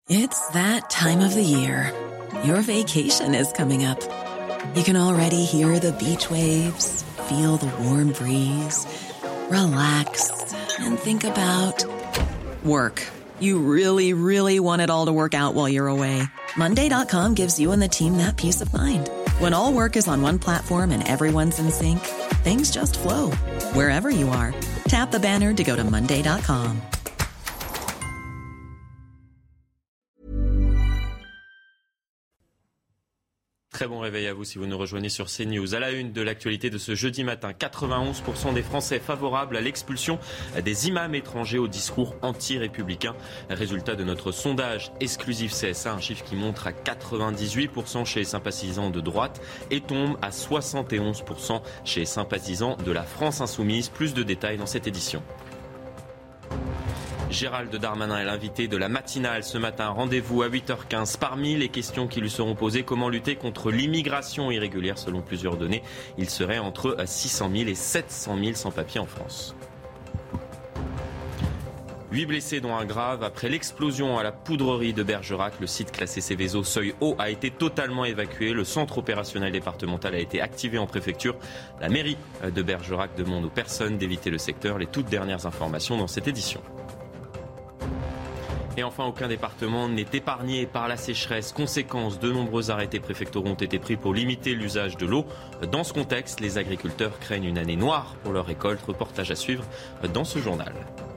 It's that time of the year. Your vacation is coming up. You can already hear the beach waves, feel the warm breeze, relax, and think about work. You really, really want it all to work out while you're away. Monday.com gives you and the team that peace of mind. When all work is on one platform and everyone's in sync, things just flow. Wherever you are, tap the banner to go to Monday.com. Très bon réveil à vous si vous nous rejoignez sur CNews. À la une de l'actualité de ce jeudi matin, 91% des Français favorables à l'expulsion des imams étrangers au discours anti-républicain. Résultat de notre sondage exclusif CSA, un chiffre qui montre à 98% chez les sympathisants de droite et tombe à 71% chez les sympathisants de la France insoumise. Plus de détails dans cette édition. Gérald Darmanin est l'invité de la matinale ce matin. Rendez-vous à 8h15. Parmi les questions qui lui seront posées, comment lutter contre l'immigration irrégulière selon plusieurs données. Il serait entre 600 000 et 700 000 sans-papiers en France. 8 blessés dont un grave après l'explosion à la poudrerie de Bergerac. Le site classé Céveso seuil haut a été totalement évacué. Le centre opérationnel départemental a été activé en préfecture. La mairie de Bergerac demande aux personnes d'éviter le secteur. Les toutes dernières informations dans cette édition. Et enfin, aucun département n'est épargné par la sécheresse. Conséquence, de nombreux arrêtés préfectoraux ont été pris pour limiter l'usage de l'eau. Dans ce contexte, les agriculteurs craignent une année noire pour leur récolte. Reportage à suivre dans ce journal.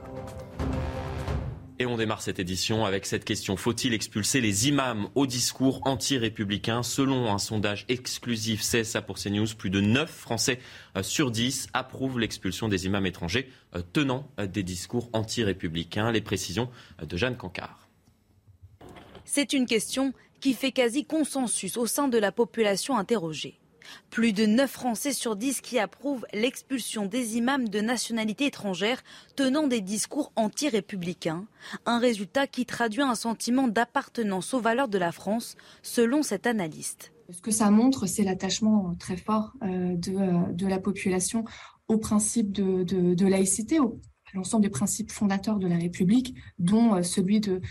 Et on démarre cette édition avec cette question. Faut-il expulser les imams au discours anti-républicain ? Selon un sondage exclusif CSA pour CNews, plus de 9 Français sur 10 approuvent l'expulsion des imams étrangers tenant des discours anti-républicains. Les précisions de Jeanne Cancard. C'est une question qui fait quasi consensus au sein de la population interrogée. Plus de 9 Français sur 10 qui approuvent l'expulsion des imams de nationalité étrangère tenant des discours anti-républicains. Un résultat qui traduit un sentiment d'appartenance aux valeurs de la France, selon cet analyste. Ce que ça montre, c'est l'attachement très fort de la population au principe de laïcité, à l'ensemble des principes fondateurs de la République, dont celui de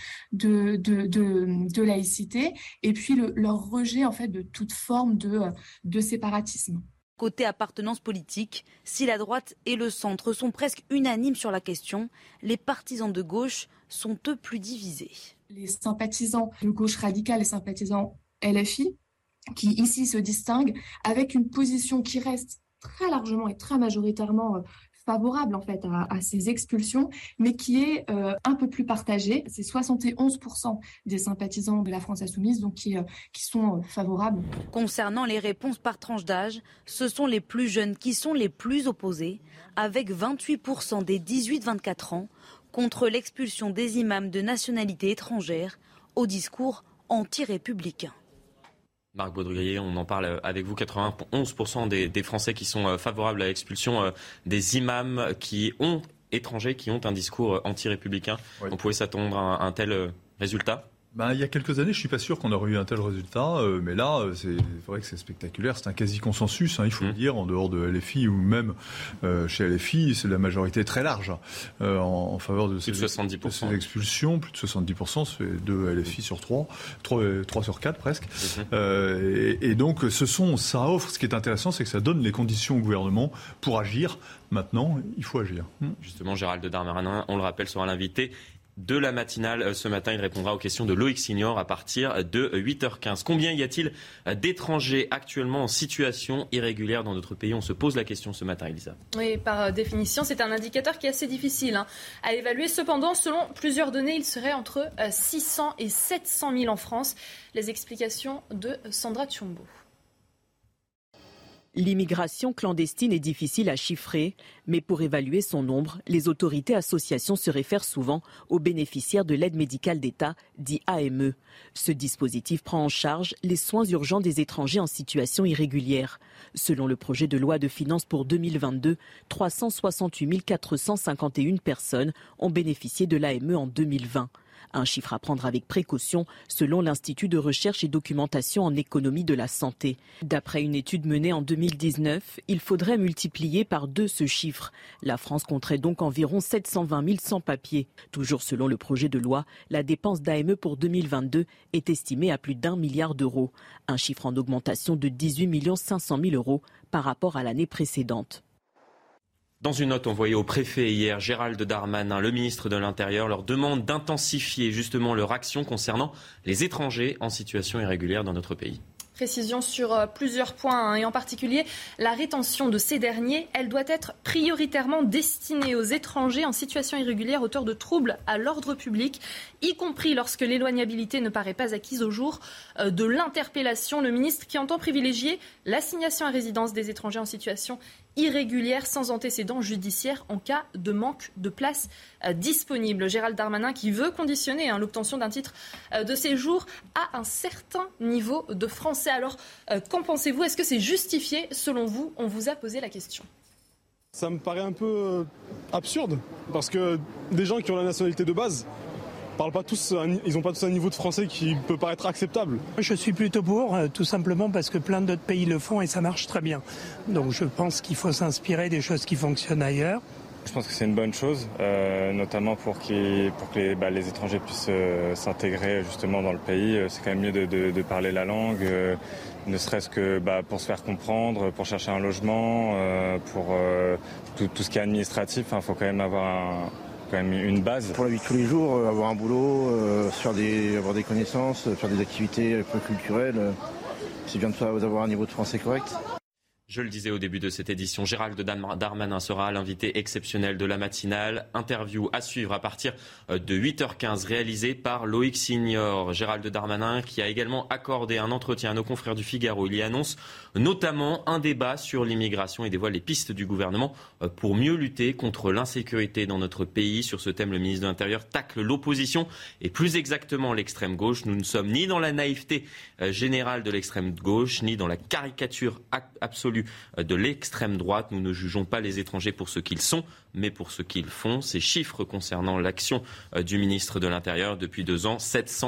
laïcité, et puis leur rejet en fait de toute forme de séparatisme. Côté appartenance politique, si la droite et le centre sont presque unanimes sur la question, les partisans de gauche sont eux plus divisés. Les sympathisants de gauche radicale, les sympathisants LFI, qui ici se distinguent avec une position qui reste très largement et très majoritairement favorable en fait à ces expulsions, mais qui est un peu plus partagée. C'est 71% des sympathisants de la France insoumise donc qui sont favorables. Concernant les réponses par tranche d'âge, ce sont les plus jeunes qui sont les plus opposés, avec 28% des 18-24 ans contre l'expulsion des imams de nationalité étrangère au discours anti-républicain. Marc Baudrier, on en parle avec vous, 91% des Français qui sont favorables à l'expulsion des imams étrangers qui ont un discours anti-républicain. Oui. On pouvait s'attendre à un tel résultat ? Il y a quelques années, je ne suis pas sûr qu'on aurait eu un tel résultat, mais là, c'est vrai que c'est spectaculaire, c'est un quasi-consensus, il faut le dire, en dehors de LFI ou même chez LFI, c'est la majorité très large en faveur de ces expulsions, plus de 70%, c'est 2 LFI sur 3 sur 4 presque. Et donc, ça offre, ce qui est intéressant, c'est que ça donne les conditions au gouvernement pour agir. Maintenant, il faut agir. Justement, Gérald Darmanin, on le rappelle, sera l'invité de la matinale ce matin. Il répondra aux questions de Loïc Signor à partir de 8h15. Combien y a-t-il d'étrangers actuellement en situation irrégulière dans notre pays ? On se pose la question ce matin, Elisa. Oui, par définition, c'est un indicateur qui est assez difficile à évaluer. Cependant, selon plusieurs données, il serait entre 600 et 700 000 en France. Les explications de Sandra Tchombo. L'immigration clandestine est difficile à chiffrer, mais pour évaluer son nombre, les autorités associations se réfèrent souvent aux bénéficiaires de l'aide médicale d'État, dit AME. Ce dispositif prend en charge les soins urgents des étrangers en situation irrégulière. Selon le projet de loi de finances pour 2022, 368 451 personnes ont bénéficié de l'AME en 2020. Un chiffre à prendre avec précaution selon l'Institut de recherche et documentation en économie de la santé. D'après une étude menée en 2019, il faudrait multiplier par 2 ce chiffre. La France compterait donc environ 720 000 sans-papiers. Toujours selon le projet de loi, la dépense d'AME pour 2022 est estimée à plus d'1 milliard d'euros. Un chiffre en augmentation de 18 500 000 euros par rapport à l'année précédente. Dans une note envoyée au préfet hier, Gérald Darmanin, le ministre de l'Intérieur, leur demande d'intensifier justement leur action concernant les étrangers en situation irrégulière dans notre pays. Précision sur plusieurs points, et en particulier la rétention de ces derniers. Elle doit être prioritairement destinée aux étrangers en situation irrégulière auteur de troubles à l'ordre public, y compris lorsque l'éloignabilité ne paraît pas acquise au jour de l'interpellation. Le ministre qui entend privilégier l'assignation à résidence des étrangers en situation irrégulière sans antécédent judiciaire en cas de manque de place disponible. Gérald Darmanin qui veut conditionner l'obtention d'un titre de séjour à un certain niveau de français. Alors, qu'en pensez-vous ? Est-ce que c'est justifié selon vous ? On vous a posé la question. Ça me paraît un peu absurde parce que des gens qui ont la nationalité de base parlent pas tous, ils n'ont pas tous un niveau de français qui peut paraître acceptable. Je suis plutôt pour, tout simplement parce que plein d'autres pays le font et ça marche très bien. Donc je pense qu'il faut s'inspirer des choses qui fonctionnent ailleurs. Je pense que c'est une bonne chose, notamment pour que les étrangers puissent s'intégrer justement dans le pays. C'est quand même mieux de parler la langue, ne serait-ce que pour se faire comprendre, pour chercher un logement, pour tout ce qui est administratif. Il faut quand même avoir une base. Pour la vie de tous les jours, avoir un boulot, avoir des connaissances, faire des activités un peu culturelles, c'est bien d'avoir un niveau de français correct. Je le disais au début de cette édition, Gérald Darmanin sera l'invité exceptionnel de la matinale. Interview à suivre à partir de 8h15, réalisée par Loïc Signor. Gérald Darmanin qui a également accordé un entretien à nos confrères du Figaro. Il y annonce notamment un débat sur l'immigration et dévoile les pistes du gouvernement pour mieux lutter contre l'insécurité dans notre pays. Sur ce thème, le ministre de l'Intérieur tacle l'opposition et plus exactement l'extrême gauche. Nous ne sommes ni dans la naïveté générale de l'extrême gauche, ni dans la caricature absolue de l'extrême droite. Nous ne jugeons pas les étrangers pour ce qu'ils sont, mais pour ce qu'ils font. Ces chiffres concernant l'action du ministre de l'Intérieur depuis 2 ans,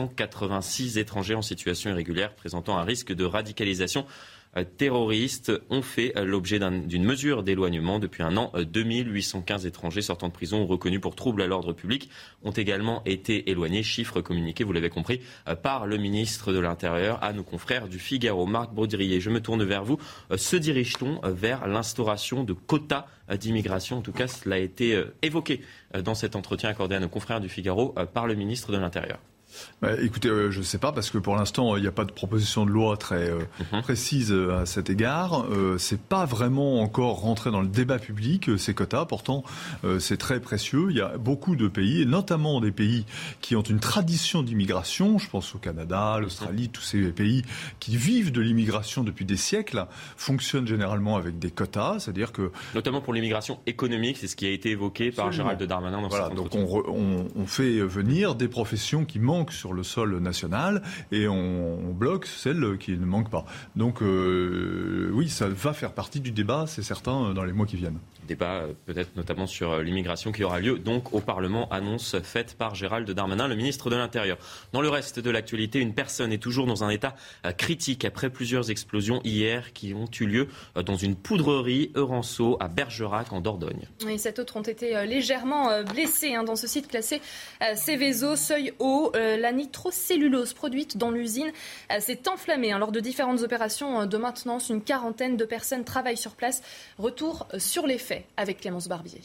786 étrangers en situation irrégulière présentant un risque de radicalisation terroristes ont fait l'objet d'une mesure d'éloignement. Depuis un an, 2815 étrangers sortant de prison ou reconnus pour troubles à l'ordre public ont également été éloignés. Chiffre communiqué, vous l'avez compris, par le ministre de l'Intérieur à nos confrères du Figaro. Marc Baudrier, je me tourne vers vous. Se dirige-t-on vers l'instauration de quotas d'immigration ? En tout cas, cela a été évoqué dans cet entretien accordé à nos confrères du Figaro par le ministre de l'Intérieur. Écoutez, je ne sais pas parce que pour l'instant il n'y a pas de proposition de loi très précise à cet égard. C'est pas vraiment encore rentré dans le débat public ces quotas. Pourtant, c'est très précieux. Il y a beaucoup de pays, et notamment des pays qui ont une tradition d'immigration. Je pense au Canada, l'Australie, tous ces pays qui vivent de l'immigration depuis des siècles fonctionnent généralement avec des quotas, c'est-à-dire que notamment pour l'immigration économique, c'est ce qui a été évoqué par Gérald Darmanin dans cet entretien. Donc on fait venir des professions qui manquent sur le sol national et on bloque celles qui ne manquent pas. Donc oui, ça va faire partie du débat, c'est certain, dans les mois qui viennent. Débat peut-être notamment sur l'immigration qui aura lieu donc au Parlement, annonce faite par Gérald Darmanin, le ministre de l'Intérieur. Dans le reste de l'actualité, une personne est toujours dans un état critique après plusieurs explosions hier qui ont eu lieu dans une poudrerie Eurenceau à Bergerac en Dordogne. Et 7 autres ont été légèrement blessés dans ce site classé Céveso, seuil haut. La nitrocellulose produite dans l'usine s'est enflammée lors de différentes opérations de maintenance. Une quarantaine de personnes travaillent sur place. Retour sur les faits avec Clémence Barbier.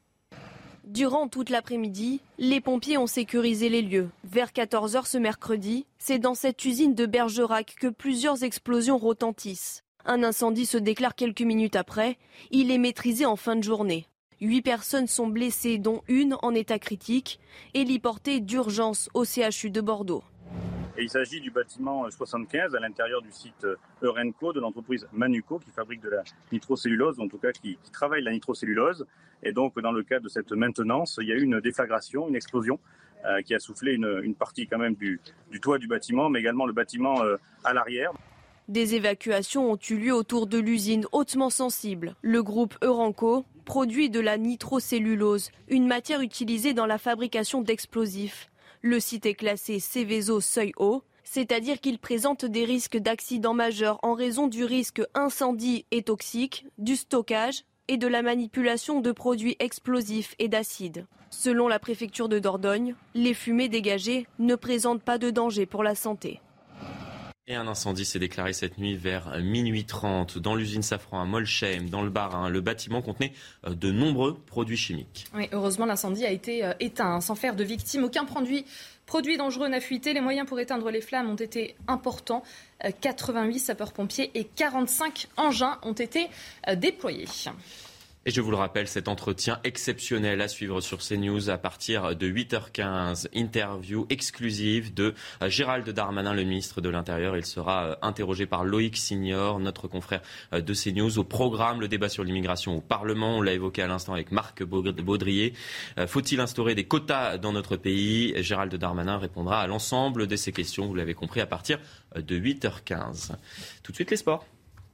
Durant toute l'après-midi, les pompiers ont sécurisé les lieux. Vers 14h ce mercredi, c'est dans cette usine de Bergerac que plusieurs explosions retentissent. Un incendie se déclare quelques minutes après. Il est maîtrisé en fin de journée. 8 personnes sont blessées, dont une en état critique, héliportée d'urgence au CHU de Bordeaux. Et il s'agit du bâtiment 75 à l'intérieur du site Eurenco de l'entreprise Manuco qui fabrique de la nitrocellulose, en tout cas qui travaille la nitrocellulose. Et donc dans le cadre de cette maintenance, il y a eu une déflagration, une explosion qui a soufflé une partie quand même du toit du bâtiment, mais également le bâtiment à l'arrière. Des évacuations ont eu lieu autour de l'usine hautement sensible. Le groupe Eurenco produit de la nitrocellulose, une matière utilisée dans la fabrication d'explosifs. Le site est classé Seveso seuil haut, c'est-à-dire qu'il présente des risques d'accidents majeurs en raison du risque incendie et toxique, du stockage et de la manipulation de produits explosifs et d'acides. Selon la préfecture de Dordogne, les fumées dégagées ne présentent pas de danger pour la santé. Et un incendie s'est déclaré cette nuit vers minuit 30 dans l'usine Safran à Molsheim, dans le Bas-Rhin. Le bâtiment contenait de nombreux produits chimiques. Oui, heureusement, l'incendie a été éteint sans faire de victimes. Aucun produit dangereux n'a fuité. Les moyens pour éteindre les flammes ont été importants. 88 sapeurs-pompiers et 45 engins ont été déployés. Et je vous le rappelle, cet entretien exceptionnel à suivre sur CNews à partir de 8h15. Interview exclusive de Gérald Darmanin, le ministre de l'Intérieur. Il sera interrogé par Loïc Signor, notre confrère de CNews. Au programme, le débat sur l'immigration au Parlement. On l'a évoqué à l'instant avec Marc Baudrier. Faut-il instaurer des quotas dans notre pays ? Gérald Darmanin répondra à l'ensemble de ces questions, vous l'avez compris, à partir de 8h15. Tout de suite, les sports.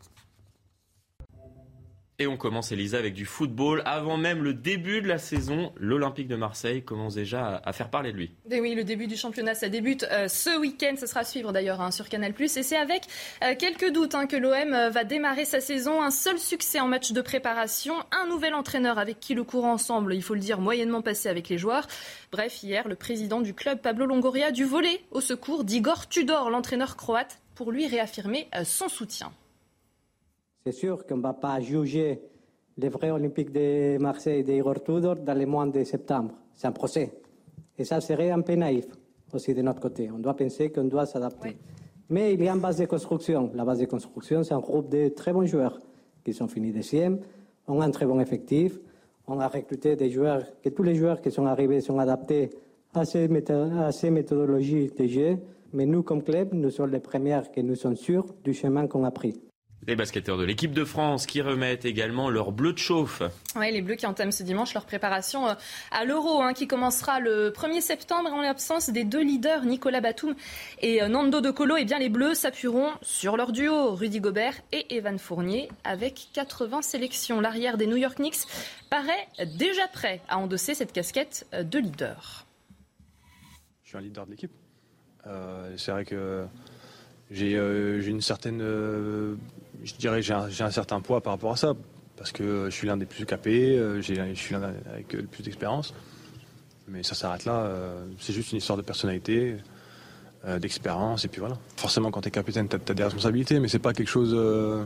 Et on commence, Elisa, avec du football. Avant même le début de la saison, l'Olympique de Marseille commence déjà à faire parler de lui. Et oui, le début du championnat, ça débute ce week-end. Ça sera à suivre d'ailleurs sur Canal+. Et c'est avec quelques doutes que l'OM va démarrer sa saison. Un seul succès en match de préparation. Un nouvel entraîneur avec qui le courant ensemble, il faut le dire, moyennement passé avec les joueurs. Bref, hier, le président du club, Pablo Longoria, a dû voler au secours d'Igor Tudor, l'entraîneur croate, pour lui réaffirmer son soutien. C'est sûr qu'on ne va pas juger les vrais Olympiques de Marseille d'Igor Tudor dans les mois de septembre. C'est un procès. Et ça serait un peu naïf aussi de notre côté. On doit penser qu'on doit s'adapter. Oui. Mais il y a une base de construction. La base de construction, c'est un groupe de très bons joueurs qui sont finis deuxième. On a un très bon effectif. On a recruté des joueurs, que tous les joueurs qui sont arrivés sont adaptés à ces méthodologies de jeu. Mais nous, comme club, nous sommes les premiers que nous sommes sûrs du chemin qu'on a pris. Les basketteurs de l'équipe de France qui remettent également leur bleu de chauffe. Oui, les Bleus qui entament ce dimanche leur préparation à l'Euro, qui commencera le 1er septembre. En l'absence des deux leaders, Nicolas Batum et Nando De Colo, eh bien les Bleus s'appuieront sur leur duo, Rudy Gobert et Evan Fournier. Avec 80 sélections, l'arrière des New York Knicks paraît déjà prêt à endosser cette casquette de leader. Je suis un leader de l'équipe. C'est vrai que j'ai une certaine... je dirais que j'ai un certain poids par rapport à ça, parce que je suis l'un des plus capés, je suis l'un avec le plus d'expérience. Mais ça s'arrête là, c'est juste une histoire de personnalité, d'expérience, et puis voilà. Forcément, quand tu es capitaine, tu as des responsabilités, mais c'est pas quelque chose,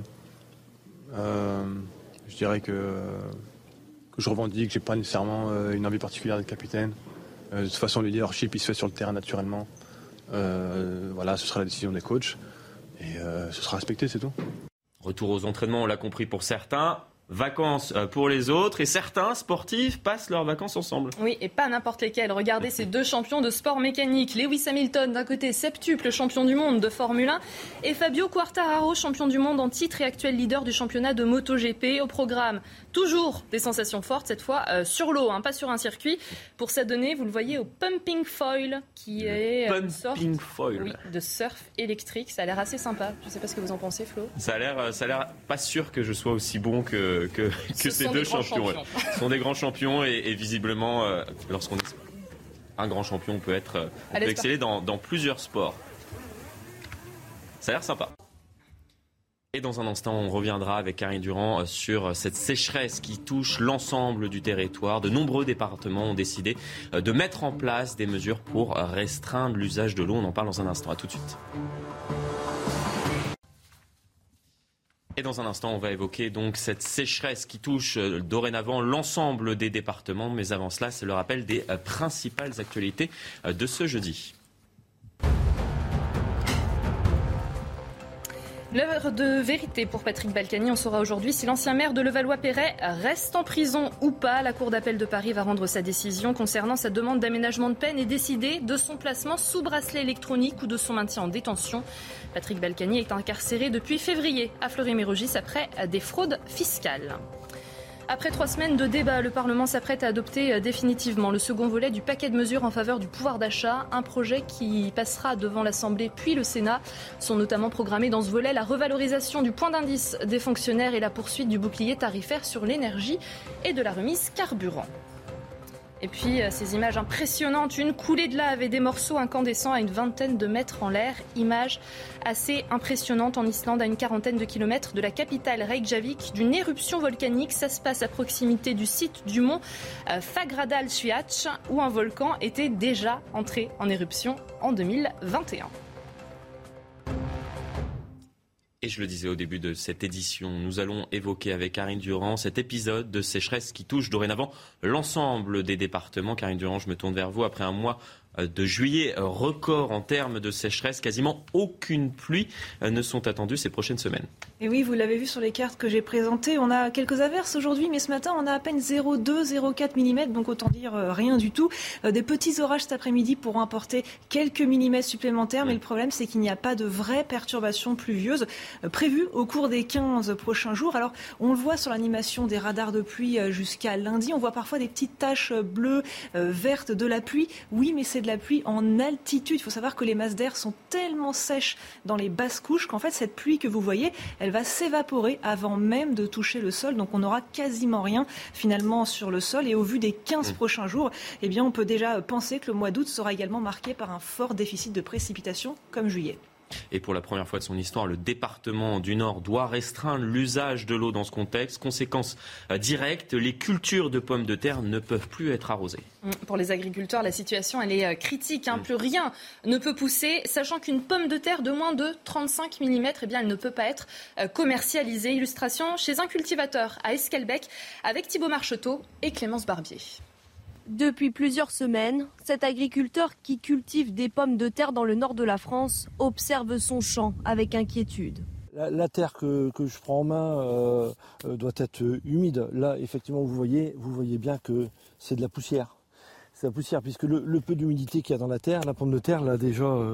je dirais que je revendique, j'ai pas nécessairement une envie particulière d'être capitaine. De toute façon, le leadership, il se fait sur le terrain naturellement. Voilà, ce sera la décision des coachs, et ce sera respecté, c'est tout. Retour aux entraînements, on l'a compris pour certains, vacances pour les autres, et certains sportifs passent leurs vacances ensemble. Oui, et pas n'importe lesquels. Regardez ces deux champions de sport mécanique. Lewis Hamilton, d'un côté, septuple champion du monde de Formule 1, et Fabio Quartararo, champion du monde en titre et actuel leader du championnat de MotoGP. Au programme, toujours des sensations fortes, cette fois sur l'eau, pas sur un circuit. Pour s'adonner, vous le voyez, au pumping foil, qui est une sorte de surf électrique. Ça a l'air assez sympa. Je ne sais pas ce que vous en pensez, Flo. Ça a l'air pas sûr que je sois aussi bon que ces deux champions. Ouais. Ce sont des grands champions, et visiblement, lorsqu'on est un grand champion, on peut exceller dans plusieurs sports. Ça a l'air sympa. Et dans un instant, on reviendra avec Karine Durand sur cette sécheresse qui touche l'ensemble du territoire. De nombreux départements ont décidé de mettre en place des mesures pour restreindre l'usage de l'eau. On en parle dans un instant. À tout de suite. Et dans un instant, on va évoquer donc cette sécheresse qui touche dorénavant l'ensemble des départements. Mais avant cela, c'est le rappel des principales actualités de ce jeudi. L'heure de vérité pour Patrick Balkany. On saura aujourd'hui si l'ancien maire de Levallois-Perret reste en prison ou pas. La Cour d'appel de Paris va rendre sa décision concernant sa demande d'aménagement de peine et décider de son placement sous bracelet électronique ou de son maintien en détention. Patrick Balkany est incarcéré depuis février à Fleury-Mérogis après des fraudes fiscales. Après 3 semaines de débat, le Parlement s'apprête à adopter définitivement le second volet du paquet de mesures en faveur du pouvoir d'achat. Un projet qui passera devant l'Assemblée puis le Sénat. Sont notamment programmés dans ce volet la revalorisation du point d'indice des fonctionnaires et la poursuite du bouclier tarifaire sur l'énergie et de la remise carburant. Et puis, ces images impressionnantes, une coulée de lave et des morceaux incandescents à une vingtaine de mètres en l'air. Image assez impressionnante en Islande, à une quarantaine de kilomètres de la capitale Reykjavik, d'une éruption volcanique. Ça se passe à proximité du site du mont Fagradalsfjall, où un volcan était déjà entré en éruption en 2021. Et je le disais au début de cette édition, nous allons évoquer avec Karine Durand cet épisode de sécheresse qui touche dorénavant l'ensemble des départements. Karine Durand, je me tourne vers vous. Après un mois de juillet record en termes de sécheresse, quasiment aucune pluie ne sont attendues ces prochaines semaines. Et oui, vous l'avez vu sur les cartes que j'ai présentées, on a quelques averses aujourd'hui, mais ce matin on a à peine 0,2, 0,4 mm, donc autant dire rien du tout. Des petits orages cet après-midi pourront apporter quelques millimètres supplémentaires, mais le problème c'est qu'il n'y a pas de vraies perturbations pluvieuses prévues au cours des 15 prochains jours. Alors on le voit sur l'animation des radars de pluie jusqu'à lundi, on voit parfois des petites taches bleues, vertes de la pluie. Oui, mais c'est de la pluie en altitude. Il faut savoir que les masses d'air sont tellement sèches dans les basses couches qu'en fait cette pluie que vous voyez, elle va s'évaporer avant même de toucher le sol. Donc on n'aura quasiment rien finalement sur le sol. Et au vu des 15 prochains jours, eh bien, on peut déjà penser que le mois d'août sera également marqué par un fort déficit de précipitations comme juillet. Et pour la première fois de son histoire, le département du Nord doit restreindre l'usage de l'eau dans ce contexte. Conséquence directe, les cultures de pommes de terre ne peuvent plus être arrosées. Pour les agriculteurs, la situation elle est critique. Plus rien ne peut pousser, sachant qu'une pomme de terre de moins de 35 mm, eh bien, elle ne peut pas être commercialisée. Illustration chez un cultivateur à Esquelbec avec Thibaut Marcheteau et Clémence Barbier. Depuis plusieurs semaines, cet agriculteur qui cultive des pommes de terre dans le nord de la France observe son champ avec inquiétude. La terre que je prends en main doit être humide. Là, effectivement, vous voyez bien que c'est de la poussière. C'est de la poussière, puisque le peu d'humidité qu'il y a dans la terre, la pomme de terre l'a déjà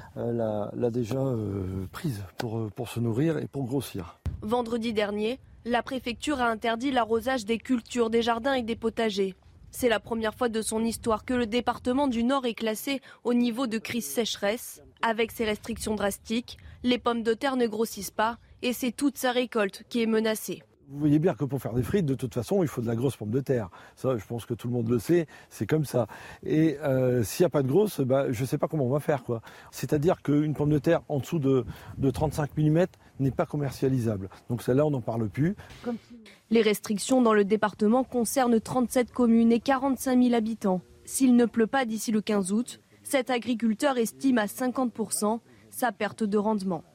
prise pour se nourrir et pour grossir. Vendredi dernier, la préfecture a interdit l'arrosage des cultures, des jardins et des potagers. C'est la première fois de son histoire que le département du Nord est classé au niveau de crise sécheresse. Avec ces restrictions drastiques, les pommes de terre ne grossissent pas et c'est toute sa récolte qui est menacée. Vous voyez bien que pour faire des frites, de toute façon, il faut de la grosse pomme de terre. Ça, je pense que tout le monde le sait, c'est comme ça. Et s'il n'y a pas de grosse, je ne sais pas comment on va faire, quoi. C'est-à-dire qu'une pomme de terre en dessous de 35 mm n'est pas commercialisable. Donc celle-là, on n'en parle plus. Les restrictions dans le département concernent 37 communes et 45 000 habitants. S'il ne pleut pas d'ici le 15 août, cet agriculteur estime à 50% sa perte de rendement.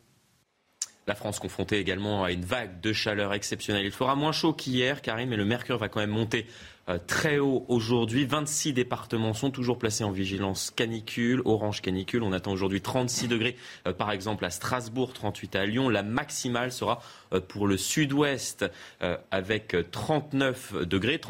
La France confrontée également à une vague de chaleur exceptionnelle. Il fera moins chaud qu'hier, Karine, mais le mercure va quand même monter très haut aujourd'hui. 26 départements sont toujours placés en vigilance canicule, orange canicule. On attend aujourd'hui 36 degrés, par exemple à Strasbourg, 38 à Lyon. La maximale sera pour le sud-ouest avec 39 degrés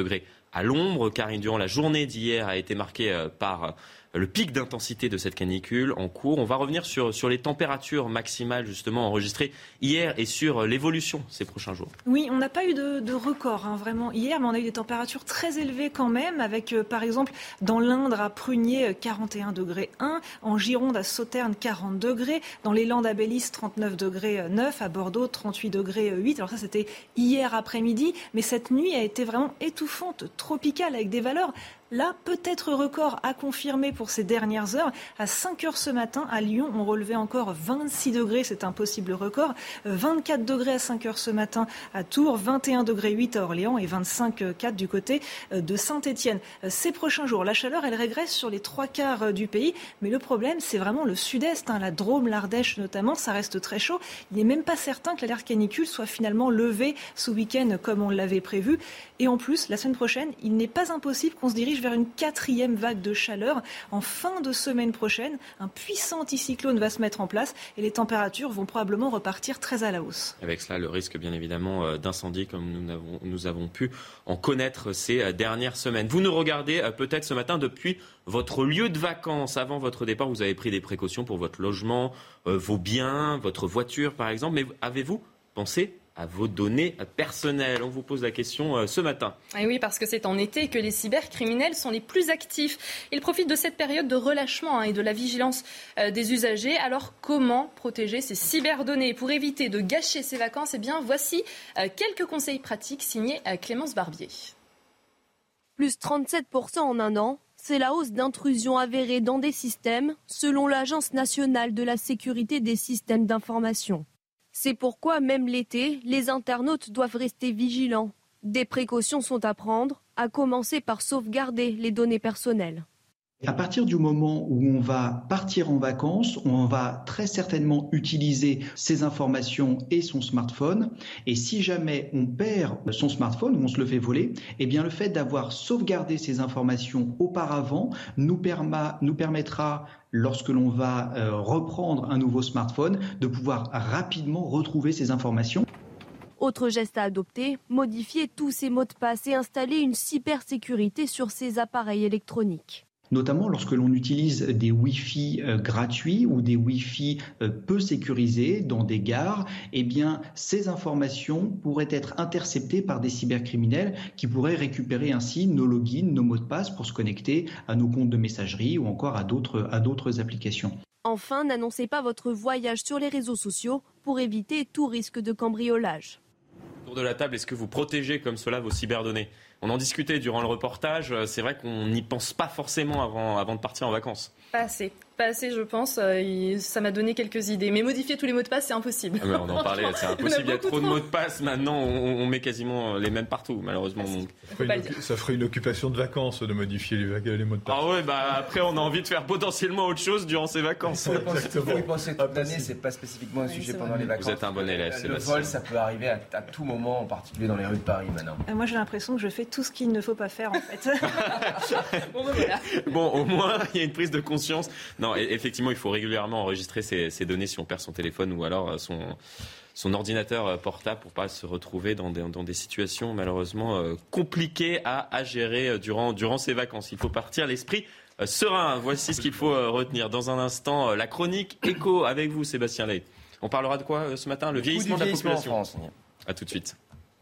à l'ombre. Karine Durand, la journée d'hier a été marquée par le pic d'intensité de cette canicule en cours. On va revenir sur les températures maximales justement enregistrées hier et sur l'évolution ces prochains jours. Oui, on n'a pas eu de record vraiment hier, mais on a eu des températures très élevées quand même, avec par exemple dans l'Indre à Prunier 41 degrés 1, en Gironde à Sauternes 40 degrés, dans les Landes à Bellis 39 degrés 9, à Bordeaux 38 degrés 8. Alors ça c'était hier après-midi, mais cette nuit a été vraiment étouffante, tropicale, avec des valeurs là, peut-être record à confirmer pour ces dernières heures. À 5 heures ce matin, à Lyon, on relevait encore 26 degrés, c'est un possible record. 24 degrés à 5 heures ce matin à Tours, 21 degrés 8 à Orléans et 25,4 du côté de Saint-Étienne. Ces prochains jours, la chaleur, elle régresse sur les 3/4 du pays, mais le problème, c'est vraiment le sud-est, la Drôme, l'Ardèche notamment, ça reste très chaud. Il n'est même pas certain que l'alerte canicule soit finalement levée ce week-end comme on l'avait prévu. Et en plus, la semaine prochaine, il n'est pas impossible qu'on se dirige vers une 4e vague de chaleur. En fin de semaine prochaine, un puissant anticyclone va se mettre en place et les températures vont probablement repartir très à la hausse. Avec cela, le risque bien évidemment d'incendie comme nous avons pu en connaître ces dernières semaines. Vous nous regardez peut-être ce matin depuis votre lieu de vacances. Avant votre départ, vous avez pris des précautions pour votre logement, vos biens, votre voiture par exemple. Mais avez-vous pensé à vos données personnelles? On vous pose la question ce matin. Et oui, parce que c'est en été que les cybercriminels sont les plus actifs. Ils profitent de cette période de relâchement et de la vigilance des usagers. Alors, comment protéger ces cyberdonnées pour éviter de gâcher ses vacances? Eh bien, voici quelques conseils pratiques signés Clémence Barbier. Plus 37% en un an, c'est la hausse d'intrusions avérées dans des systèmes, selon l'Agence nationale de la sécurité des systèmes d'information. C'est pourquoi, même l'été, les internautes doivent rester vigilants. Des précautions sont à prendre, à commencer par sauvegarder les données personnelles. À partir du moment où on va partir en vacances, on va très certainement utiliser ces informations et son smartphone. Et si jamais on perd son smartphone ou on se le fait voler, eh bien le fait d'avoir sauvegardé ces informations auparavant nous permettra, lorsque l'on va reprendre un nouveau smartphone, de pouvoir rapidement retrouver ces informations. Autre geste à adopter, modifier tous ces mots de passe et installer une cybersécurité sur ces appareils électroniques. Notamment lorsque l'on utilise des Wi-Fi gratuits ou des Wi-Fi peu sécurisés dans des gares, eh bien, ces informations pourraient être interceptées par des cybercriminels qui pourraient récupérer ainsi nos logins, nos mots de passe pour se connecter à nos comptes de messagerie ou encore à d'autres applications. Enfin, n'annoncez pas votre voyage sur les réseaux sociaux pour éviter tout risque de cambriolage. Autour de la table, est-ce que vous protégez comme cela vos cyberdonnées ? On en discutait durant le reportage, c'est vrai qu'on n'y pense pas forcément avant de partir en vacances. Pas assez, je pense. Ça m'a donné quelques idées. Mais modifier tous les mots de passe, c'est impossible. Mais on en parlait, c'est impossible. Il y a trop de mots de passe. Maintenant, on met quasiment les mêmes partout, malheureusement. Ça ferait une occupation de vacances de modifier les mots de passe. Ah ouais, après, on a envie de faire potentiellement autre chose durant ces vacances. Vous y pensez toute l'année, c'est pas spécifiquement un sujet pendant les vacances. Vous êtes un bon élève, Le vol, ça peut arriver à tout moment, en particulier dans les rues de Paris maintenant. Moi, j'ai l'impression que je fais tout ce qu'il ne faut pas faire, en fait. Voilà. Bon, au moins, il y a une prise de conscience. Non, effectivement, il faut régulièrement enregistrer ces données si on perd son téléphone ou alors son ordinateur portable pour ne pas se retrouver dans des situations malheureusement compliquées à gérer durant ces vacances. Il faut partir l'esprit serein. Voici ce qu'il faut retenir. Dans un instant, la chronique éco avec vous, Sébastien Ley. On parlera de quoi ce matin ? Le vieillissement de la population. En France. À tout de suite.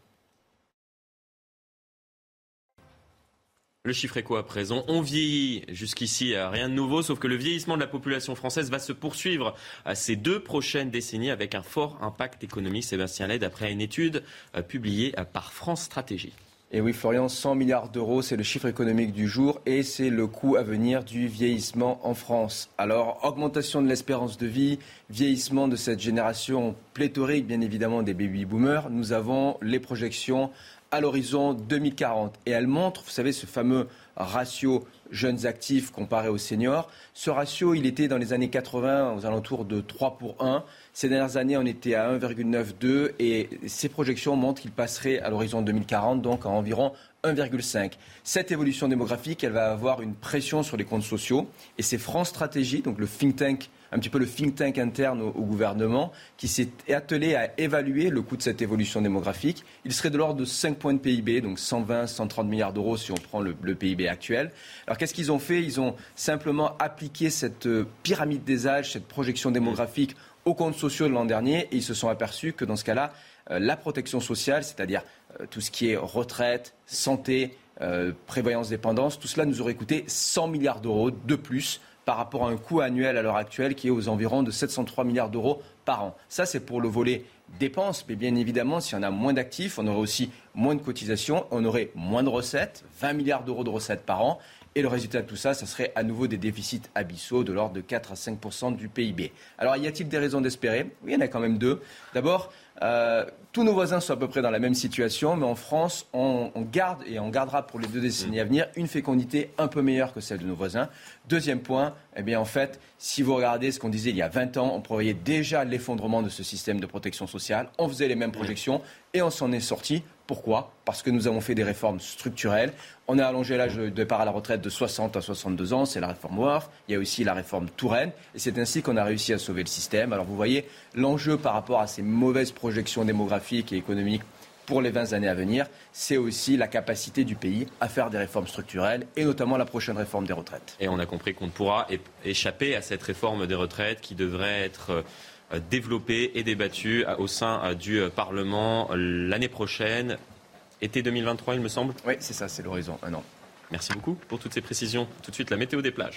Le chiffre éco à présent, on vieillit. Jusqu'ici, rien de nouveau, sauf que le vieillissement de la population française va se poursuivre ces 2 prochaines décennies avec un fort impact économique. Sébastien Ley, d'après une étude publiée par France Stratégie. Et oui, Florian, 100 milliards d'euros, c'est le chiffre économique du jour et c'est le coût à venir du vieillissement en France. Alors, augmentation de l'espérance de vie, vieillissement de cette génération pléthorique, bien évidemment, des baby-boomers. Nous avons les projections à l'horizon 2040. Et elle montre, vous savez, ce fameux ratio jeunes actifs comparé aux seniors. Ce ratio, il était dans les années 80 aux alentours de 3 pour 1. Ces dernières années, on était à 1,92 et ces projections montrent qu'il passerait à l'horizon 2040, donc à environ 1,5. Cette évolution démographique, elle va avoir une pression sur les comptes sociaux et c'est France Stratégie, donc le think tank, un petit peu le think tank interne au gouvernement, qui s'est attelé à évaluer le coût de cette évolution démographique. Il serait de l'ordre de 5 points de PIB, donc 120, 130 milliards d'euros si on prend le PIB actuel. Alors qu'est-ce qu'ils ont fait ? Ils ont simplement appliqué cette pyramide des âges, cette projection démographique aux comptes sociaux de l'an dernier et ils se sont aperçus que dans ce cas-là, la protection sociale, c'est-à-dire tout ce qui est retraite, santé, prévoyance dépendance, tout cela nous aurait coûté 100 milliards d'euros de plus par rapport à un coût annuel à l'heure actuelle qui est aux environs de 703 milliards d'euros par an. Ça, c'est pour le volet dépenses, mais bien évidemment, s'il y en a moins d'actifs, on aurait aussi moins de cotisations, on aurait moins de recettes, 20 milliards d'euros de recettes par an. Et le résultat de tout ça, ça serait à nouveau des déficits abyssaux de l'ordre de 4 à 5% du PIB. Alors, y a-t-il des raisons d'espérer ? Oui, il y en a quand même 2. D'abord, tous nos voisins sont à peu près dans la même situation, mais en France, on garde et on gardera pour les 2 décennies à venir une fécondité un peu meilleure que celle de nos voisins. Deuxième point, eh bien en fait, si vous regardez ce qu'on disait il y a 20 ans, on prévoyait déjà l'effondrement de ce système de protection sociale, on faisait les mêmes projections et on s'en est sorti. Pourquoi ? Parce que nous avons fait des réformes structurelles. On a allongé l'âge de départ à la retraite de 60 à 62 ans, c'est la réforme WARF. Il y a aussi la réforme Touraine. Et c'est ainsi qu'on a réussi à sauver le système. Alors vous voyez, l'enjeu par rapport à ces mauvaises projections démographiques et économiques pour les 20 années à venir, c'est aussi la capacité du pays à faire des réformes structurelles et notamment la prochaine réforme des retraites. Et on a compris qu'on ne pourra échapper à cette réforme des retraites qui devrait être développée et débattue au sein du Parlement l'année prochaine, été 2023 il me semble. Oui, c'est ça, c'est l'horizon, un an. Merci beaucoup pour toutes ces précisions. Tout de suite, la météo des plages.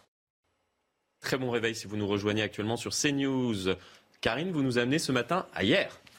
Très bon réveil si vous nous rejoignez actuellement sur CNews. Karine, vous nous amenez ce matin à hier.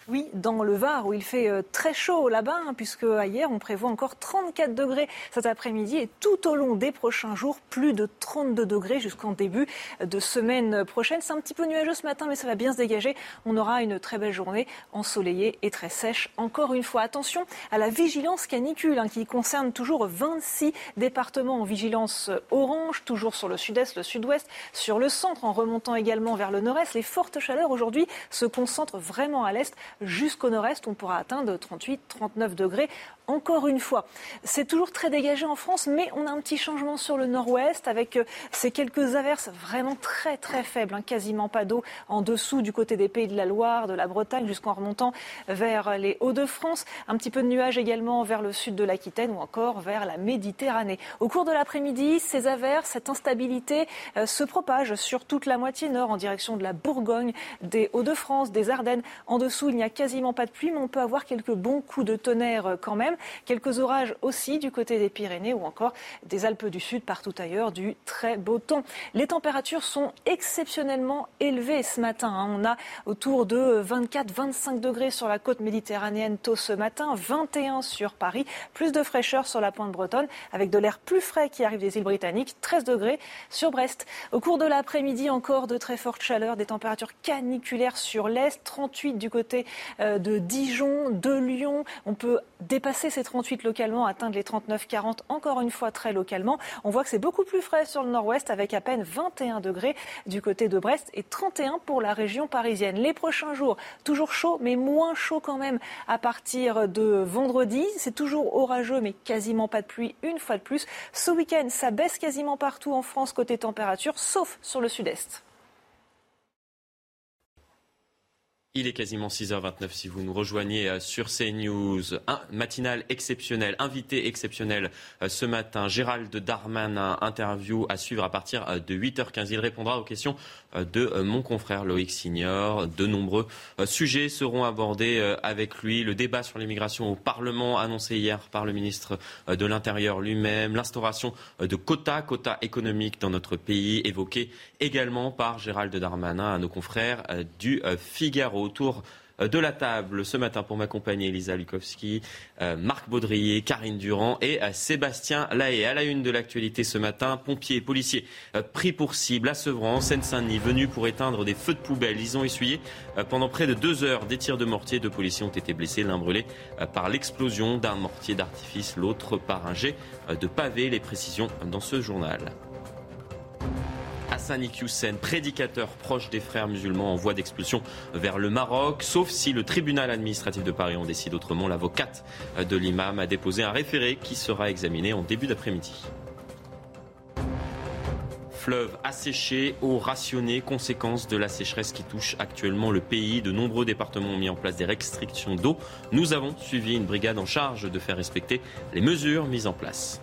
Oui, dans le Var où il fait très chaud là-bas, puisque hier on prévoit encore 34 degrés cet après-midi et tout au long des prochains jours, plus de 32 degrés jusqu'en début de semaine prochaine. C'est un petit peu nuageux ce matin, mais ça va bien se dégager. On aura une très belle journée ensoleillée et très sèche. Encore une fois, attention à la vigilance canicule qui concerne toujours 26 départements en vigilance orange, toujours sur le sud-est, le sud-ouest, sur le centre, en remontant également vers le nord-est. Les fortes chaleurs aujourd'hui se concentrent vraiment à l'est. Jusqu'au nord-est, on pourra atteindre 38-39 degrés. Encore une fois, c'est toujours très dégagé en France, mais on a un petit changement sur le nord-ouest avec ces quelques averses vraiment très très faibles, quasiment pas d'eau en dessous du côté des Pays de la Loire, de la Bretagne, jusqu'en remontant vers les Hauts-de-France. Un petit peu de nuages également vers le sud de l'Aquitaine ou encore vers la Méditerranée. Au cours de l'après-midi, ces averses, cette instabilité se propage sur toute la moitié nord en direction de la Bourgogne, des Hauts-de-France, des Ardennes. En dessous, il n'y a quasiment pas de pluie, mais on peut avoir quelques bons coups de tonnerre quand même. Quelques orages aussi du côté des Pyrénées ou encore des Alpes du Sud, partout ailleurs, du très beau temps. Les températures sont exceptionnellement élevées ce matin. On a autour de 24-25 degrés sur la côte méditerranéenne tôt ce matin, 21 sur Paris, plus de fraîcheur sur la pointe bretonne avec de l'air plus frais qui arrive des îles britanniques, 13 degrés sur Brest. Au cours de l'après-midi, encore de très fortes chaleurs, des températures caniculaires sur l'est, 38 du côté de Dijon, de Lyon. On peut dépasser ces 38 localement, atteindre les 39-40 encore une fois très localement. On voit que c'est beaucoup plus frais sur le nord-ouest avec à peine 21 degrés du côté de Brest et 31 pour la région parisienne. Les prochains jours, toujours chaud mais moins chaud quand même à partir de vendredi. C'est toujours orageux mais quasiment pas de pluie une fois de plus. Ce week-end, ça baisse quasiment partout en France côté température, sauf sur le sud-est. Il est quasiment 6h29 si vous nous rejoignez sur CNews. Un matinal exceptionnel, invité exceptionnel ce matin. Gérald Darmanin, interview à suivre à partir de 8h15. Il répondra aux questions de mon confrère Loïc Signor. De nombreux sujets seront abordés avec lui. Le débat sur l'immigration au Parlement annoncé hier par le ministre de l'Intérieur lui-même. L'instauration de quotas économiques dans notre pays, évoqué également par Gérald Darmanin à nos confrères du Figaro. Autour de la table ce matin pour m'accompagner, Elisa Lukowski, Marc Baudrier, Karine Durand et Sébastien Lahaye. À la une de l'actualité ce matin, pompiers et policiers pris pour cible à Sevran, en Seine-Saint-Denis, venus pour éteindre des feux de poubelle. Ils ont essuyé pendant près de 2 heures des tirs de mortier. 2 policiers ont été blessés, l'un brûlé par l'explosion d'un mortier d'artifice, l'autre par un jet de pavé. Les précisions dans ce journal. Hassan Iqiyoussen, prédicateur proche des frères musulmans en voie d'expulsion vers le Maroc, sauf si le tribunal administratif de Paris en décide autrement. L'avocate de l'imam a déposé un référé qui sera examiné en début d'après-midi. Fleuve asséché, eau rationnée, conséquence de la sécheresse qui touche actuellement le pays. De nombreux départements ont mis en place des restrictions d'eau. Nous avons suivi une brigade en charge de faire respecter les mesures mises en place.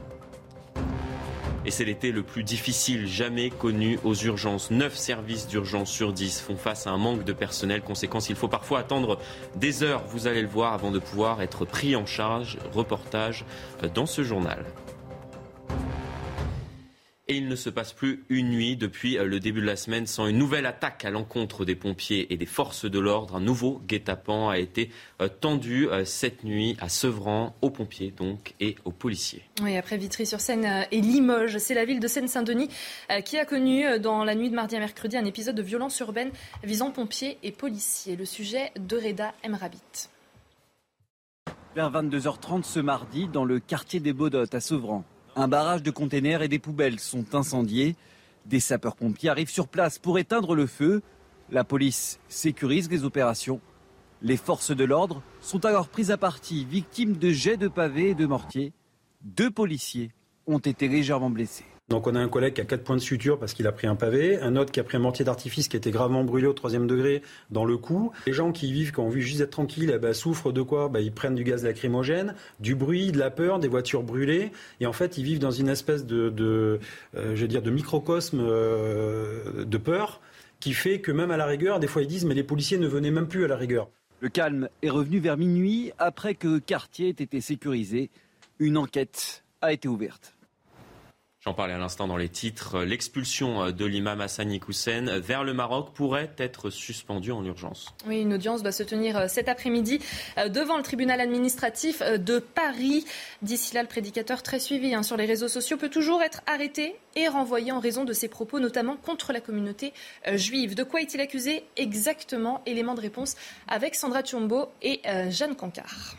Et c'est l'été le plus difficile jamais connu aux urgences. 9 services d'urgence sur 10 font face à un manque de personnel. Conséquence, il faut parfois attendre des heures, vous allez le voir, avant de pouvoir être pris en charge. Reportage dans ce journal. Et il ne se passe plus une nuit depuis le début de la semaine sans une nouvelle attaque à l'encontre des pompiers et des forces de l'ordre. Un nouveau guet-apens a été tendu cette nuit à Sevran, aux pompiers donc et aux policiers. Oui, après Vitry-sur-Seine et Limoges, c'est la ville de Seine-Saint-Denis qui a connu dans la nuit de mardi à mercredi un épisode de violence urbaine visant pompiers et policiers. Le sujet de Reda Emrabit. Vers 22h30 ce mardi, dans le quartier des Baudottes à Sevran. Un barrage de containers et des poubelles sont incendiés. Des sapeurs-pompiers arrivent sur place pour éteindre le feu. La police sécurise les opérations. Les forces de l'ordre sont alors prises à partie, victimes de jets de pavés et de mortiers. 2 policiers ont été légèrement blessés. Donc on a un collègue qui a 4 points de suture parce qu'il a pris un pavé, un autre qui a pris un mortier d'artifice qui a été gravement brûlé au 3e degré dans le cou. Les gens qui vivent, qui ont envie juste d'être tranquilles, souffrent de quoi ? Ils prennent du gaz lacrymogène, du bruit, de la peur, des voitures brûlées. Et en fait, ils vivent dans une espèce de microcosme de peur qui fait que même à la rigueur, des fois ils disent mais les policiers ne venaient même plus à la rigueur. Le calme est revenu vers minuit après que le quartier ait été sécurisé. Une enquête a été ouverte. J'en parlais à l'instant dans les titres. L'expulsion de l'imam Hassan Iquioussen vers le Maroc pourrait être suspendue en urgence. Oui, une audience doit se tenir cet après-midi devant le tribunal administratif de Paris. D'ici là, le prédicateur très suivi sur les réseaux sociaux peut toujours être arrêté et renvoyé en raison de ses propos, notamment contre la communauté juive. De quoi est-il accusé exactement? Élément de réponse avec Sandra Tchombo et Jeanne Cancard.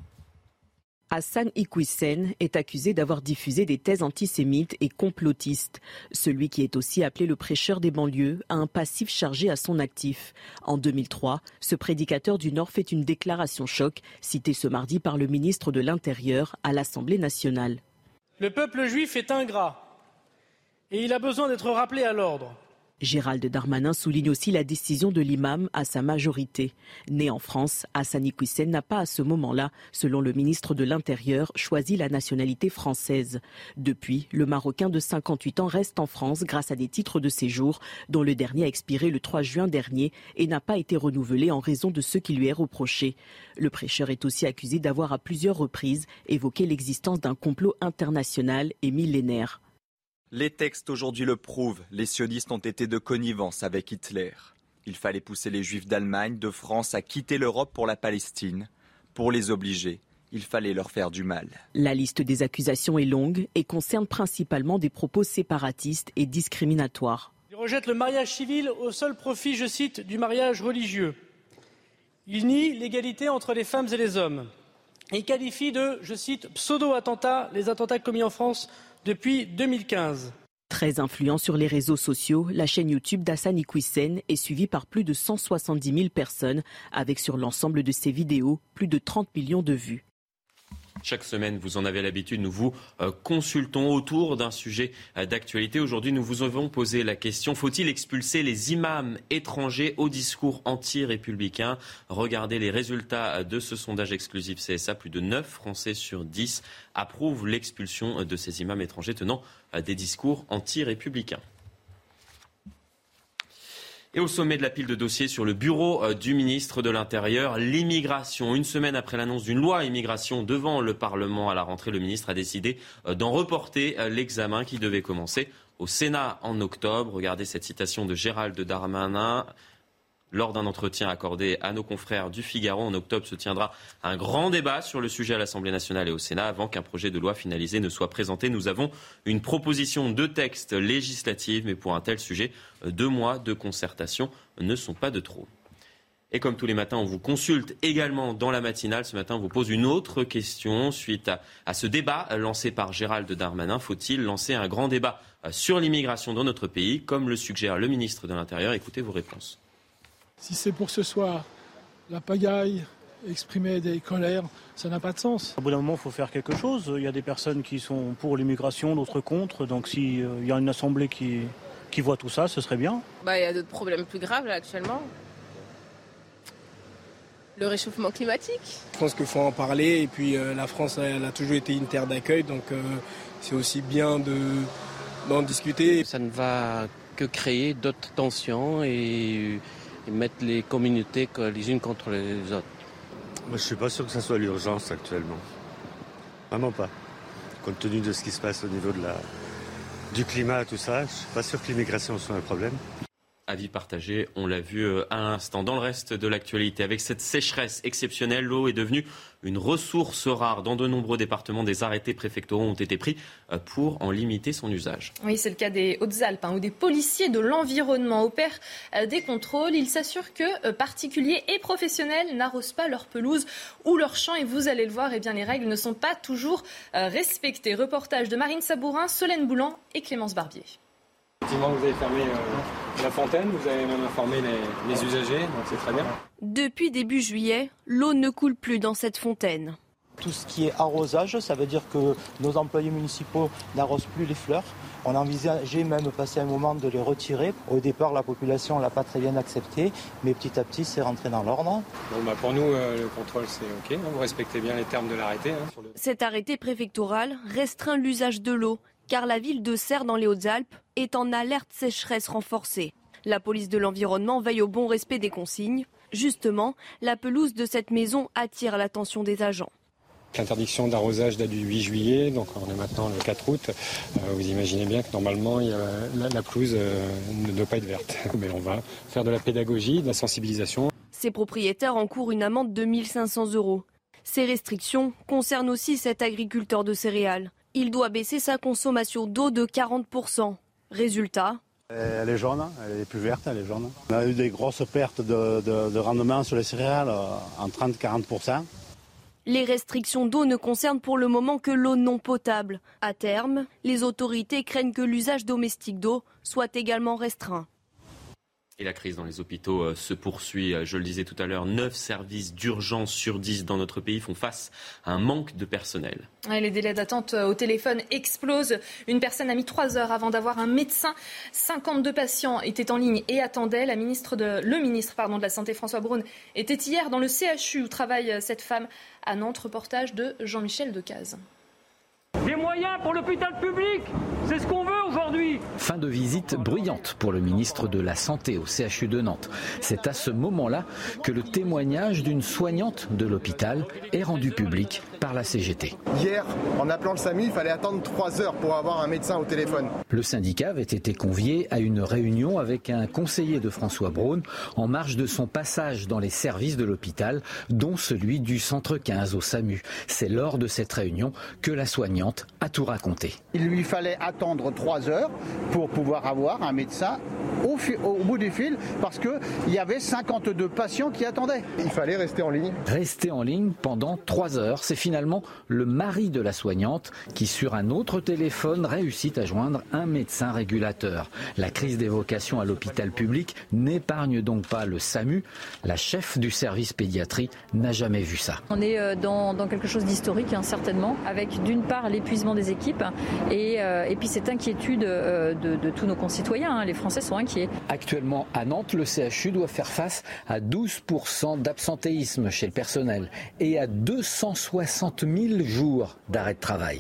Hassan Iquioussen est accusé d'avoir diffusé des thèses antisémites et complotistes. Celui qui est aussi appelé le prêcheur des banlieues a un passif chargé à son actif. En 2003, ce prédicateur du Nord fait une déclaration choc, citée ce mardi par le ministre de l'Intérieur à l'Assemblée nationale. Le peuple juif est ingrat et il a besoin d'être rappelé à l'ordre. Gérald Darmanin souligne aussi la décision de l'imam à sa majorité. Né en France, Hassan Iquioussen n'a pas à ce moment-là, selon le ministre de l'Intérieur, choisi la nationalité française. Depuis, le Marocain de 58 ans reste en France grâce à des titres de séjour, dont le dernier a expiré le 3 juin dernier et n'a pas été renouvelé en raison de ce qui lui est reproché. Le prêcheur est aussi accusé d'avoir à plusieurs reprises évoqué l'existence d'un complot international et millénaire. Les textes aujourd'hui le prouvent, les sionistes ont été de connivence avec Hitler. Il fallait pousser les juifs d'Allemagne, de France à quitter l'Europe pour la Palestine. Pour les obliger, il fallait leur faire du mal. La liste des accusations est longue et concerne principalement des propos séparatistes et discriminatoires. Il rejette le mariage civil au seul profit, je cite, du mariage religieux. Il nie l'égalité entre les femmes et les hommes. Il qualifie de, je cite, pseudo-attentats les attentats commis en France depuis 2015. Très influent sur les réseaux sociaux, la chaîne YouTube d'Hassan Iquioussen est suivie par plus de 170 000 personnes, avec sur l'ensemble de ses vidéos plus de 30 millions de vues. Chaque semaine, vous en avez l'habitude, nous vous consultons autour d'un sujet d'actualité. Aujourd'hui, nous vous avons posé la question, faut-il expulser les imams étrangers au discours anti-républicain? Regardez les résultats de ce sondage exclusif CSA. Plus de 9 Français sur 10 approuvent l'expulsion de ces imams étrangers tenant des discours anti-républicains. Et au sommet de la pile de dossiers sur le bureau du ministre de l'Intérieur, l'immigration. Une semaine après l'annonce d'une loi immigration devant le Parlement à la rentrée, le ministre a décidé d'en reporter l'examen qui devait commencer au Sénat en octobre. Regardez cette citation de Gérald Darmanin. Lors d'un entretien accordé à nos confrères du Figaro, en octobre se tiendra un grand débat sur le sujet à l'Assemblée nationale et au Sénat avant qu'un projet de loi finalisé ne soit présenté. Nous avons une proposition de texte législative, mais pour un tel sujet, 2 mois de concertation ne sont pas de trop. Et comme tous les matins, on vous consulte également dans la matinale. Ce matin, on vous pose une autre question suite à ce débat lancé par Gérald Darmanin. Faut-il lancer un grand débat sur l'immigration dans notre pays, comme le suggère le ministre de l'Intérieur? Écoutez vos réponses. Si c'est pour que ce soit la pagaille, exprimer des colères, ça n'a pas de sens. Au bout d'un moment, il faut faire quelque chose. Il y a des personnes qui sont pour l'immigration, d'autres contre. Donc s'il y a une assemblée qui voit tout ça, ce serait bien. Il y a d'autres problèmes plus graves là actuellement. Le réchauffement climatique. Je pense qu'il faut en parler. Et puis la France, elle a toujours été une terre d'accueil. Donc c'est aussi bien d'en discuter. Ça ne va que créer d'autres tensions et mettre les communautés les unes contre les autres. Moi, je ne suis pas sûr que ça soit l'urgence actuellement. Vraiment pas. Compte tenu de ce qui se passe au niveau du climat, tout ça, je ne suis pas sûr que l'immigration soit un problème. Avis partagé, on l'a vu à l'instant. Dans le reste de l'actualité, avec cette sécheresse exceptionnelle, l'eau est devenue une ressource rare. Dans de nombreux départements, des arrêtés préfectoraux ont été pris pour en limiter son usage. Oui, c'est le cas des Hautes-Alpes, où des policiers de l'environnement opèrent des contrôles. Ils s'assurent que particuliers et professionnels n'arrosent pas leurs pelouses ou leurs champs. Et vous allez le voir, les règles ne sont pas toujours respectées. Reportage de Marine Sabourin, Solène Boulan et Clémence Barbier. Effectivement, vous avez fermé la fontaine, vous avez même informé les usagers, donc c'est très bien. Depuis début juillet, l'eau ne coule plus dans cette fontaine. Tout ce qui est arrosage, ça veut dire que nos employés municipaux n'arrosent plus les fleurs. On a envisagé même passer un moment de les retirer. Au départ, la population ne l'a pas très bien accepté, mais petit à petit, c'est rentré dans l'ordre. Pour nous, le contrôle, c'est OK. Vous respectez bien les termes de l'arrêté. Cet arrêté préfectoral restreint l'usage de l'eau, car la ville de Serres dans les Hautes-Alpes est en alerte sécheresse renforcée. La police de l'environnement veille au bon respect des consignes. Justement, la pelouse de cette maison attire l'attention des agents. L'interdiction d'arrosage date du 8 juillet, donc on est maintenant le 4 août. Vous imaginez bien que normalement la pelouse ne doit pas être verte. Mais on va faire de la pédagogie, de la sensibilisation. Ces propriétaires encourent une amende de 1 500 €. Ces restrictions concernent aussi cet agriculteur de céréales. Il doit baisser sa consommation d'eau de 40%. Résultat, elle est jaune, elle est plus verte, elle est jaune. On a eu des grosses pertes de rendement sur les céréales en 30-40%. les restrictions d'eau ne concernent pour le moment que l'eau non potable. À terme, les autorités craignent que l'usage domestique d'eau soit également restreint. Et la crise dans les hôpitaux se poursuit. Je le disais tout à l'heure, 9 services d'urgence sur 10 dans notre pays font face à un manque de personnel. Ouais, les délais d'attente au téléphone explosent. Une personne a mis 3 heures avant d'avoir un médecin. 52 patients étaient en ligne et attendaient. Le ministre de la Santé, François Braun, était hier dans le CHU où travaille cette femme à Nantes. Reportage de Jean-Michel Decaze. Des moyens pour l'hôpital public, c'est ce qu'on veut aujourd'hui. Fin de visite bruyante pour le ministre de la Santé au CHU de Nantes. C'est à ce moment-là que le témoignage d'une soignante de l'hôpital est rendu public par la CGT. Hier, en appelant le SAMU, il fallait attendre 3 heures pour avoir un médecin au téléphone. Le syndicat avait été convié à une réunion avec un conseiller de François Braun en marge de son passage dans les services de l'hôpital, dont celui du centre 15 au SAMU. C'est lors de cette réunion que la soignante a tout raconté. Il lui fallait attendre 3 heures pour pouvoir avoir un médecin au bout du fil parce qu'il y avait 52 patients qui attendaient. Il fallait rester en ligne. Rester en ligne pendant 3 heures, c'est finalement le mari de la soignante qui, sur un autre téléphone, réussit à joindre un médecin régulateur. La crise des vocations à l'hôpital public n'épargne donc pas le SAMU. La chef du service pédiatrie n'a jamais vu ça. On est dans quelque chose d'historique, certainement, avec d'une part l'épuisement des équipes et puis cette inquiétude de tous nos concitoyens. Les Français sont inquiets. Actuellement, à Nantes, le CHU doit faire face à 12% d'absentéisme chez le personnel et à 260 000 jours d'arrêt de travail.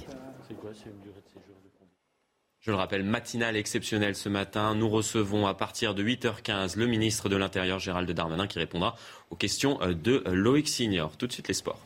Je le rappelle, matinale exceptionnelle ce matin. Nous recevons à partir de 8h15 le ministre de l'Intérieur, Gérald Darmanin, qui répondra aux questions de Loïc Signor. Tout de suite les sports.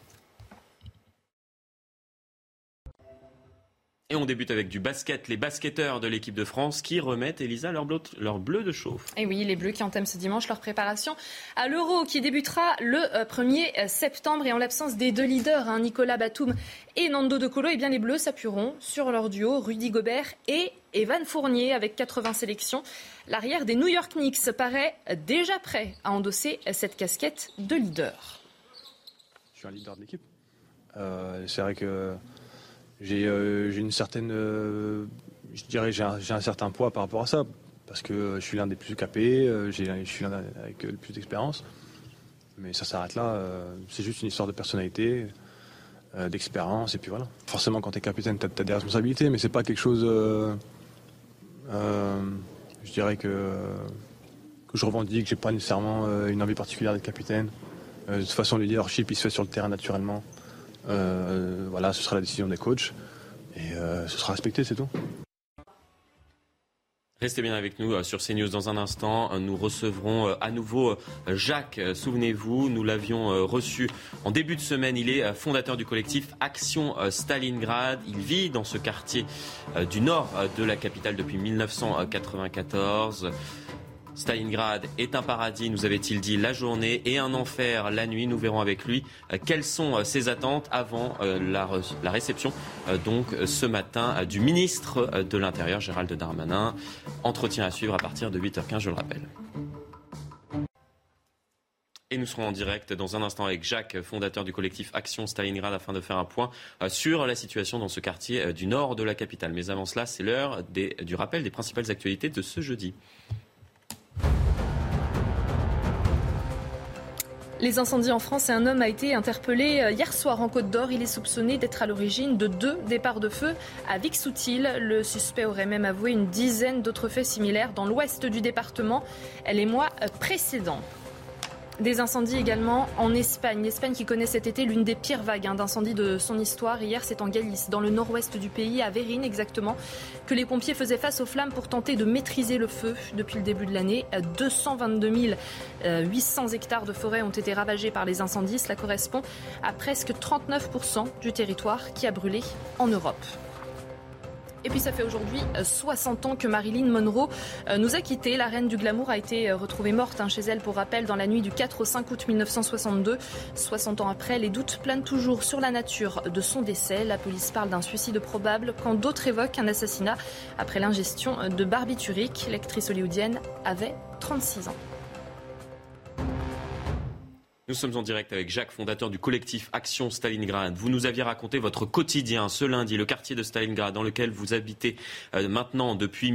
Et on débute avec du basket. Les basketteurs de l'équipe de France qui remettent, Elisa, leur bleu de chauffe. Et oui, les Bleus qui entament ce dimanche leur préparation à l'Euro qui débutera le 1er septembre. Et en l'absence des deux leaders, Nicolas Batum et Nando De Colo, bien les Bleus s'appuieront sur leur duo Rudy Gobert et Evan Fournier avec 80 sélections. L'arrière des New York Knicks paraît déjà prêt à endosser cette casquette de leader. Je suis un leader de l'équipe. C'est vrai que j'ai une certaine, je dirais, j'ai un certain poids par rapport à ça, parce que je suis l'un des plus capés, je suis l'un avec le plus d'expérience. Mais ça s'arrête là. C'est juste une histoire de personnalité, d'expérience, et puis voilà. Forcément, quand tu es capitaine, tu as des responsabilités, mais c'est pas quelque chose, je dirais que je revendique. J'ai pas nécessairement une envie particulière d'être capitaine. De toute façon, le leadership, il se fait sur le terrain naturellement. Voilà, ce sera la décision des coachs et ce sera respecté, c'est tout. Restez bien avec nous sur CNews dans un instant. Nous recevrons à nouveau Jacques. Souvenez-vous, nous l'avions reçu en début de semaine. Il est fondateur du collectif Action Stalingrad. Il vit dans ce quartier du nord de la capitale depuis 1994. Stalingrad est un paradis, nous avait-il dit, la journée et un enfer la nuit. Nous verrons avec lui quelles sont ses attentes avant la réception donc ce matin du ministre de l'Intérieur, Gérald Darmanin. Entretien à suivre à partir de 8h15, je le rappelle. Et nous serons en direct dans un instant avec Jacques, fondateur du collectif Action Stalingrad, afin de faire un point sur la situation dans ce quartier du nord de la capitale. Mais avant cela, c'est l'heure du rappel des principales actualités de ce jeudi. Les incendies en France et un homme a été interpellé hier soir en Côte d'Or. Il est soupçonné d'être à l'origine de 2 départs de feu à Vic-Soutil. Le suspect aurait même avoué une dizaine d'autres faits similaires dans l'ouest du département les mois précédents. Des incendies également en Espagne. L'Espagne qui connaît cet été l'une des pires vagues d'incendies de son histoire. Hier, c'est en Galice, dans le nord-ouest du pays, à Vérine exactement, que les pompiers faisaient face aux flammes pour tenter de maîtriser le feu. Depuis le début de l'année, 222 800 hectares de forêt ont été ravagés par les incendies. Cela correspond à presque 39% du territoire qui a brûlé en Europe. Et puis ça fait aujourd'hui 60 ans que Marilyn Monroe nous a quittés. La reine du glamour a été retrouvée morte chez elle, pour rappel, dans la nuit du 4 au 5 août 1962. 60 ans après, les doutes planent toujours sur la nature de son décès. La police parle d'un suicide probable, quand d'autres évoquent un assassinat après l'ingestion de barbiturique. L'actrice hollywoodienne avait 36 ans. Nous sommes en direct avec Jacques, fondateur du collectif Action Stalingrad. Vous nous aviez raconté votre quotidien ce lundi, le quartier de Stalingrad dans lequel vous habitez maintenant depuis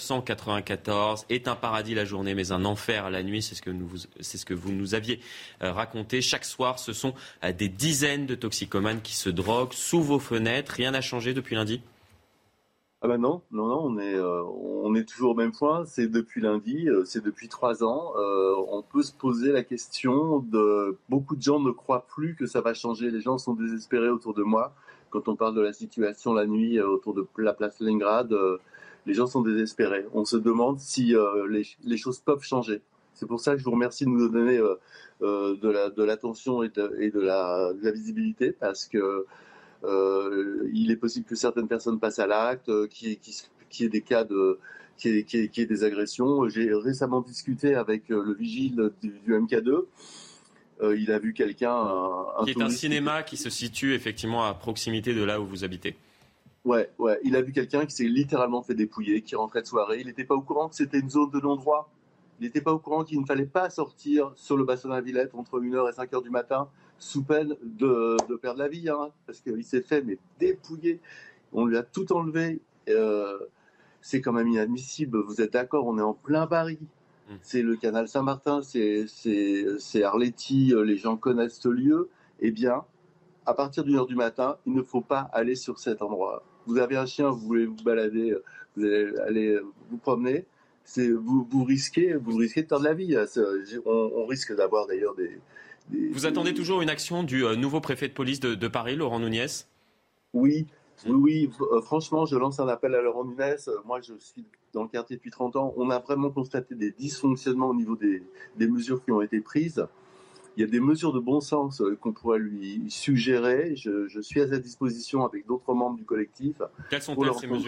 1994 est un paradis la journée mais un enfer la nuit. C'est ce que vous nous aviez raconté. Chaque soir, ce sont des dizaines de toxicomanes qui se droguent sous vos fenêtres. Rien n'a changé depuis lundi ? Ah ben non, on est toujours au même point. C'est depuis lundi, c'est depuis 3 ans. On peut se poser la question beaucoup de gens ne croient plus que ça va changer. Les gens sont désespérés autour de moi. Quand on parle de la situation la nuit autour de la place Stalingrad, les gens sont désespérés. On se demande si les choses peuvent changer. C'est pour ça que je vous remercie de nous donner de l'attention et de la visibilité, parce que il est possible que certaines personnes passent à l'acte, qu'il y ait des cas qu'il y ait des agressions. J'ai récemment discuté avec le vigile du MK2. Il a vu quelqu'un... Qui est un cinéma qui se situe effectivement à proximité de là où vous habitez. Ouais. Il a vu quelqu'un qui s'est littéralement fait dépouiller, qui rentrait de soirée. Il n'était pas au courant que c'était une zone de non-droit. Il n'était pas au courant qu'il ne fallait pas sortir sur le bassin de la Villette entre 1h et 5h du matin, sous peine de perdre la vie, parce qu'il s'est fait dépouiller. On lui a tout enlevé. C'est quand même inadmissible. Vous êtes d'accord, on est en plein Paris. C'est le canal Saint-Martin, c'est Arletty, les gens connaissent ce lieu. Eh bien, à partir d'1h du matin, il ne faut pas aller sur cet endroit. Vous avez un chien, vous voulez vous balader, vous allez aller vous promener. Vous risquez de perdre la vie. On risque d'avoir d'ailleurs Vous attendez toujours une action du nouveau préfet de police de Paris, Laurent Nunez ? Oui. Franchement, je lance un appel à Laurent Nunez. Moi, je suis dans le quartier depuis 30 ans. On a vraiment constaté des dysfonctionnements au niveau des mesures qui ont été prises. Il y a des mesures de bon sens qu'on pourrait lui suggérer. Je suis à sa disposition avec d'autres membres du collectif. Quelles sont-elles ces mesures ?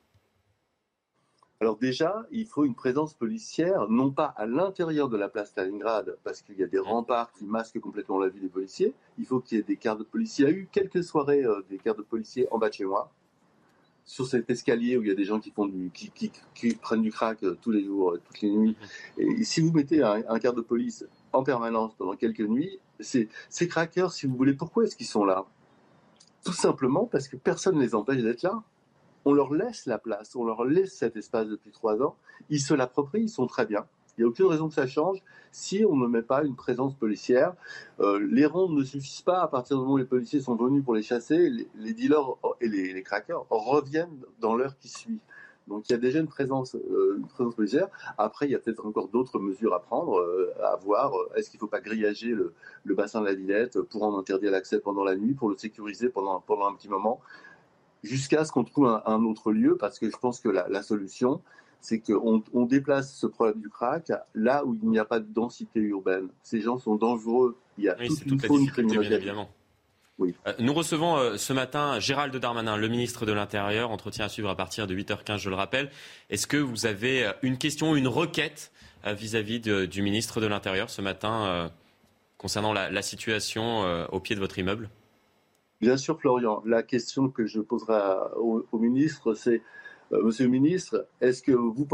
Alors déjà, il faut une présence policière, non pas à l'intérieur de la place Stalingrad, parce qu'il y a des remparts qui masquent complètement la vue des policiers. Il faut qu'il y ait des quarts de policiers. Il y a eu quelques soirées des quarts de policiers en bas de chez moi, sur cet escalier où il y a des gens qui prennent du crack tous les jours, toutes les nuits. Et si vous mettez un quart de police en permanence pendant quelques nuits, ces crackers, si vous voulez, pourquoi est-ce qu'ils sont là ? Tout simplement parce que personne ne les empêche d'être là. On leur laisse la place, on leur laisse cet espace depuis 3 ans. Ils se l'approprient, ils sont très bien. Il n'y a aucune raison que ça change si on ne met pas une présence policière. Les rondes ne suffisent pas. À partir du moment où les policiers sont venus pour les chasser, les dealers et les crackers reviennent dans l'heure qui suit. Donc il y a déjà une présence policière. Après, il y a peut-être encore d'autres mesures à prendre, à voir. Est-ce qu'il ne faut pas grillager le bassin de la Villette pour en interdire l'accès pendant la nuit, pour le sécuriser pendant un petit moment, jusqu'à ce qu'on trouve un autre lieu, parce que je pense que la solution, c'est qu'on déplace ce problème du crack là où il n'y a pas de densité urbaine. Ces gens sont dangereux. Il y a toute la difficulté, bien évidemment. Oui. Nous recevons ce matin Gérald Darmanin, le ministre de l'Intérieur. Entretien à suivre à partir de 8h15, je le rappelle. Est-ce que vous avez une question, une requête vis-à-vis du ministre de l'Intérieur ce matin concernant la situation au pied de votre immeuble ? Bien sûr, Florian. La question que je poserai au ministre, c'est Monsieur le ministre, est-ce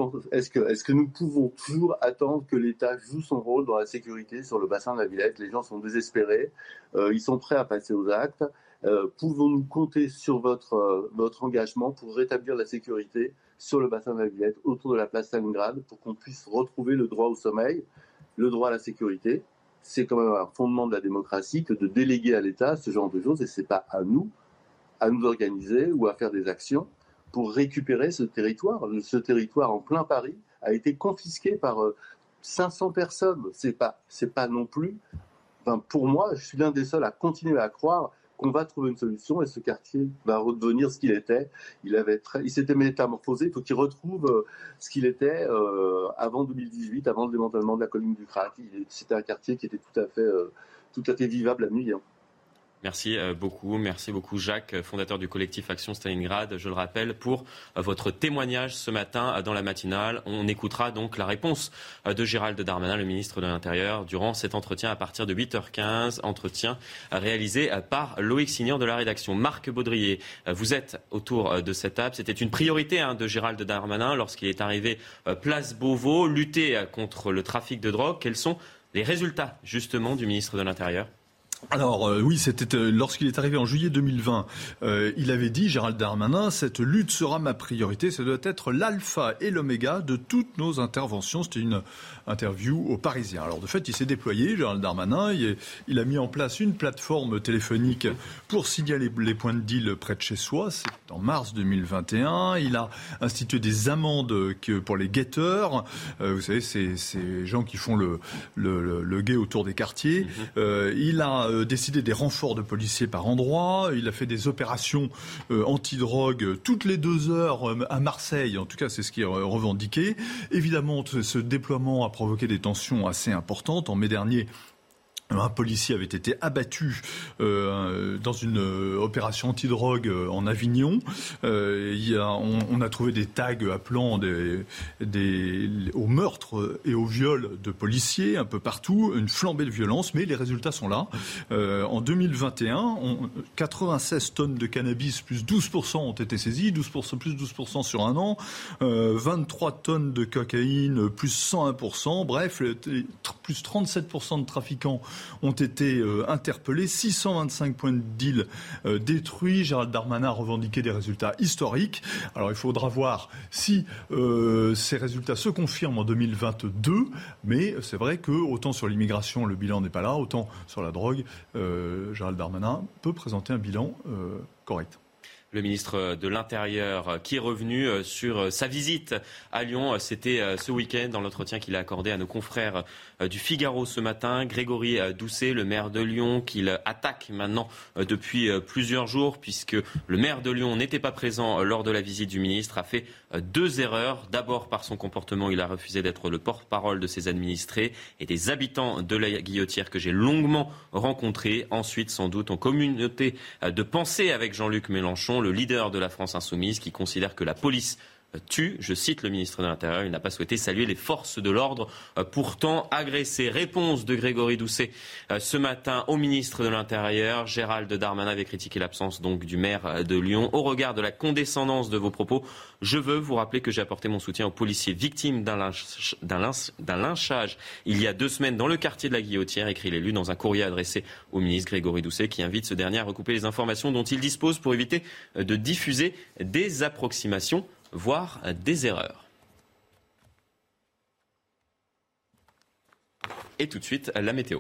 que nous pouvons toujours attendre que l'État joue son rôle dans la sécurité sur le bassin de la Villette ? Les gens sont désespérés, ils sont prêts à passer aux actes. Pouvons-nous compter sur votre engagement pour rétablir la sécurité sur le bassin de la Villette, autour de la place Stalingrad, pour qu'on puisse retrouver le droit au sommeil, le droit à la sécurité ? C'est quand même un fondement de la démocratie que de déléguer à l'État ce genre de choses, et c'est pas à nous organiser ou à faire des actions pour récupérer ce territoire. Ce territoire en plein Paris a été confisqué par 500 personnes. C'est pas non plus... Enfin, pour moi, je suis l'un des seuls à continuer à croire qu'on va trouver une solution et ce quartier va redevenir ce qu'il était. Il s'était métamorphosé, il faut qu'il retrouve ce qu'il était avant 2018, avant le démantèlement de la colline du Crac. C'était un quartier qui était tout à fait vivable la nuit. Merci beaucoup Jacques, fondateur du collectif Action Stalingrad, je le rappelle, pour votre témoignage ce matin dans la matinale. On écoutera donc la réponse de Gérald Darmanin, le ministre de l'Intérieur, durant cet entretien à partir de 8h15, entretien réalisé par Loïc Signor de la rédaction. Marc Baudrier, vous êtes autour de cette table. C'était une priorité de Gérald Darmanin lorsqu'il est arrivé place Beauvau, lutter contre le trafic de drogue. Quels sont les résultats justement du ministre de l'Intérieur ? Alors oui, c'était lorsqu'il est arrivé en juillet 2020, il avait dit, Gérald Darmanin, cette lutte sera ma priorité, ça doit être l'alpha et l'oméga de toutes nos interventions. C'était une interview aux Parisiens. Alors de fait, il s'est déployé, Gérald Darmanin, il a mis en place une plateforme téléphonique pour signaler les points de deal près de chez soi. C'est en mars 2021. Il a institué des amendes pour les guetteurs. Vous savez, ces gens qui font le guet autour des quartiers. Il a décidé des renforts de policiers par endroit. Il a fait des opérations anti-drogue toutes les 2 heures à Marseille. En tout cas, c'est ce qui est revendiqué. Évidemment, ce déploiement a provoqué des tensions assez importantes. En mai dernier, un policier avait été abattu dans une opération antidrogue en Avignon. On a trouvé des tags appelant au meurtre et au viol de policiers un peu partout, une flambée de violence, mais les résultats sont là. En 2021, 96 tonnes de cannabis plus 12% ont été saisies, 12%, plus 12% sur un an, 23 tonnes de cocaïne plus 101%, bref, plus 37% de trafiquants ont été interpellés, 625 points de deal détruits. Gérald Darmanin a revendiqué des résultats historiques. Alors il faudra voir si ces résultats se confirment en 2022, mais c'est vrai que autant sur l'immigration le bilan n'est pas là, autant sur la drogue, Gérald Darmanin peut présenter un bilan correct. Le ministre de l'Intérieur qui est revenu sur sa visite à Lyon. C'était ce week-end dans l'entretien qu'il a accordé à nos confrères du Figaro ce matin. Grégory Doucet, le maire de Lyon, qu'il attaque maintenant depuis plusieurs jours puisque le maire de Lyon n'était pas présent lors de la visite du ministre, a fait 2 erreurs. D'abord par son comportement, il a refusé d'être le porte-parole de ses administrés et des habitants de la Guillotière que j'ai longuement rencontrés. Ensuite, sans doute, en communauté de pensée avec Jean-Luc Mélenchon, le leader de la France insoumise, qui considère que la police tue. Je cite le ministre de l'Intérieur, il n'a pas souhaité saluer les forces de l'ordre pourtant agressées. Réponse de Grégory Doucet ce matin au ministre de l'Intérieur. Gérald Darmanin avait critiqué l'absence donc du maire de Lyon. Au regard de la condescendance de vos propos, je veux vous rappeler que j'ai apporté mon soutien aux policiers victimes d'un lynchage il y a 2 semaines dans le quartier de la Guillotière, écrit l'élu dans un courrier adressé au ministre Grégory Doucet, qui invite ce dernier à recouper les informations dont il dispose pour éviter de diffuser des approximations, voire des erreurs. Et tout de suite, la météo.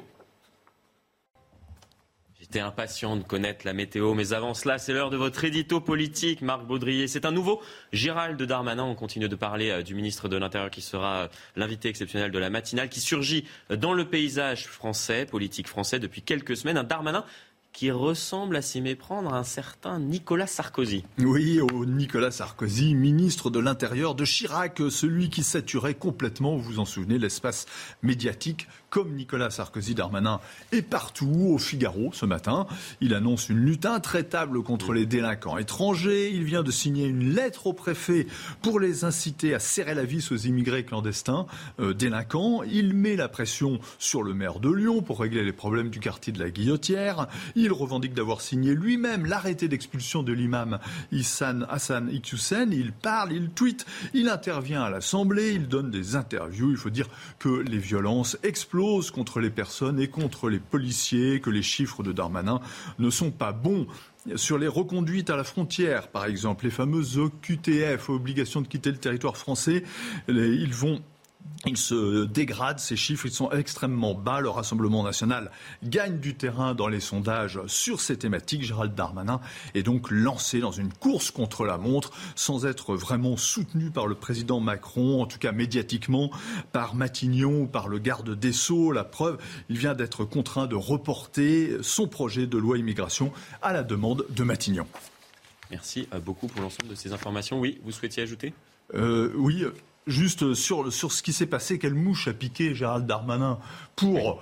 J'étais impatient de connaître la météo, mais avant cela, c'est l'heure de votre édito politique, Marc Baudrier. C'est un nouveau Gérald Darmanin. On continue de parler du ministre de l'Intérieur qui sera l'invité exceptionnel de la matinale, qui surgit dans le paysage français, politique français, depuis quelques semaines. Un Darmanin qui ressemble à s'y méprendre à un certain Nicolas Sarkozy. Oui, au Nicolas Sarkozy, ministre de l'Intérieur de Chirac, celui qui saturait complètement, vous vous en souvenez, l'espace médiatique. Comme Nicolas Sarkozy, Darmanin est partout, au Figaro ce matin. Il annonce une lutte intraitable contre les délinquants étrangers. Il vient de signer une lettre au préfet pour les inciter à serrer la vis aux immigrés clandestins délinquants. Il met la pression sur le maire de Lyon pour régler les problèmes du quartier de la Guillotière. Il revendique d'avoir signé lui-même l'arrêté d'expulsion de l'imam Hassan Iqiyoussen. Il parle, il tweet, il intervient à l'Assemblée, il donne des interviews. Il faut dire que les violences explosent contre les personnes et contre les policiers, que les chiffres de Darmanin ne sont pas bons. Sur les reconduites à la frontière, par exemple, les fameuses OQTF, obligations de quitter le territoire français, ils vont Ils se dégradent, ces chiffres, ils sont extrêmement bas. Le Rassemblement national gagne du terrain dans les sondages sur ces thématiques. Gérald Darmanin est donc lancé dans une course contre la montre sans être vraiment soutenu par le président Macron, en tout cas médiatiquement, par Matignon ou par le garde des Sceaux. La preuve, il vient d'être contraint de reporter son projet de loi immigration à la demande de Matignon. Merci beaucoup pour l'ensemble de ces informations. Oui, vous souhaitiez ajouter ? Oui. Juste sur ce qui s'est passé, quelle mouche a piqué Gérald Darmanin pour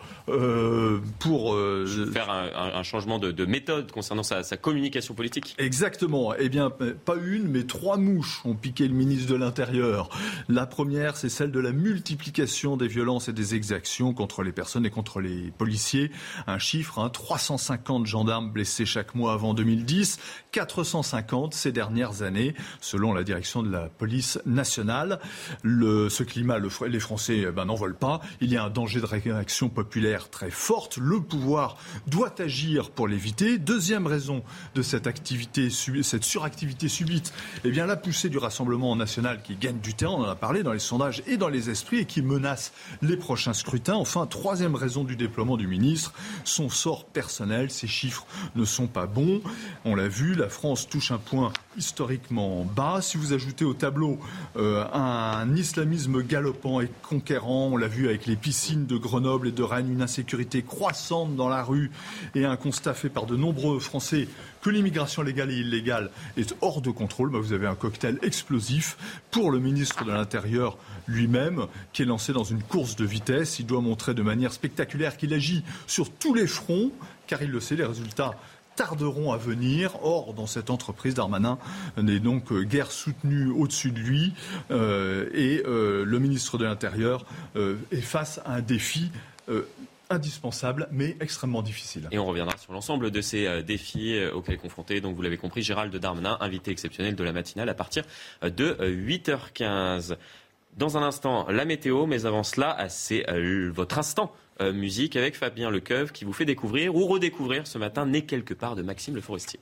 faire un changement de méthode concernant sa communication politique. Exactement. Eh bien, pas une, mais 3 mouches ont piqué le ministre de l'Intérieur. La première, c'est celle de la multiplication des violences et des exactions contre les personnes et contre les policiers. Un chiffre, 350 gendarmes blessés chaque mois avant 2010, 450 ces dernières années, selon la direction de la police nationale. Ce climat, les Français n'en veulent pas. Il y a un danger de réaction populaire très forte. Le pouvoir doit agir pour l'éviter. Deuxième raison de cette suractivité subite, eh bien la poussée du Rassemblement national qui gagne du terrain, on en a parlé dans les sondages et dans les esprits, et qui menace les prochains scrutins. Enfin, troisième raison du déploiement du ministre, son sort personnel. Ces chiffres ne sont pas bons. On l'a vu, la France touche un point historiquement bas. Si vous ajoutez au tableau un islamisme galopant et conquérant, on l'a vu avec les piscines de Grenoble et de Rennes, une insécurité croissante dans la rue et un constat fait par de nombreux Français que l'immigration légale et illégale est hors de contrôle, vous avez un cocktail explosif pour le ministre de l'Intérieur lui-même, qui est lancé dans une course de vitesse. Il doit montrer de manière spectaculaire qu'il agit sur tous les fronts, car il le sait, les résultats tarderont à venir. Or, dans cette entreprise, Darmanin n'est donc guère soutenu au-dessus de lui et le ministre de l'Intérieur est face à un défi indispensable, mais extrêmement difficile. Et on reviendra sur l'ensemble de ces défis auxquels est confronté, donc vous l'avez compris, Gérald Darmanin, invité exceptionnel de la matinale à partir de 8h15. Dans un instant, la météo, mais avant cela, c'est votre instant musique avec Fabien Lecoeuvre qui vous fait découvrir ou redécouvrir ce matin Né quelque part de Maxime Le Forestier.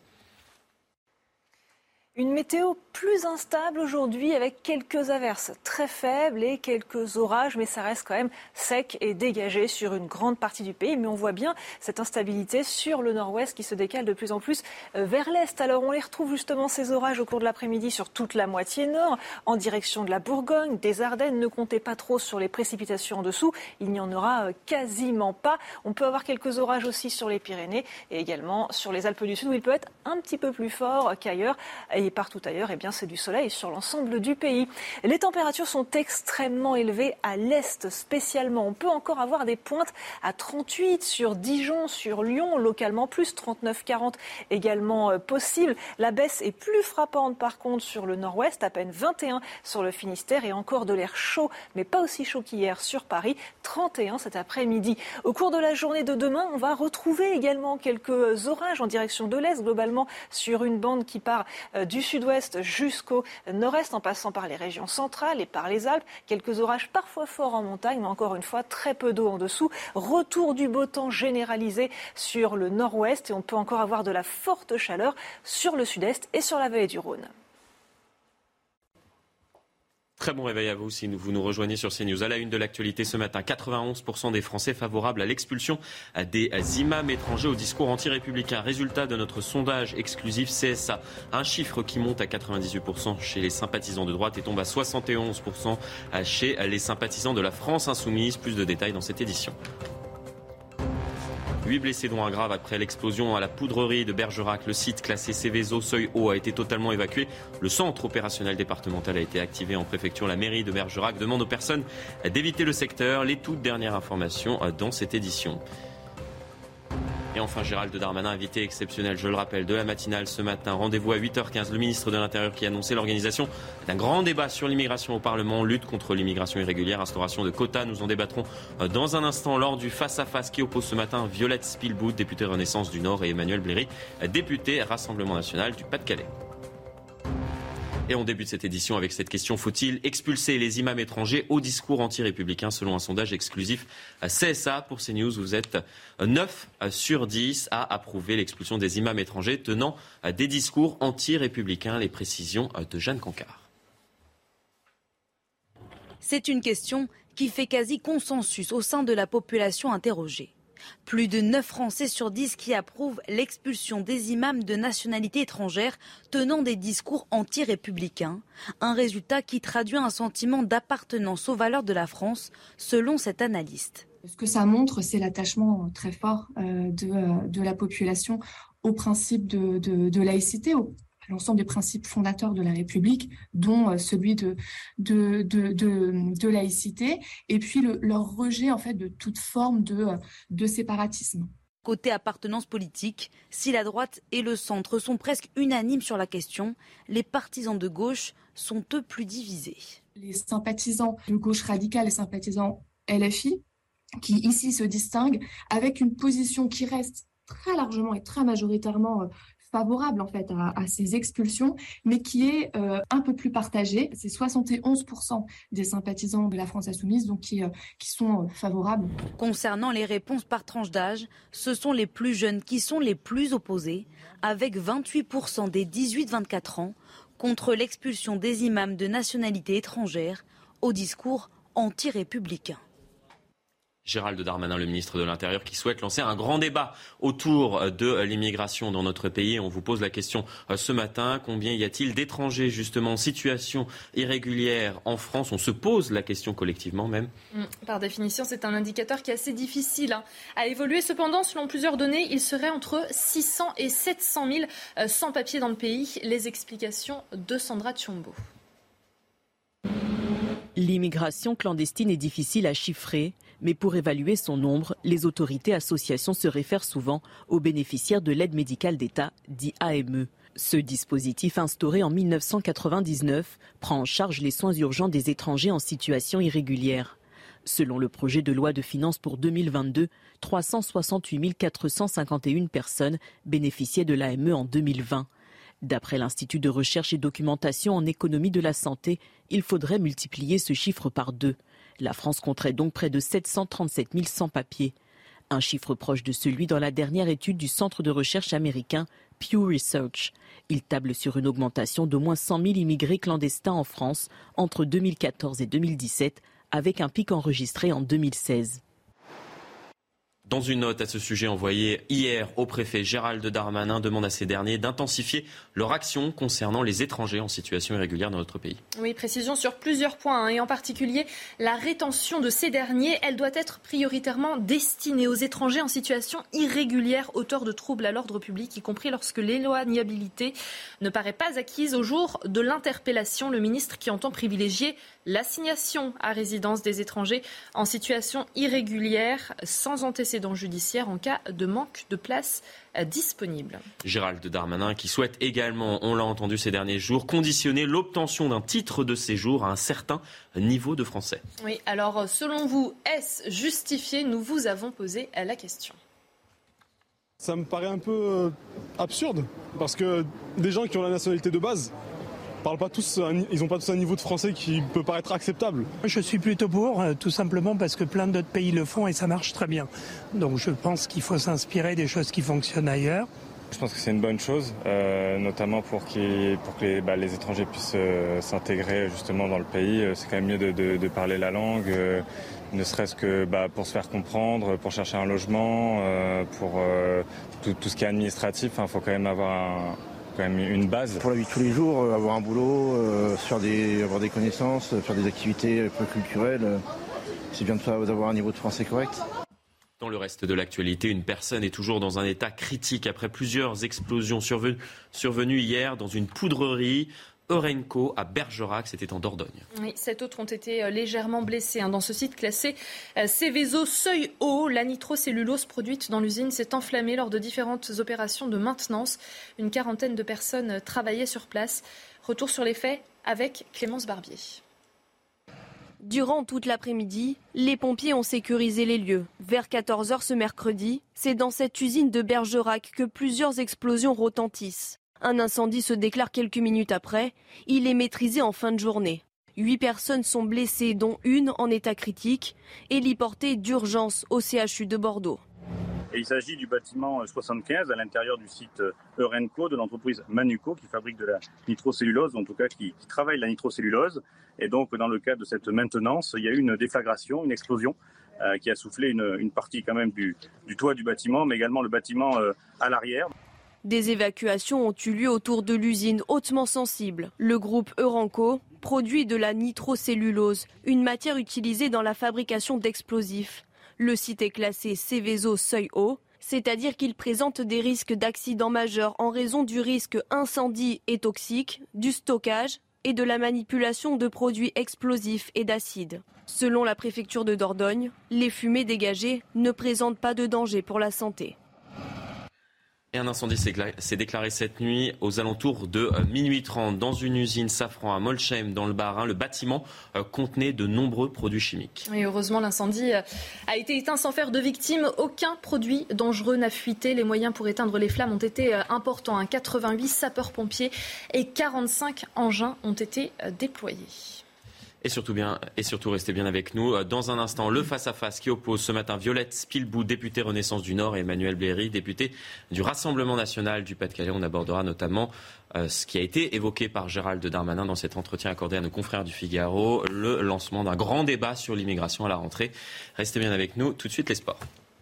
Une météo plus instable aujourd'hui avec quelques averses très faibles et quelques orages, mais ça reste quand même sec et dégagé sur une grande partie du pays. Mais on voit bien cette instabilité sur le nord-ouest qui se décale de plus en plus vers l'est. Alors on les retrouve justement ces orages au cours de l'après-midi sur toute la moitié nord, en direction de la Bourgogne, des Ardennes. Ne comptez pas trop sur les précipitations en dessous, il n'y en aura quasiment pas. On peut avoir quelques orages aussi sur les Pyrénées et également sur les Alpes du Sud où il peut être un petit peu plus fort qu'ailleurs. Et partout ailleurs, eh bien, c'est du soleil sur l'ensemble du pays. Les températures sont extrêmement élevées à l'est spécialement. On peut encore avoir des pointes à 38 sur Dijon, sur Lyon, localement plus 39-40 également possible. La baisse est plus frappante par contre sur le nord-ouest, à peine 21 sur le Finistère et encore de l'air chaud, mais pas aussi chaud qu'hier sur Paris, 31 cet après-midi. Au cours de la journée de demain, on va retrouver également quelques orages en direction de l'est, globalement sur une bande qui part du sud-ouest jusqu'au nord-est en passant par les régions centrales et par les Alpes. Quelques orages parfois forts en montagne, mais encore une fois très peu d'eau en dessous. Retour du beau temps généralisé sur le nord-ouest et on peut encore avoir de la forte chaleur sur le sud-est et sur la vallée du Rhône. Très bon réveil à vous si vous nous rejoignez sur CNews. À la une de l'actualité ce matin, 91% des Français favorables à l'expulsion des imams étrangers au discours anti-républicain. Résultat de notre sondage exclusif CSA. Un chiffre qui monte à 98% chez les sympathisants de droite et tombe à 71% chez les sympathisants de la France insoumise. Plus de détails dans cette édition. 8 blessés dont un grave après l'explosion à la poudrerie de Bergerac. Le site classé Céveso seuil haut a été totalement évacué. Le centre opérationnel départemental a été activé en préfecture. La mairie de Bergerac demande aux personnes d'éviter le secteur. Les toutes dernières informations dans cette édition. Et enfin, Gérald Darmanin, invité exceptionnel, je le rappelle, de la matinale ce matin. Rendez-vous à 8h15. Le ministre de l'Intérieur qui a annoncé l'organisation d'un grand débat sur l'immigration au Parlement, lutte contre l'immigration irrégulière, instauration de quotas. Nous en débattrons dans un instant lors du face-à-face qui oppose ce matin Violette Spielbout, députée Renaissance du Nord, et Emmanuel Bléry, député Rassemblement National du Pas-de-Calais. Et on débute cette édition avec cette question. Faut-il expulser les imams étrangers au discours anti-républicain selon un sondage exclusif à CSA pour CNews? Vous êtes 9 sur 10 à approuver l'expulsion des imams étrangers tenant des discours anti-républicains. Les précisions de Jeanne Cancard. C'est une question qui fait quasi consensus au sein de la population interrogée. Plus de 9 Français sur 10 qui approuvent l'expulsion des imams de nationalité étrangère tenant des discours anti-républicains. Un résultat qui traduit un sentiment d'appartenance aux valeurs de la France, selon cet analyste. Ce que ça montre, c'est l'attachement très fort de la population au principe de laïcité, à l'ensemble des principes fondateurs de la République, dont celui de laïcité, et puis leur rejet en fait de toute forme de séparatisme. Côté appartenance politique, si la droite et le centre sont presque unanimes sur la question, les partisans de gauche sont eux plus divisés. Les sympathisants de gauche radicale, les sympathisants LFI, qui ici se distinguent avec une position qui reste très largement et très majoritairement favorable en fait à ces expulsions, mais qui est un peu plus partagée. C'est 71% des sympathisants de la France insoumise donc qui sont favorables. Concernant les réponses par tranche d'âge, ce sont les plus jeunes qui sont les plus opposés, avec 28% des 18-24 ans contre l'expulsion des imams de nationalité étrangère au discours anti-républicain. Gérald Darmanin, le ministre de l'Intérieur, qui souhaite lancer un grand débat autour de l'immigration dans notre pays. On vous pose la question ce matin, combien y a-t-il d'étrangers justement en situation irrégulière en France ? On se pose la question collectivement même. Par définition, c'est un indicateur qui est assez difficile à évoluer. Cependant, selon plusieurs données, il serait entre 600 et 700 000 sans-papiers dans le pays. Les explications de Sandra Tchombo. L'immigration clandestine est difficile à chiffrer, mais pour évaluer son nombre, les autorités associations se réfèrent souvent aux bénéficiaires de l'aide médicale d'État, dit AME. Ce dispositif, instauré en 1999, prend en charge les soins urgents des étrangers en situation irrégulière. Selon le projet de loi de finances pour 2022, 368 451 personnes bénéficiaient de l'AME en 2020. D'après l'Institut de recherche et documentation en économie de la santé, il faudrait multiplier ce chiffre par 2. La France compterait donc près de 737 000 sans-papiers. Un chiffre proche de celui dans la dernière étude du centre de recherche américain Pew Research. Il table sur une augmentation d'au moins 100 000 immigrés clandestins en France entre 2014 et 2017, avec un pic enregistré en 2016. Dans une note à ce sujet envoyée hier au préfet, Gérald Darmanin demande à ces derniers d'intensifier leur action concernant les étrangers en situation irrégulière dans notre pays. Oui, précision sur plusieurs points, et en particulier la rétention de ces derniers. Elle doit être prioritairement destinée aux étrangers en situation irrégulière, auteurs de troubles à l'ordre public, y compris lorsque l'éloignabilité ne paraît pas acquise au jour de l'interpellation. Le ministre qui entend privilégier l'assignation à résidence des étrangers en situation irrégulière sans antécédent judiciaire en cas de manque de place disponible. Gérald Darmanin qui souhaite également, on l'a entendu ces derniers jours, conditionner l'obtention d'un titre de séjour à un certain niveau de français. Oui, alors selon vous, est-ce justifié ? Nous vous avons posé la question. Ça me paraît un peu absurde parce que des gens qui ont la nationalité de base ils n'ont pas tous un niveau de français qui peut paraître acceptable. Je suis plutôt pour, tout simplement parce que plein d'autres pays le font et ça marche très bien. Donc je pense qu'il faut s'inspirer des choses qui fonctionnent ailleurs. Je pense que c'est une bonne chose, notamment pour que les étrangers puissent s'intégrer justement dans le pays. C'est quand même mieux de parler la langue, ne serait-ce que pour se faire comprendre, pour chercher un logement, pour tout ce qui est administratif. Il faut quand même avoir une base. Pour la vie de tous les jours, avoir un boulot, avoir des connaissances, faire des activités peu culturelles, c'est bien d'avoir un niveau de français correct. Dans le reste de l'actualité, une personne est toujours dans un état critique après plusieurs explosions survenues hier dans une poudrerie Eurenco à Bergerac, c'était en Dordogne. Oui, 7 autres ont été légèrement blessés dans ce site classé Céveso seuil haut. La nitrocellulose produite dans l'usine s'est enflammée lors de différentes opérations de maintenance. Une quarantaine de personnes travaillaient sur place. Retour sur les faits avec Clémence Barbier. Durant toute l'après-midi, les pompiers ont sécurisé les lieux. Vers 14h ce mercredi, c'est dans cette usine de Bergerac que plusieurs explosions retentissent. Un incendie se déclare quelques minutes après. Il est maîtrisé en fin de journée. 8 personnes sont blessées, dont une en état critique, héliportée d'urgence au CHU de Bordeaux. Et il s'agit du bâtiment 75 à l'intérieur du site Eurenco de l'entreprise Manuco qui fabrique de la nitrocellulose, en tout cas qui travaille la nitrocellulose. Et donc dans le cadre de cette maintenance, il y a eu une déflagration, une explosion qui a soufflé une partie quand même du toit du bâtiment, mais également le bâtiment à l'arrière. Des évacuations ont eu lieu autour de l'usine hautement sensible. Le groupe Eurenco produit de la nitrocellulose, une matière utilisée dans la fabrication d'explosifs. Le site est classé Seveso seuil haut, c'est-à-dire qu'il présente des risques d'accidents majeurs en raison du risque incendie et toxique, du stockage et de la manipulation de produits explosifs et d'acides. Selon la préfecture de Dordogne, les fumées dégagées ne présentent pas de danger pour la santé. Et un incendie s'est déclaré cette nuit aux alentours de minuit 30 dans une usine Safran à Molsheim dans le Bas-Rhin. Le bâtiment contenait de nombreux produits chimiques. Et heureusement, l'incendie a été éteint sans faire de victimes. Aucun produit dangereux n'a fuité. Les moyens pour éteindre les flammes ont été importants. 88 sapeurs-pompiers et 45 engins ont été déployés. Et surtout, restez bien avec nous. Dans un instant, le face-à-face qui oppose ce matin Violette Spilbout, députée Renaissance du Nord, et Emmanuel Bléry, député du Rassemblement national du Pas-de-Calais. On abordera notamment ce qui a été évoqué par Gérald Darmanin dans cet entretien accordé à nos confrères du Figaro, le lancement d'un grand débat sur l'immigration à la rentrée. Restez bien avec nous. Tout de suite, les sports.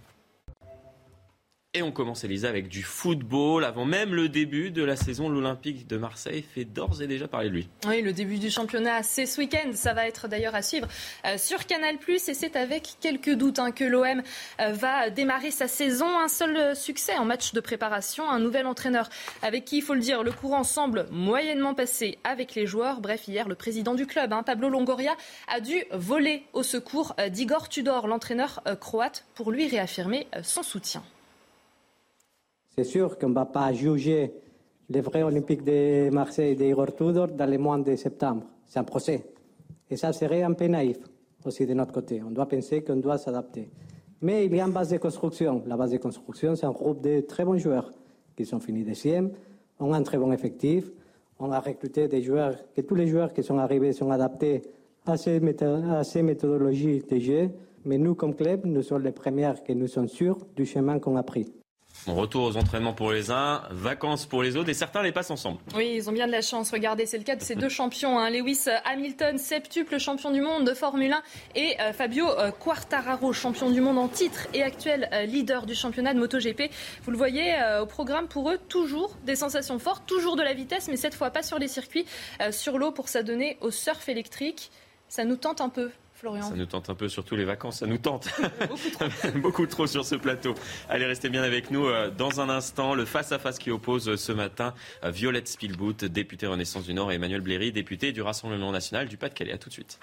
Et on commence, Elisa, avec du football. Avant même le début de la saison, l'Olympique de Marseille fait d'ores et déjà parler de lui. Oui, le début du championnat, c'est ce week-end. Ça va être d'ailleurs à suivre sur Canal+. Et c'est avec quelques doutes que l'OM va démarrer sa saison. Un seul succès en match de préparation. Un nouvel entraîneur avec qui, il faut le dire, le courant semble moyennement passé avec les joueurs. Bref, hier, le président du club, Pablo Longoria, a dû voler au secours d'Igor Tudor, l'entraîneur croate, pour lui réaffirmer son soutien. C'est sûr qu'on ne va pas juger les vrais Olympiques de Marseille d'Igor Tudor dans les mois de septembre. C'est un procès. Et ça serait un peu naïf aussi de notre côté. On doit penser qu'on doit s'adapter. Mais il y a une base de construction. La base de construction, c'est un groupe de très bons joueurs qui sont finis deuxième. On a un très bon effectif. On a recruté des joueurs, que tous les joueurs qui sont arrivés sont adaptés à ces méthodologies de jeu. Mais nous, comme club, nous sommes les premiers que nous sommes sûrs du chemin qu'on a pris. On retour aux entraînements pour les uns, vacances pour les autres, et certains les passent ensemble. Oui, ils ont bien de la chance. Regardez, c'est le cas de ces deux champions. Lewis Hamilton, septuple champion du monde de Formule 1, et Fabio Quartararo, champion du monde en titre et actuel leader du championnat de MotoGP. Vous le voyez, au programme pour eux, toujours des sensations fortes, toujours de la vitesse, mais cette fois pas sur les circuits, sur l'eau pour s'adonner au surf électrique. Ça nous tente un peu. Florian. Ça nous tente un peu, surtout les vacances, ça nous tente. Beaucoup trop sur ce plateau. Allez, restez bien avec nous. Dans un instant, le face-à-face qui oppose ce matin Violette Spilbout, députée Renaissance du Nord, et Emmanuel Bléry, député du Rassemblement national du Pas-de-Calais. À tout de suite.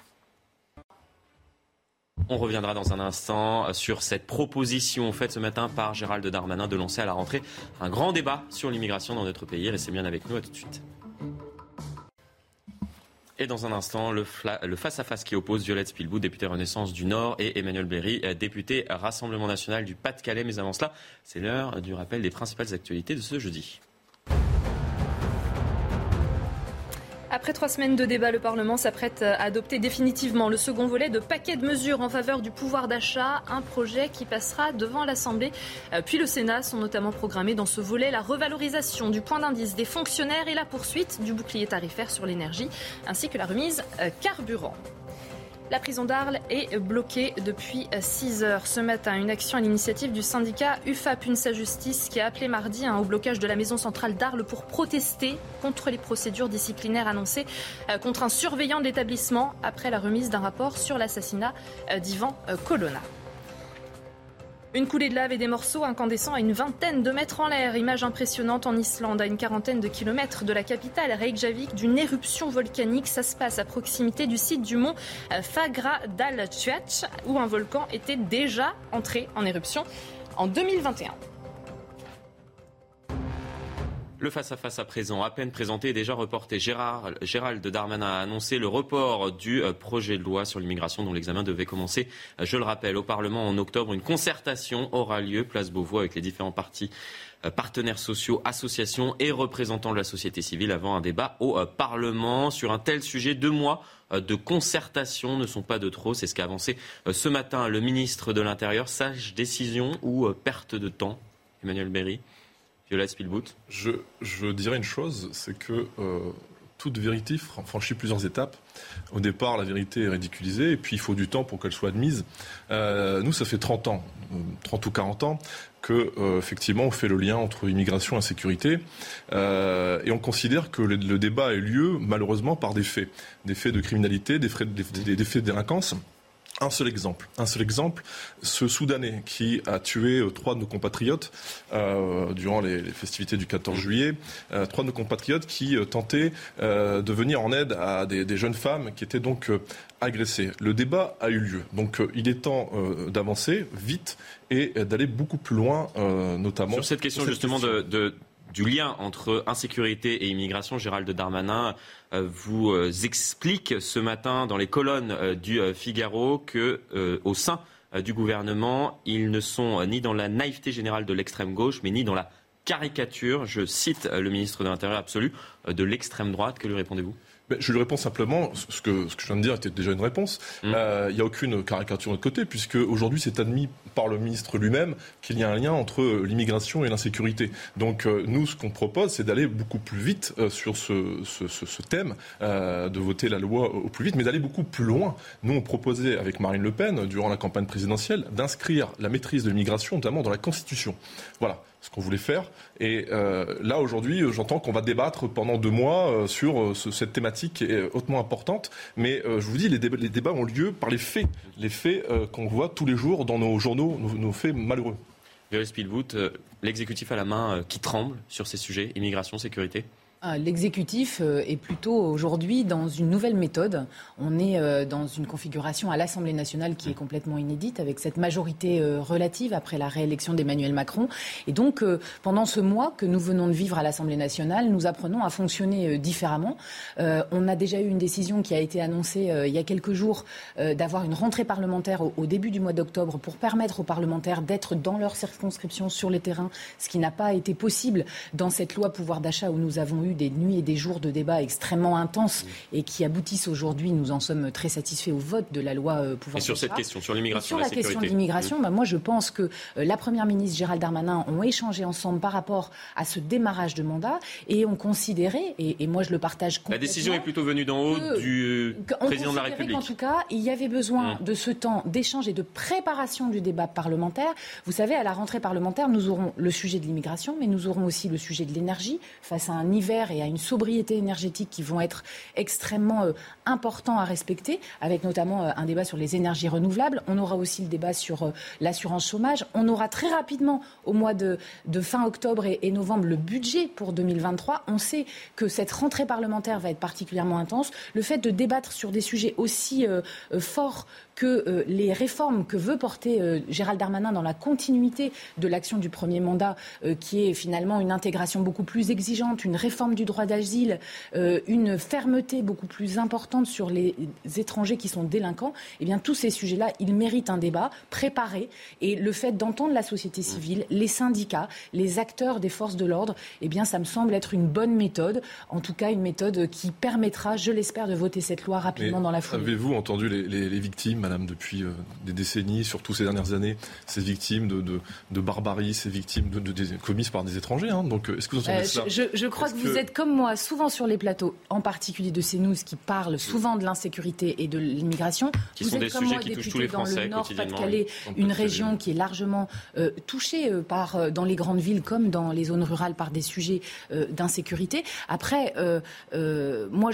On reviendra dans un instant sur cette proposition faite ce matin par Gérald Darmanin de lancer à la rentrée un grand débat sur l'immigration dans notre pays. Restez bien avec nous, à tout de suite. Et dans un instant, le face-à-face qui oppose Violette Spilbout, députée Renaissance du Nord, et Emmanuel Bléry, député Rassemblement national du Pas-de-Calais. Mais avant cela, c'est l'heure du rappel des principales actualités de ce jeudi. Après 3 semaines de débat, le Parlement s'apprête à adopter définitivement le second volet de paquet de mesures en faveur du pouvoir d'achat. Un projet qui passera devant l'Assemblée puis le Sénat. Sont notamment programmés dans ce volet la revalorisation du point d'indice des fonctionnaires et la poursuite du bouclier tarifaire sur l'énergie, ainsi que la remise carburant. La prison d'Arles est bloquée depuis 6 heures ce matin. Une action à l'initiative du syndicat UFAP UNSA Justice qui a appelé mardi au blocage de la maison centrale d'Arles pour protester contre les procédures disciplinaires annoncées contre un surveillant de l'établissement après la remise d'un rapport sur l'assassinat d'Ivan Colonna. Une coulée de lave et des morceaux incandescents à une vingtaine de mètres en l'air. Image impressionnante en Islande, à une quarantaine de kilomètres de la capitale Reykjavik, d'une éruption volcanique. Ça se passe à proximité du site du mont Fagradalsfjall, où un volcan était déjà entré en éruption en 2021. Le face-à-face à présent, à peine présenté et déjà reporté. Gérald Darmanin a annoncé le report du projet de loi sur l'immigration dont l'examen devait commencer, je le rappelle, au Parlement en octobre. Une concertation aura lieu, place Beauvau, avec les différents partenaires sociaux, associations et représentants de la société civile avant un débat au Parlement. Sur un tel sujet, 2 mois de concertation ne sont pas de trop. C'est ce qu'a avancé ce matin le ministre de l'Intérieur. Sage décision ou perte de temps, Emmanuel Berry? Violette Spilbout. Je dirais une chose, c'est que toute vérité franchit plusieurs étapes. Au départ, la vérité est ridiculisée et puis il faut du temps pour qu'elle soit admise. Nous, ça fait 30 ou 40 ans que, effectivement, on fait le lien entre immigration et insécurité. Et on considère que le débat a eu lieu, malheureusement, par des faits de criminalité, des faits de délinquance. Un seul exemple, ce Soudanais qui a tué 3 de nos compatriotes durant les festivités du 14 juillet, 3 de nos compatriotes qui tentaient de venir en aide à des jeunes femmes qui étaient donc agressées. Le débat a eu lieu, donc il est temps d'avancer vite et d'aller beaucoup plus loin, notamment sur cette question justement du lien entre insécurité et immigration. Gérald Darmanin vous explique ce matin dans les colonnes du Figaro que au sein du gouvernement, ils ne sont ni dans la naïveté générale de l'extrême gauche, mais ni dans la caricature, je cite le ministre de l'Intérieur absolu, de l'extrême droite. Que lui répondez-vous ? Je lui réponds simplement, ce que je viens de dire était déjà une réponse. Il n'y a aucune caricature de notre côté, puisque aujourd'hui c'est admis par le ministre lui-même qu'il y a un lien entre l'immigration et l'insécurité. Donc nous, ce qu'on propose, c'est d'aller beaucoup plus vite sur ce thème, de voter la loi au plus vite, mais d'aller beaucoup plus loin. Nous, on proposait avec Marine Le Pen, durant la campagne présidentielle, d'inscrire la maîtrise de l'immigration, notamment dans la Constitution. Voilà ce qu'on voulait faire. Et là, aujourd'hui, j'entends qu'on va débattre pendant 2 mois sur cette thématique qui est hautement importante. Mais je vous dis, les débats ont lieu par les faits. Les faits qu'on voit tous les jours dans nos journaux, nos faits malheureux. Violette Spilbout, l'exécutif a la main qui tremble sur ces sujets, immigration, sécurité. L'exécutif est plutôt aujourd'hui dans une nouvelle méthode. On est dans une configuration à l'Assemblée nationale qui est complètement inédite, avec cette majorité relative après la réélection d'Emmanuel Macron. Et donc, pendant ce mois que nous venons de vivre à l'Assemblée nationale, nous apprenons à fonctionner différemment. On a déjà eu une décision qui a été annoncée il y a quelques jours d'avoir une rentrée parlementaire au début du mois d'octobre pour permettre aux parlementaires d'être dans leur circonscription sur les terrains, ce qui n'a pas été possible dans cette loi pouvoir d'achat où nous avons eu des nuits et des jours de débats extrêmement intenses et qui aboutissent aujourd'hui, nous en sommes très satisfaits au vote de la loi pouvoir d'achat. Et sur cette question, sur l'immigration, sur la question de l'immigration, moi je pense que la Première ministre Gérald Darmanin ont échangé ensemble par rapport à ce démarrage de mandat et ont considéré, et moi je le partage complètement. La décision est plutôt venue d'en haut du président de la République. En tout cas, il y avait besoin de ce temps d'échange et de préparation du débat parlementaire. Vous savez, à la rentrée parlementaire, nous aurons le sujet de l'immigration, mais nous aurons aussi le sujet de l'énergie face à un hiver et à une sobriété énergétique qui vont être extrêmement importants à respecter, avec notamment un débat sur les énergies renouvelables. On aura aussi le débat sur l'assurance chômage. On aura très rapidement, au mois de fin octobre et novembre, le budget pour 2023. On sait que cette rentrée parlementaire va être particulièrement intense. Le fait de débattre sur des sujets aussi forts que les réformes que veut porter Gérald Darmanin dans la continuité de l'action du premier mandat, qui est finalement une intégration beaucoup plus exigeante, une réforme du droit d'asile, une fermeté beaucoup plus importante sur les étrangers qui sont délinquants, eh bien tous ces sujets-là, ils méritent un débat préparé. Et le fait d'entendre la société civile, les syndicats, les acteurs des forces de l'ordre, eh bien ça me semble être une bonne méthode, en tout cas une méthode qui permettra, je l'espère, de voter cette loi rapidement dans la foulée. Avez-vous entendu les victimes, madame, depuis des décennies, surtout ces dernières années, ces victimes de barbarie, ces victimes commises par des étrangers, hein. Donc est-ce que vous entendez cela ? Je crois que vous êtes comme moi souvent sur les plateaux, en particulier de CNews, qui parlent souvent de l'insécurité et de l'immigration. Qui sont des sujets qui touchent tous les Français dans le Nord-Pas-de-Calais, une région qui est largement touchée dans les grandes villes comme dans les zones rurales par des sujets d'insécurité. Après, moi,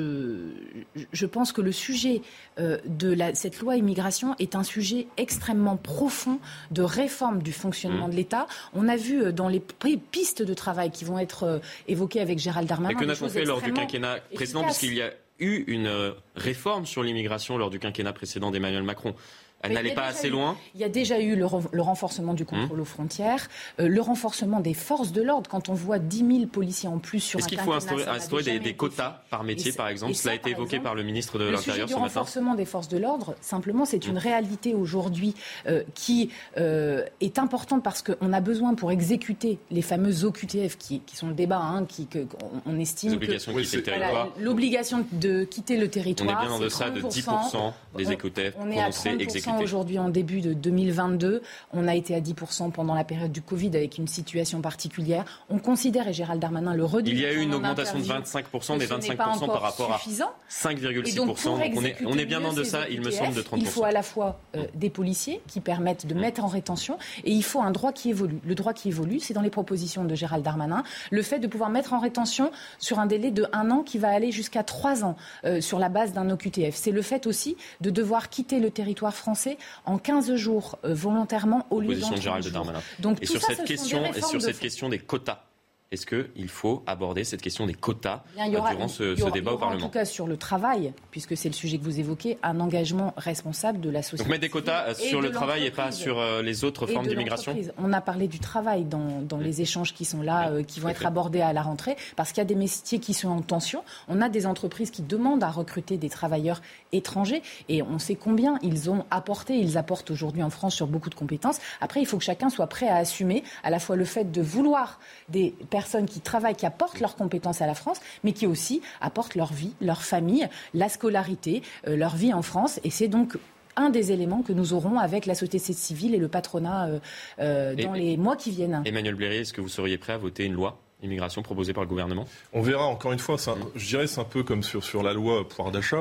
je pense que le sujet de cette loi immigration est un sujet extrêmement profond de réforme du fonctionnement de l'État. On a vu dans les pistes de travail qui vont être évoquées avec Gérald Darmanin. Et que n'a-t-on fait lors du quinquennat précédent, puisqu'il y a eu une réforme sur l'immigration lors du quinquennat précédent d'Emmanuel Macron. Elle n'allait pas assez loin. Il y a déjà eu le renforcement du contrôle aux frontières, le renforcement des forces de l'ordre. Quand on voit 10 000 policiers en plus sur un quinquennat... Est-ce qu'il faut instaurer des quotas par métier, par exemple? Cela a été évoqué par le ministre de l'Intérieur ce matin. Le sujet du renforcement des forces de l'ordre, simplement, c'est une réalité aujourd'hui qui est importante parce qu'on a besoin pour exécuter les fameuses OQTF qui sont le débat, on estime que l'obligation de quitter le territoire, on est bien en deçà de 10% des OQTF prononcés, exécutés. Aujourd'hui, en début de 2022, on a été à 10% pendant la période du Covid avec une situation particulière. On considère, et Gérald Darmanin le redit... Il y a eu une augmentation de 25%, mais 25% par rapport à 5,6%. On est bien en deçà, il me semble, de 30%. Il faut à la fois des policiers qui permettent de mettre en rétention et il faut un droit qui évolue. Le droit qui évolue, c'est dans les propositions de Gérald Darmanin, le fait de pouvoir mettre en rétention sur un délai de 1 an qui va aller jusqu'à 3 ans sur la base d'un OQTF. C'est le fait aussi de devoir quitter le territoire français en 15 jours volontairement au lieu d'en 30 jours. Donc, et sur cette question des quotas, est-ce qu'il faut aborder cette question des quotas durant ce débat au Parlement? En tout cas, sur le travail, puisque c'est le sujet que vous évoquez, un engagement responsable de la société. Donc mettre des quotas sur le travail et pas sur les autres formes d'immigration? On a parlé du travail dans les échanges qui sont là, qui vont être abordés à la rentrée, parce qu'il y a des métiers qui sont en tension. On a des entreprises qui demandent à recruter des travailleurs étrangers et on sait combien ils apportent aujourd'hui en France sur beaucoup de compétences. Après, il faut que chacun soit prêt à assumer à la fois le fait de vouloir des personnes qui travaillent, qui apportent leurs compétences à la France, mais qui aussi apportent leur vie, leur famille, la scolarité, leur vie en France. Et c'est donc un des éléments que nous aurons avec la société civile et le patronat dans les mois qui viennent. Emmanuel Blériot, est-ce que vous seriez prêt à voter une loi immigration proposée par le gouvernement? On verra, encore une fois, je dirais c'est un peu comme sur la loi pouvoir d'achat.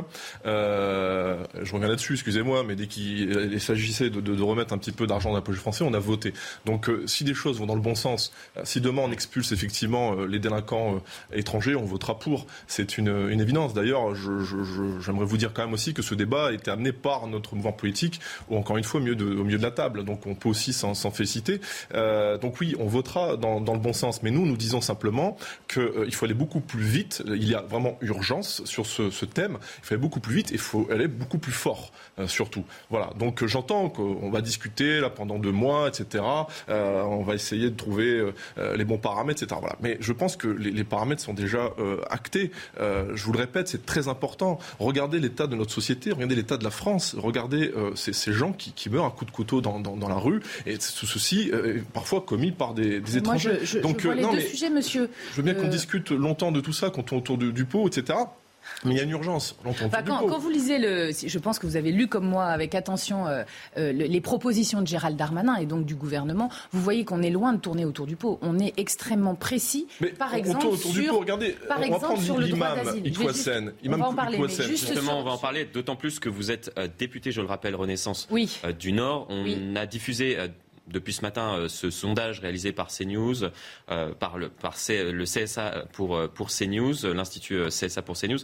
Je reviens là-dessus, excusez-moi, mais dès qu'il s'agissait de remettre un petit peu d'argent dans la poche français, on a voté. Donc si des choses vont dans le bon sens, si demain on expulse effectivement les délinquants étrangers, on votera pour. C'est une évidence. D'ailleurs, j'aimerais vous dire quand même aussi que ce débat a été amené par notre mouvement politique, ou encore une fois au milieu de la table. Donc on peut aussi s'en féliciter. Donc oui, on votera dans le bon sens. Mais nous disons simplement qu'il faut aller beaucoup plus vite. Il y a vraiment urgence sur ce thème. Il faut aller beaucoup plus vite et il faut aller beaucoup plus fort, surtout. Voilà. Donc j'entends qu'on va discuter là pendant 2 mois, etc. On va essayer de trouver les bons paramètres, etc. Voilà. Mais je pense que les paramètres sont déjà actés. Je vous le répète, c'est très important. Regardez l'état de notre société, regardez l'état de la France, regardez ces gens qui meurent à coups de couteau dans la rue. Et tout ceci est parfois commis par des étrangers. Donc, je vois les deux sujets, monsieur. Je veux bien qu'on discute longtemps de tout ça, quand on autour du pot, etc. Mais il y a une urgence. Quand vous lisez je pense que vous avez lu comme moi avec attention les propositions de Gérald Darmanin et donc du gouvernement, vous voyez qu'on est loin de tourner autour du pot. On est extrêmement précis. Mais par exemple, autour du pot, regardez, on va prendre l'imam Iqouassen. On va en parler. Justement, on va en parler, d'autant plus que vous êtes député, je le rappelle, Renaissance du Nord. On a diffusé depuis ce matin ce sondage réalisé par CNews, par le CSA pour CNews, l'Institut CSA pour CNews.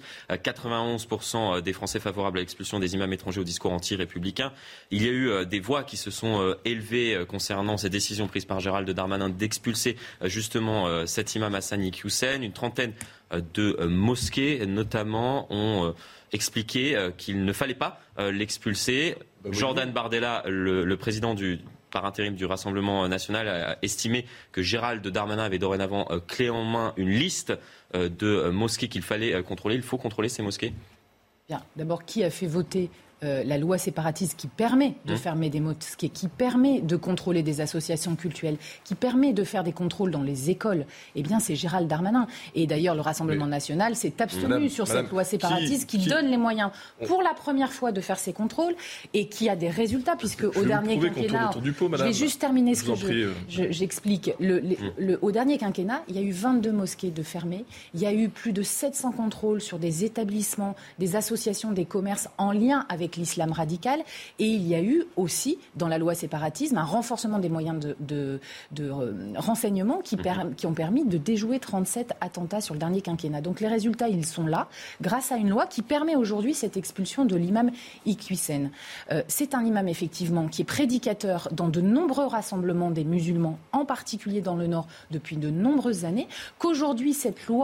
91% des Français favorables à l'expulsion des imams étrangers au discours anti-républicain. Il y a eu des voix qui se sont élevées concernant ces décisions prises par Gérald Darmanin d'expulser justement cet imam Hassan Iqiyoussen. Une trentaine de mosquées notamment ont expliqué qu'il ne fallait pas l'expulser. Jordan Bardella, le président par intérim du Rassemblement national, a estimé que Gérald Darmanin avait dorénavant clé en main une liste de mosquées qu'il fallait contrôler. Il faut contrôler ces mosquées. Bien. D'abord, qui a fait voter la loi séparatiste qui permet de fermer des mosquées, qui permet de contrôler des associations cultuelles, qui permet de faire des contrôles dans les écoles, eh bien c'est Gérald Darmanin. Et d'ailleurs le Rassemblement national s'est abstenu sur cette loi séparatiste qui donne les moyens pour la première fois de faire ces contrôles et qui a des résultats puisque au dernier quinquennat, je vais juste terminer ce que j'explique. Au dernier quinquennat, il y a eu 22 mosquées de fermées, il y a eu plus de 700 contrôles sur des établissements, des associations, des commerces en lien avec l'islam radical, et il y a eu aussi dans la loi séparatisme un renforcement des moyens de renseignement qui ont permis de déjouer 37 attentats sur le dernier quinquennat. Donc les résultats, ils sont là, grâce à une loi qui permet aujourd'hui cette expulsion de l'imam Iqiyoussen. C'est un imam effectivement qui est prédicateur dans de nombreux rassemblements des musulmans, en particulier dans le Nord, depuis de nombreuses années, qu'aujourd'hui cette loi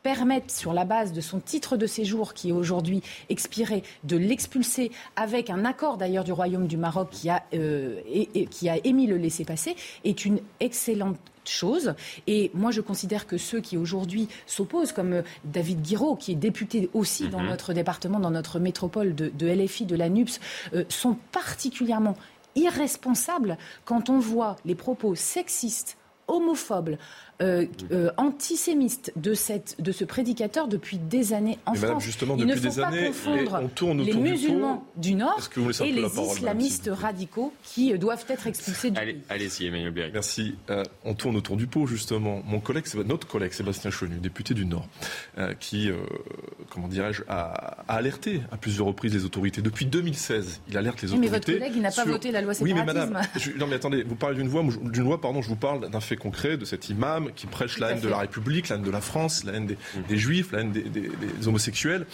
permettre, sur la base de son titre de séjour qui est aujourd'hui expiré, de l'expulser avec un accord d'ailleurs du Royaume du Maroc qui a émis le laissez-passer, est une excellente chose. Et moi, je considère que ceux qui aujourd'hui s'opposent, comme David Guiraud, qui est député aussi dans notre département, dans notre métropole de LFI, de la NUPS, sont particulièrement irresponsables quand on voit les propos sexistes, homophobes, antisémite de ce prédicateur depuis des années en France. Justement, il depuis ne faut pas confondre les musulmans du Nord et les islamistes radicaux qui doivent être expulsés du pays. Allez-y, Emmanuel Bléry. Merci. On tourne autour du pot, justement. Notre collègue Sébastien Chenu, député du Nord, qui, a alerté à plusieurs reprises les autorités. Depuis 2016, il alerte les autorités. Mais votre collègue, il n'a pas voté la loi séparatisme. Oui, mais madame, non mais attendez, vous parlez d'une loi, je vous parle d'un fait concret de cet imam qui prêche la haine de la République, la haine de la France, la haine des Juifs, la haine des homosexuels.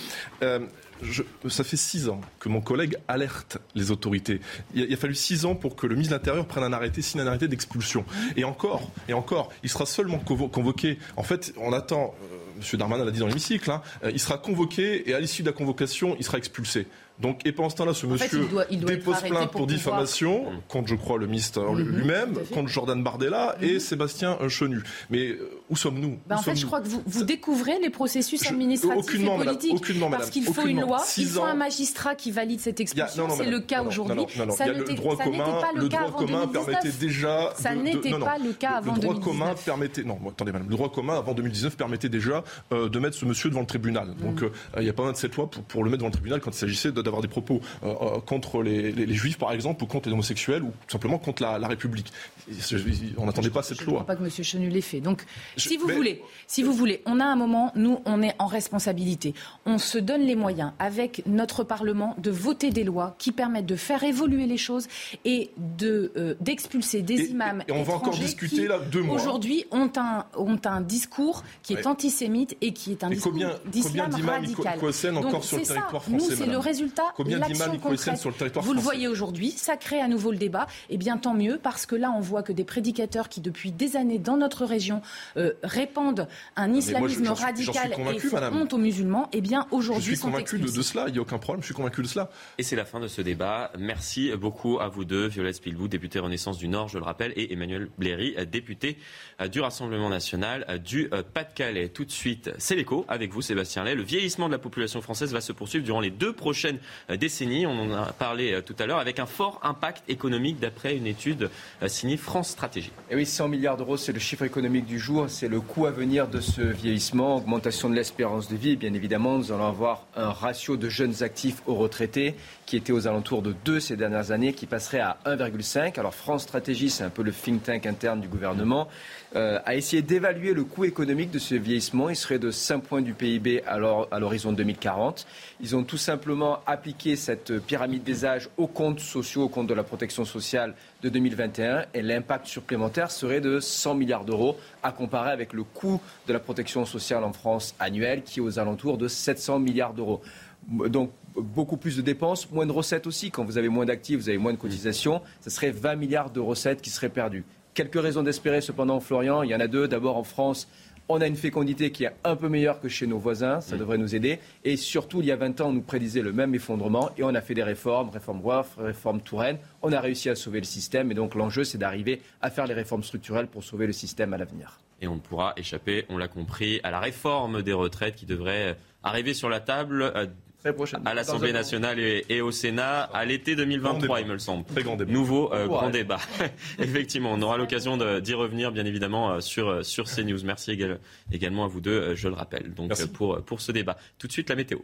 Ça fait 6 ans que mon collègue alerte les autorités. Il a fallu 6 ans pour que le ministre de l'Intérieur prenne un arrêté, signe un arrêté d'expulsion. Et encore, il sera seulement convoqué. En fait, on attend, M. Darmanin l'a dit dans l'hémicycle, il sera convoqué et à l'issue de la convocation, il sera expulsé. Donc, et pendant ce temps-là, ce monsieur dépose plainte pour diffamation contre, je crois, le ministre lui-même, contre Jordan Bardella et Sébastien Chenu. Mais où sommes-nous je crois que vous découvrez les processus administratifs et politiques. Parce qu'il faut une loi, il faut un magistrat qui valide cette expulsion. C'est le cas aujourd'hui. Ça n'était pas le cas avant 2019. Ça n'était pas le cas avant 2019. Le droit commun avant 2019 permettait déjà de mettre ce monsieur devant le tribunal. Donc, il n'y a pas besoin de cette loi pour le mettre devant le tribunal quand il s'agissait d'avoir des propos contre les juifs, par exemple, ou contre les homosexuels, ou tout simplement contre la République. On n'attendait pas cette loi. Je ne crois pas que M. Chenu l'ait fait. Donc, si vous voulez, on a un moment, nous, on est en responsabilité. On se donne les moyens, avec notre Parlement, de voter des lois qui permettent de faire évoluer les choses et d'expulser des imams et on va encore discuter là 2 mois. Aujourd'hui, ont un discours qui est antisémite et qui est un discours d'islam radical. Donc, sur le territoire français, nous, c'est le résultat. Combien d'imams concrète, sur le territoire vous français. Le voyez aujourd'hui, ça crée à nouveau le débat. Eh bien, tant mieux, parce que là, on voit que des prédicateurs qui, depuis des années, dans notre région, répandent un islamisme radical et font honte aux musulmans, eh bien, aujourd'hui, sont expulsés. Je suis convaincu de cela, il n'y a aucun problème, je suis convaincu de cela. Et c'est la fin de ce débat. Merci beaucoup à vous deux, Violette Spilbou, députée Renaissance du Nord, je le rappelle, et Emmanuel Bléry, député du Rassemblement National du Pas-de-Calais. Tout de suite, c'est l'écho avec vous, Sébastien Lay. Le vieillissement de la population française va se poursuivre durant les 2 prochaines décennies. On en a parlé tout à l'heure, avec un fort impact économique d'après une étude signée France Stratégie. Et oui, 100 milliards d'euros, c'est le chiffre économique du jour. C'est le coût à venir de ce vieillissement, augmentation de l'espérance de vie. Bien évidemment, nous allons avoir un ratio de jeunes actifs aux retraités qui était aux alentours de 2 ces dernières années, qui passerait à 1,5. Alors France Stratégie, c'est un peu le think tank interne du gouvernement, a essayé d'évaluer le coût économique de ce vieillissement. Il serait de 5 points du PIB à l'horizon 2040. Ils ont tout simplement appliqué cette pyramide des âges aux comptes sociaux, aux comptes de la protection sociale de 2021, et l'impact supplémentaire serait de 100 milliards d'euros à comparer avec le coût de la protection sociale en France annuelle qui est aux alentours de 700 milliards d'euros. Donc beaucoup plus de dépenses, moins de recettes aussi. Quand vous avez moins d'actifs, vous avez moins de cotisations, ça serait 20 milliards de recettes qui seraient perdues. Quelques raisons d'espérer cependant, Florian, il y en a 2. D'abord en France, on a une fécondité qui est un peu meilleure que chez nos voisins, ça devrait nous aider. Et surtout, il y a 20 ans, on nous prédisait le même effondrement et on a fait des réforme Goiffre, réforme Touraine. On a réussi à sauver le système et donc l'enjeu, c'est d'arriver à faire les réformes structurelles pour sauver le système à l'avenir. Et on ne pourra échapper, on l'a compris, à la réforme des retraites qui devrait arriver sur la table à l'Assemblée nationale et au Sénat à l'été 2023, il me le semble. Très grand débat. Nouveau grand débat. Effectivement, on aura l'occasion d'y revenir, bien évidemment, sur CNews. Merci également à vous deux, je le rappelle, donc pour ce débat. Tout de suite, la météo.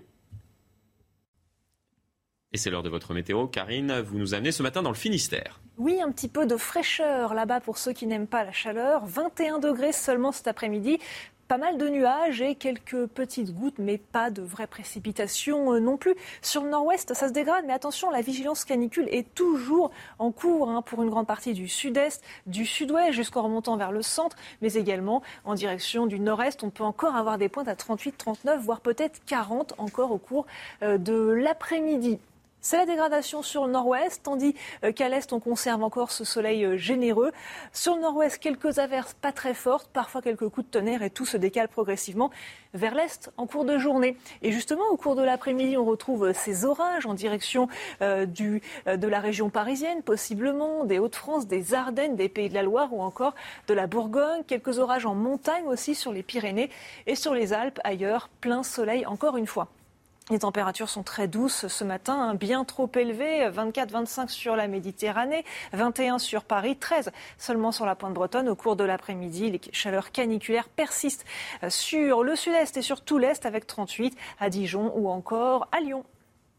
Et c'est l'heure de votre météo. Karine, vous nous amenez ce matin dans le Finistère. Oui, un petit peu de fraîcheur là-bas pour ceux qui n'aiment pas la chaleur. 21 degrés seulement cet après-midi. Pas mal de nuages et quelques petites gouttes, mais pas de vraies précipitations non plus. Sur le nord-ouest, ça se dégrade, mais attention, la vigilance canicule est toujours en cours pour une grande partie du sud-est, du sud-ouest, jusqu'en remontant vers le centre, mais également en direction du nord-est. On peut encore avoir des pointes à 38, 39, voire peut-être 40 encore au cours de l'après-midi. C'est la dégradation sur le nord-ouest, tandis qu'à l'est, on conserve encore ce soleil généreux. Sur le nord-ouest, quelques averses pas très fortes, parfois quelques coups de tonnerre et tout se décale progressivement vers l'est en cours de journée. Et justement, au cours de l'après-midi, on retrouve ces orages en direction de la région parisienne, possiblement des Hauts-de-France, des Ardennes, des Pays de la Loire ou encore de la Bourgogne. Quelques orages en montagne aussi sur les Pyrénées et sur les Alpes. Ailleurs, plein soleil encore une fois. Les températures sont très douces ce matin, bien trop élevées, 24-25 sur la Méditerranée, 21 sur Paris, 13 seulement sur la pointe bretonne. Au cours de l'après-midi, les chaleurs caniculaires persistent sur le sud-est et sur tout l'est avec 38 à Dijon ou encore à Lyon.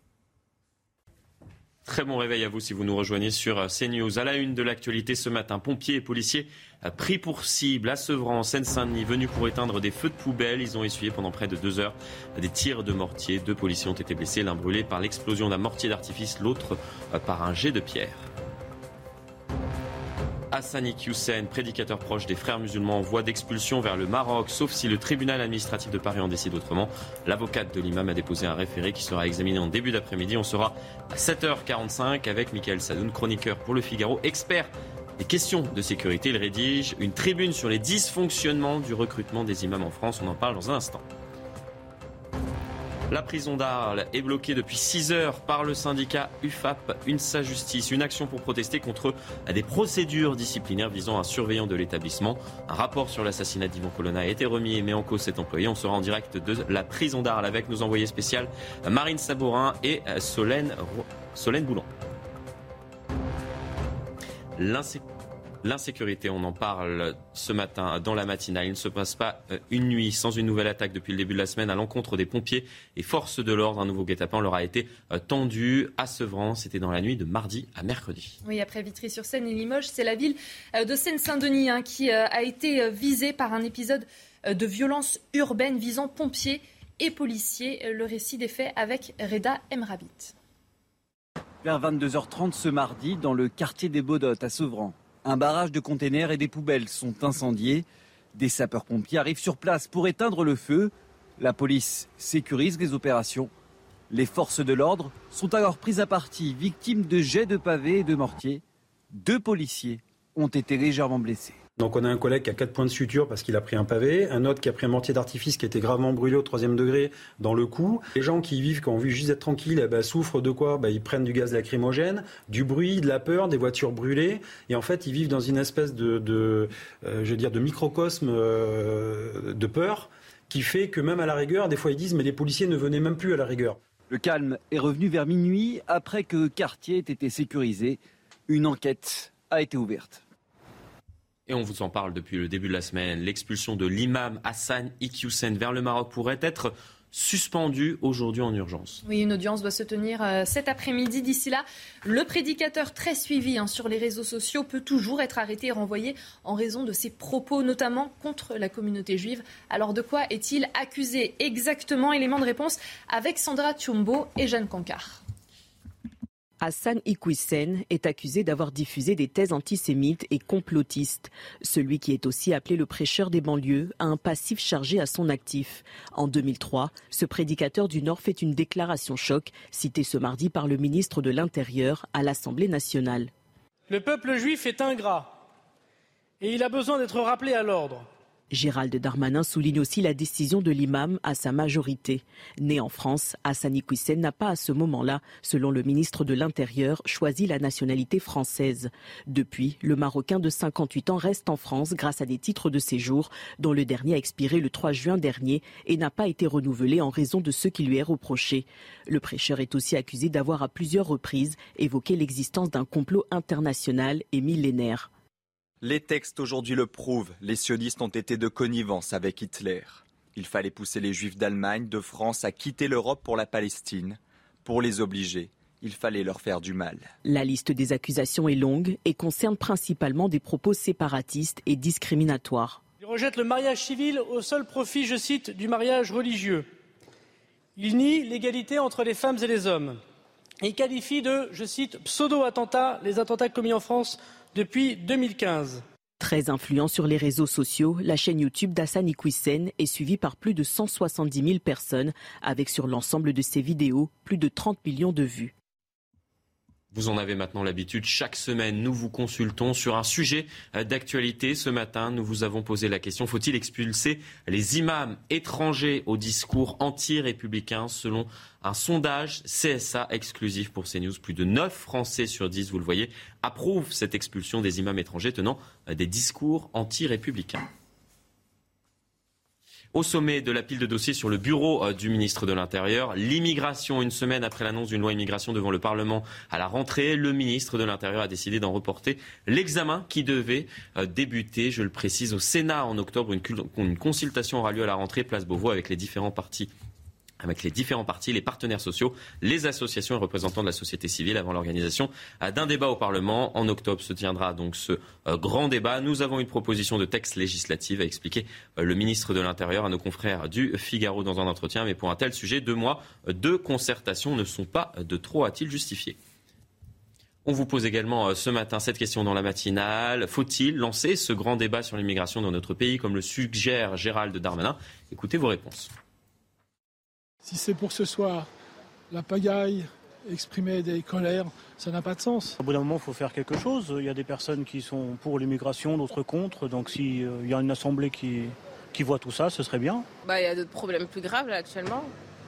Très bon réveil à vous si vous nous rejoignez sur CNews. À la une de l'actualité ce matin, pompiers et policiers pris pour cible à Sevran, en Seine-Saint-Denis, venus pour éteindre des feux de poubelle. Ils ont essuyé pendant près de 2 heures des tirs de mortier. 2 policiers ont été blessés, l'un brûlé par l'explosion d'un mortier d'artifice, l'autre par un jet de pierre. Hassan Iqiyoussen, prédicateur proche des frères musulmans, en voie d'expulsion vers le Maroc, sauf si le tribunal administratif de Paris en décide autrement. L'avocate de l'imam a déposé un référé qui sera examiné en début d'après-midi. On sera à 7h45 avec Mickaël Sadoun, chroniqueur pour Le Figaro, expert des questions de sécurité. Il rédige une tribune sur les dysfonctionnements du recrutement des imams en France. On en parle dans un instant. La prison d'Arles est bloquée depuis 6 heures par le syndicat UFAP UNSA Justice. Une action pour protester contre des procédures disciplinaires visant un surveillant de l'établissement. Un rapport sur l'assassinat d'Yvan Colonna a été remis et met en cause cet employé. On sera en direct de la prison d'Arles avec nos envoyés spéciales Marine Sabourin et Solène Boulan. L'insécurité, on en parle ce matin dans la matinale. Il ne se passe pas une nuit sans une nouvelle attaque depuis le début de la semaine à l'encontre des pompiers et forces de l'ordre. Un nouveau guet-apens leur a été tendu à Sevran. C'était dans la nuit de mardi à mercredi. Oui, après Vitry-sur-Seine et Limoges, c'est la ville de Seine-Saint-Denis qui a été visée par un épisode de violence urbaine visant pompiers et policiers. Le récit des faits avec Reda Emrabit. Vers 22h30 ce mardi, dans le quartier des Baudottes à Sevran. Un barrage de containers et des poubelles sont incendiés. Des sapeurs-pompiers arrivent sur place pour éteindre le feu. La police sécurise les opérations. Les forces de l'ordre sont alors prises à partie, victimes de jets de pavés et de mortiers. 2 policiers ont été légèrement blessés. Donc on a un collègue qui a 4 points de suture parce qu'il a pris un pavé, un autre qui a pris un mortier d'artifice qui a été gravement brûlé au 3e degré dans le cou. Les gens qui y vivent, qui ont envie juste d'être tranquilles, souffrent de quoi ? Ils prennent du gaz lacrymogène, du bruit, de la peur, des voitures brûlées. Et en fait, ils vivent dans une espèce de microcosme de peur qui fait que même à la rigueur, des fois ils disent mais les policiers ne venaient même plus à la rigueur. Le calme est revenu vers minuit après que le quartier ait été sécurisé. Une enquête a été ouverte. Et on vous en parle depuis le début de la semaine. L'expulsion de l'imam Hassan Iqiyoussen vers le Maroc pourrait être suspendue aujourd'hui en urgence. Oui, une audience doit se tenir cet après-midi. D'ici là, le prédicateur très suivi sur les réseaux sociaux peut toujours être arrêté et renvoyé en raison de ses propos, notamment contre la communauté juive. Alors de quoi est-il accusé exactement ? Élément de réponse avec Sandra Tchoumbo et Jeanne Cancard. Hassan Iqiyoussen est accusé d'avoir diffusé des thèses antisémites et complotistes. Celui qui est aussi appelé le prêcheur des banlieues a un passif chargé à son actif. En 2003, ce prédicateur du Nord fait une déclaration choc, citée ce mardi par le ministre de l'Intérieur à l'Assemblée nationale. Le peuple juif est ingrat et il a besoin d'être rappelé à l'ordre. Gérald Darmanin souligne aussi la décision de l'imam à sa majorité. Né en France, Hassan Iqiyoussen n'a pas à ce moment-là, selon le ministre de l'Intérieur, choisi la nationalité française. Depuis, le Marocain de 58 ans reste en France grâce à des titres de séjour, dont le dernier a expiré le 3 juin dernier et n'a pas été renouvelé en raison de ce qui lui est reproché. Le prêcheur est aussi accusé d'avoir à plusieurs reprises évoqué l'existence d'un complot international et millénaire. Les textes aujourd'hui le prouvent, les sionistes ont été de connivence avec Hitler. Il fallait pousser les juifs d'Allemagne, de France à quitter l'Europe pour la Palestine. Pour les obliger, il fallait leur faire du mal. La liste des accusations est longue et concerne principalement des propos séparatistes et discriminatoires. Il rejette le mariage civil au seul profit, je cite, du mariage religieux. Il nie l'égalité entre les femmes et les hommes. Il qualifie de, je cite, pseudo-attentats les attentats commis en France depuis 2015. Très influent sur les réseaux sociaux, la chaîne YouTube d'Hassan Iqiyoussen est suivie par plus de 170 000 personnes, avec sur l'ensemble de ses vidéos plus de 30 millions de vues. Vous en avez maintenant l'habitude. Chaque semaine, nous vous consultons sur un sujet d'actualité. Ce matin, nous vous avons posé la question, faut-il expulser les imams étrangers au discours anti-républicain? Selon un sondage CSA exclusif pour CNews, plus de 9 Français sur 10, vous le voyez, approuvent cette expulsion des imams étrangers tenant des discours anti-républicains. Au sommet de la pile de dossiers sur le bureau du ministre de l'Intérieur, l'immigration. Une semaine après l'annonce d'une loi immigration devant le Parlement à la rentrée, le ministre de l'Intérieur a décidé d'en reporter l'examen qui devait débuter, je le précise, au Sénat en octobre. Une consultation aura lieu à la rentrée, place Beauvau, avec les différents partis, les partenaires sociaux, les associations et représentants de la société civile avant l'organisation d'un débat au Parlement. En octobre se tiendra donc ce grand débat. Nous avons une proposition de texte législative, a expliqué le ministre de l'Intérieur à nos confrères du Figaro dans un entretien. Mais pour un tel sujet, 2 mois de concertation ne sont pas de trop, a-t-il justifié. On vous pose également ce matin cette question dans la matinale. Faut-il lancer ce grand débat sur l'immigration dans notre pays, comme le suggère Gérald Darmanin? Écoutez vos réponses. Si c'est pour que ce soit la pagaille, exprimer des colères, ça n'a pas de sens. Au bout d'un moment, il faut faire quelque chose. Il y a des personnes qui sont pour l'immigration, d'autres contre. Donc s'il y a une assemblée qui voit tout ça, ce serait bien. Il y a d'autres problèmes plus graves là, actuellement.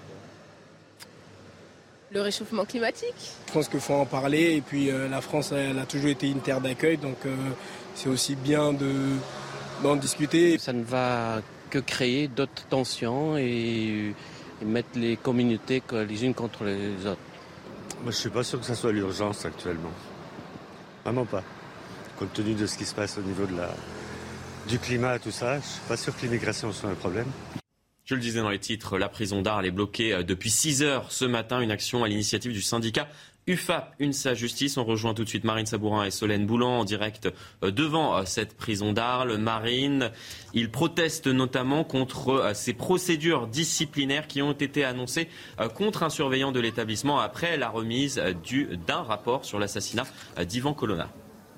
Le réchauffement climatique. Je pense qu'il faut en parler. Et puis la France, elle a toujours été une terre d'accueil. Donc c'est aussi bien d'en discuter. Ça ne va que créer d'autres tensions et mettre les communautés les unes contre les autres. Moi, je ne suis pas sûr que ça soit l'urgence actuellement. Vraiment pas. Compte tenu de ce qui se passe au niveau du climat et tout ça, je ne suis pas sûr que l'immigration soit un problème. Je le disais dans les titres, la prison d'Arles est bloquée depuis 6 heures ce matin. Une action à l'initiative du syndicat UFAP, UNSA Justice. On rejoint tout de suite Marine Sabourin et Solène Boulan en direct devant cette prison d'Arles. Marine, ils protestent notamment contre ces procédures disciplinaires qui ont été annoncées contre un surveillant de l'établissement après la remise d'un rapport sur l'assassinat d'Ivan Colonna.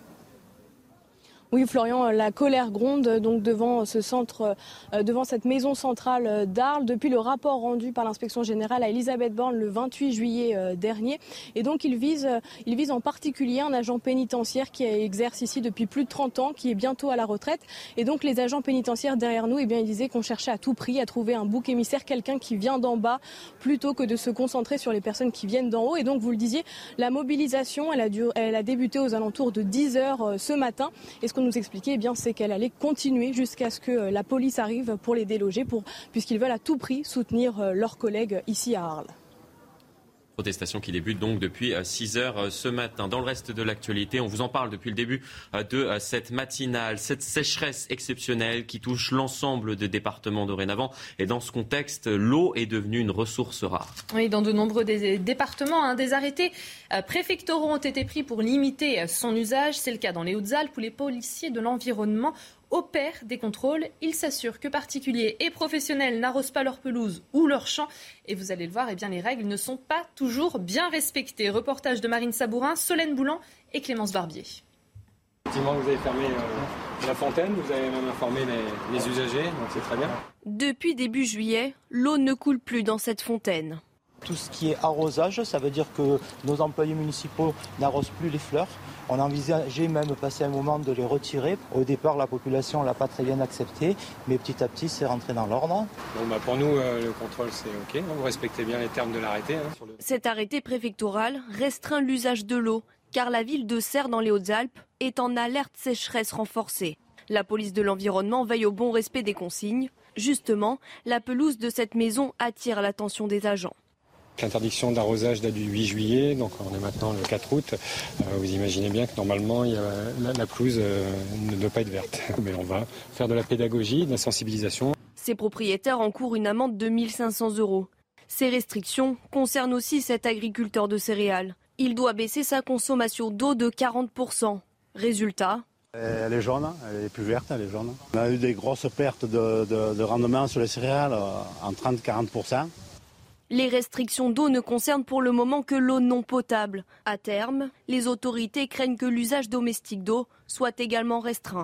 Oui, Florian, la colère gronde donc devant ce centre, devant cette maison centrale d'Arles depuis le rapport rendu par l'inspection générale à Elisabeth Borne le 28 juillet dernier. Et donc il vise en particulier un agent pénitentiaire qui exerce ici depuis plus de 30 ans, qui est bientôt à la retraite. Et donc les agents pénitentiaires derrière nous, ils disaient qu'on cherchait à tout prix à trouver un bouc émissaire, quelqu'un qui vient d'en bas, plutôt que de se concentrer sur les personnes qui viennent d'en haut. Et donc vous le disiez, la mobilisation, elle a débuté aux alentours de 10 heures ce matin. Et ce qu'on nous expliquait, c'est qu'elle allait continuer jusqu'à ce que la police arrive pour les déloger, puisqu'ils veulent à tout prix soutenir leurs collègues ici à Arles. Protestation qui débute donc depuis 6 heures ce matin. Dans le reste de l'actualité, on vous en parle depuis le début de cette matinale, cette sécheresse exceptionnelle qui touche l'ensemble des départements dorénavant. Et dans ce contexte, l'eau est devenue une ressource rare. Oui, dans de nombreux départements, des arrêtés préfectoraux ont été pris pour limiter son usage. C'est le cas dans les Hautes-Alpes où les policiers de l'environnement opèrent des contrôles. Ils s'assurent que particuliers et professionnels n'arrosent pas leur pelouse ou leur champ. Et vous allez le voir, les règles ne sont pas toujours bien respectées. Reportage de Marine Sabourin, Solène Boulan et Clémence Barbier. Effectivement, vous avez fermé la fontaine, vous avez même informé les usagers, donc c'est très bien. Depuis début juillet, l'eau ne coule plus dans cette fontaine. Tout ce qui est arrosage, ça veut dire que nos employés municipaux n'arrosent plus les fleurs. On a envisagé même passer un moment de les retirer. Au départ, la population ne l'a pas très bien accepté, mais petit à petit, c'est rentré dans l'ordre. Pour nous, le contrôle, c'est OK. Vous respectez bien les termes de l'arrêté. Cet arrêté préfectoral restreint l'usage de l'eau, car la ville de Serres dans les Hautes-Alpes est en alerte sécheresse renforcée. La police de l'environnement veille au bon respect des consignes. Justement, la pelouse de cette maison attire l'attention des agents. L'interdiction d'arrosage date du 8 juillet, donc on est maintenant le 4 août. Vous imaginez bien que normalement la pelouse ne doit pas être verte. Mais on va faire de la pédagogie, de la sensibilisation. Ces propriétaires encourent une amende de 1 500 €. Ces restrictions concernent aussi cet agriculteur de céréales. Il doit baisser sa consommation d'eau de 40%. Résultat, elle est jaune, elle est plus verte, elle est jaune. On a eu des grosses pertes de rendement sur les céréales en 30-40%. les restrictions d'eau ne concernent pour le moment que l'eau non potable. À terme, les autorités craignent que l'usage domestique d'eau soit également restreint.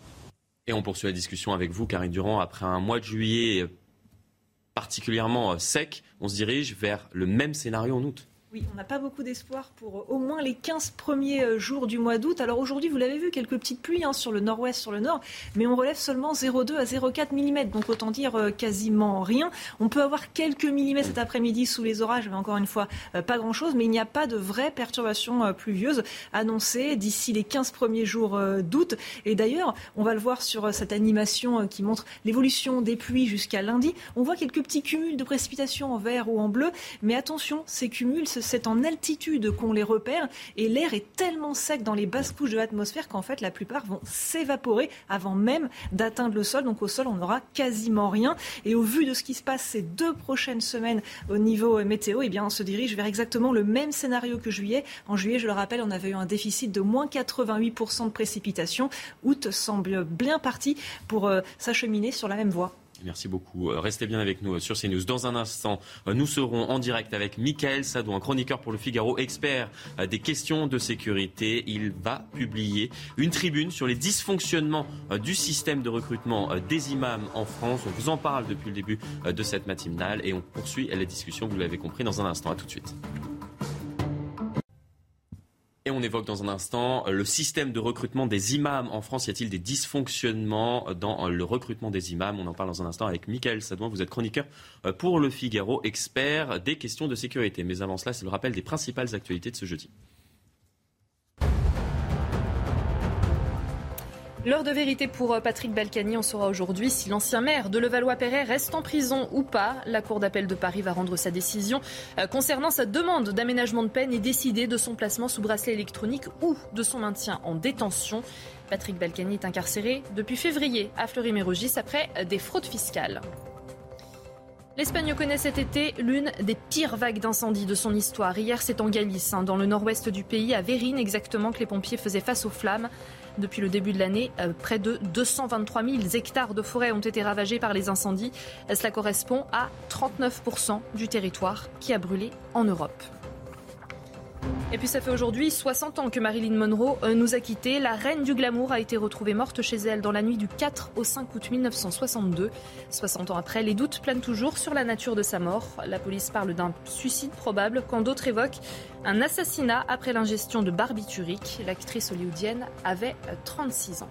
Et on poursuit la discussion avec vous, Karine Durand. Après un mois de juillet particulièrement sec, on se dirige vers le même scénario en août. Oui, on n'a pas beaucoup d'espoir pour au moins les 15 premiers jours du mois d'août. Alors aujourd'hui, vous l'avez vu, quelques petites pluies sur le nord-ouest, sur le nord, mais on relève seulement 0,2 à 0,4 mm, donc autant dire quasiment rien. On peut avoir quelques millimètres cet après-midi sous les orages, mais encore une fois, pas grand-chose, mais il n'y a pas de vraies perturbations pluvieuses annoncées d'ici les 15 premiers jours d'août. Et d'ailleurs, on va le voir sur cette animation qui montre l'évolution des pluies jusqu'à lundi. On voit quelques petits cumuls de précipitations en vert ou en bleu, mais attention, ces cumuls, c'est en altitude qu'on les repère et l'air est tellement sec dans les basses couches de l'atmosphère qu'en fait la plupart vont s'évaporer avant même d'atteindre le sol. Donc au sol on n'aura quasiment rien et au vu de ce qui se passe ces 2 prochaines semaines au niveau météo, eh bien on se dirige vers exactement le même scénario que juillet. En juillet, je le rappelle, on avait eu un déficit de moins 88% de précipitations. Août semble bien parti pour s'acheminer sur la même voie. Merci beaucoup. Restez bien avec nous sur CNews. Dans un instant, nous serons en direct avec Mickaël Sadou, un chroniqueur pour Le Figaro, expert des questions de sécurité. Il va publier une tribune sur les dysfonctionnements du système de recrutement des imams en France. On vous en parle depuis le début de cette matinale et on poursuit la discussion, vous l'avez compris, dans un instant. À tout de suite. Et on évoque dans un instant le système de recrutement des imams en France. Y a-t-il des dysfonctionnements dans le recrutement des imams? On en parle dans un instant avec Mickaël Sadouin. Vous êtes chroniqueur pour Le Figaro, expert des questions de sécurité. Mais avant cela, c'est le rappel des principales actualités de ce jeudi. L'heure de vérité pour Patrick Balkany. On saura aujourd'hui si l'ancien maire de Levallois-Perret reste en prison ou pas. La Cour d'appel de Paris va rendre sa décision concernant sa demande d'aménagement de peine et décider de son placement sous bracelet électronique ou de son maintien en détention. Patrick Balkany est incarcéré depuis février à Fleury-Mérogis après des fraudes fiscales. L'Espagne connaît cet été l'une des pires vagues d'incendie de son histoire. Hier, c'est en Galice, dans le nord-ouest du pays, à Vérines exactement, que les pompiers faisaient face aux flammes. Depuis le début de l'année, près de 223 000 hectares de forêt ont été ravagés par les incendies. Cela correspond à 39% du territoire qui a brûlé en Europe. Et puis ça fait aujourd'hui 60 ans que Marilyn Monroe nous a quittés. La reine du glamour a été retrouvée morte chez elle dans la nuit du 4 au 5 août 1962. 60 ans après, les doutes planent toujours sur la nature de sa mort. La police parle d'un suicide probable, quand d'autres évoquent un assassinat après l'ingestion de barbiturique. L'actrice hollywoodienne avait 36 ans.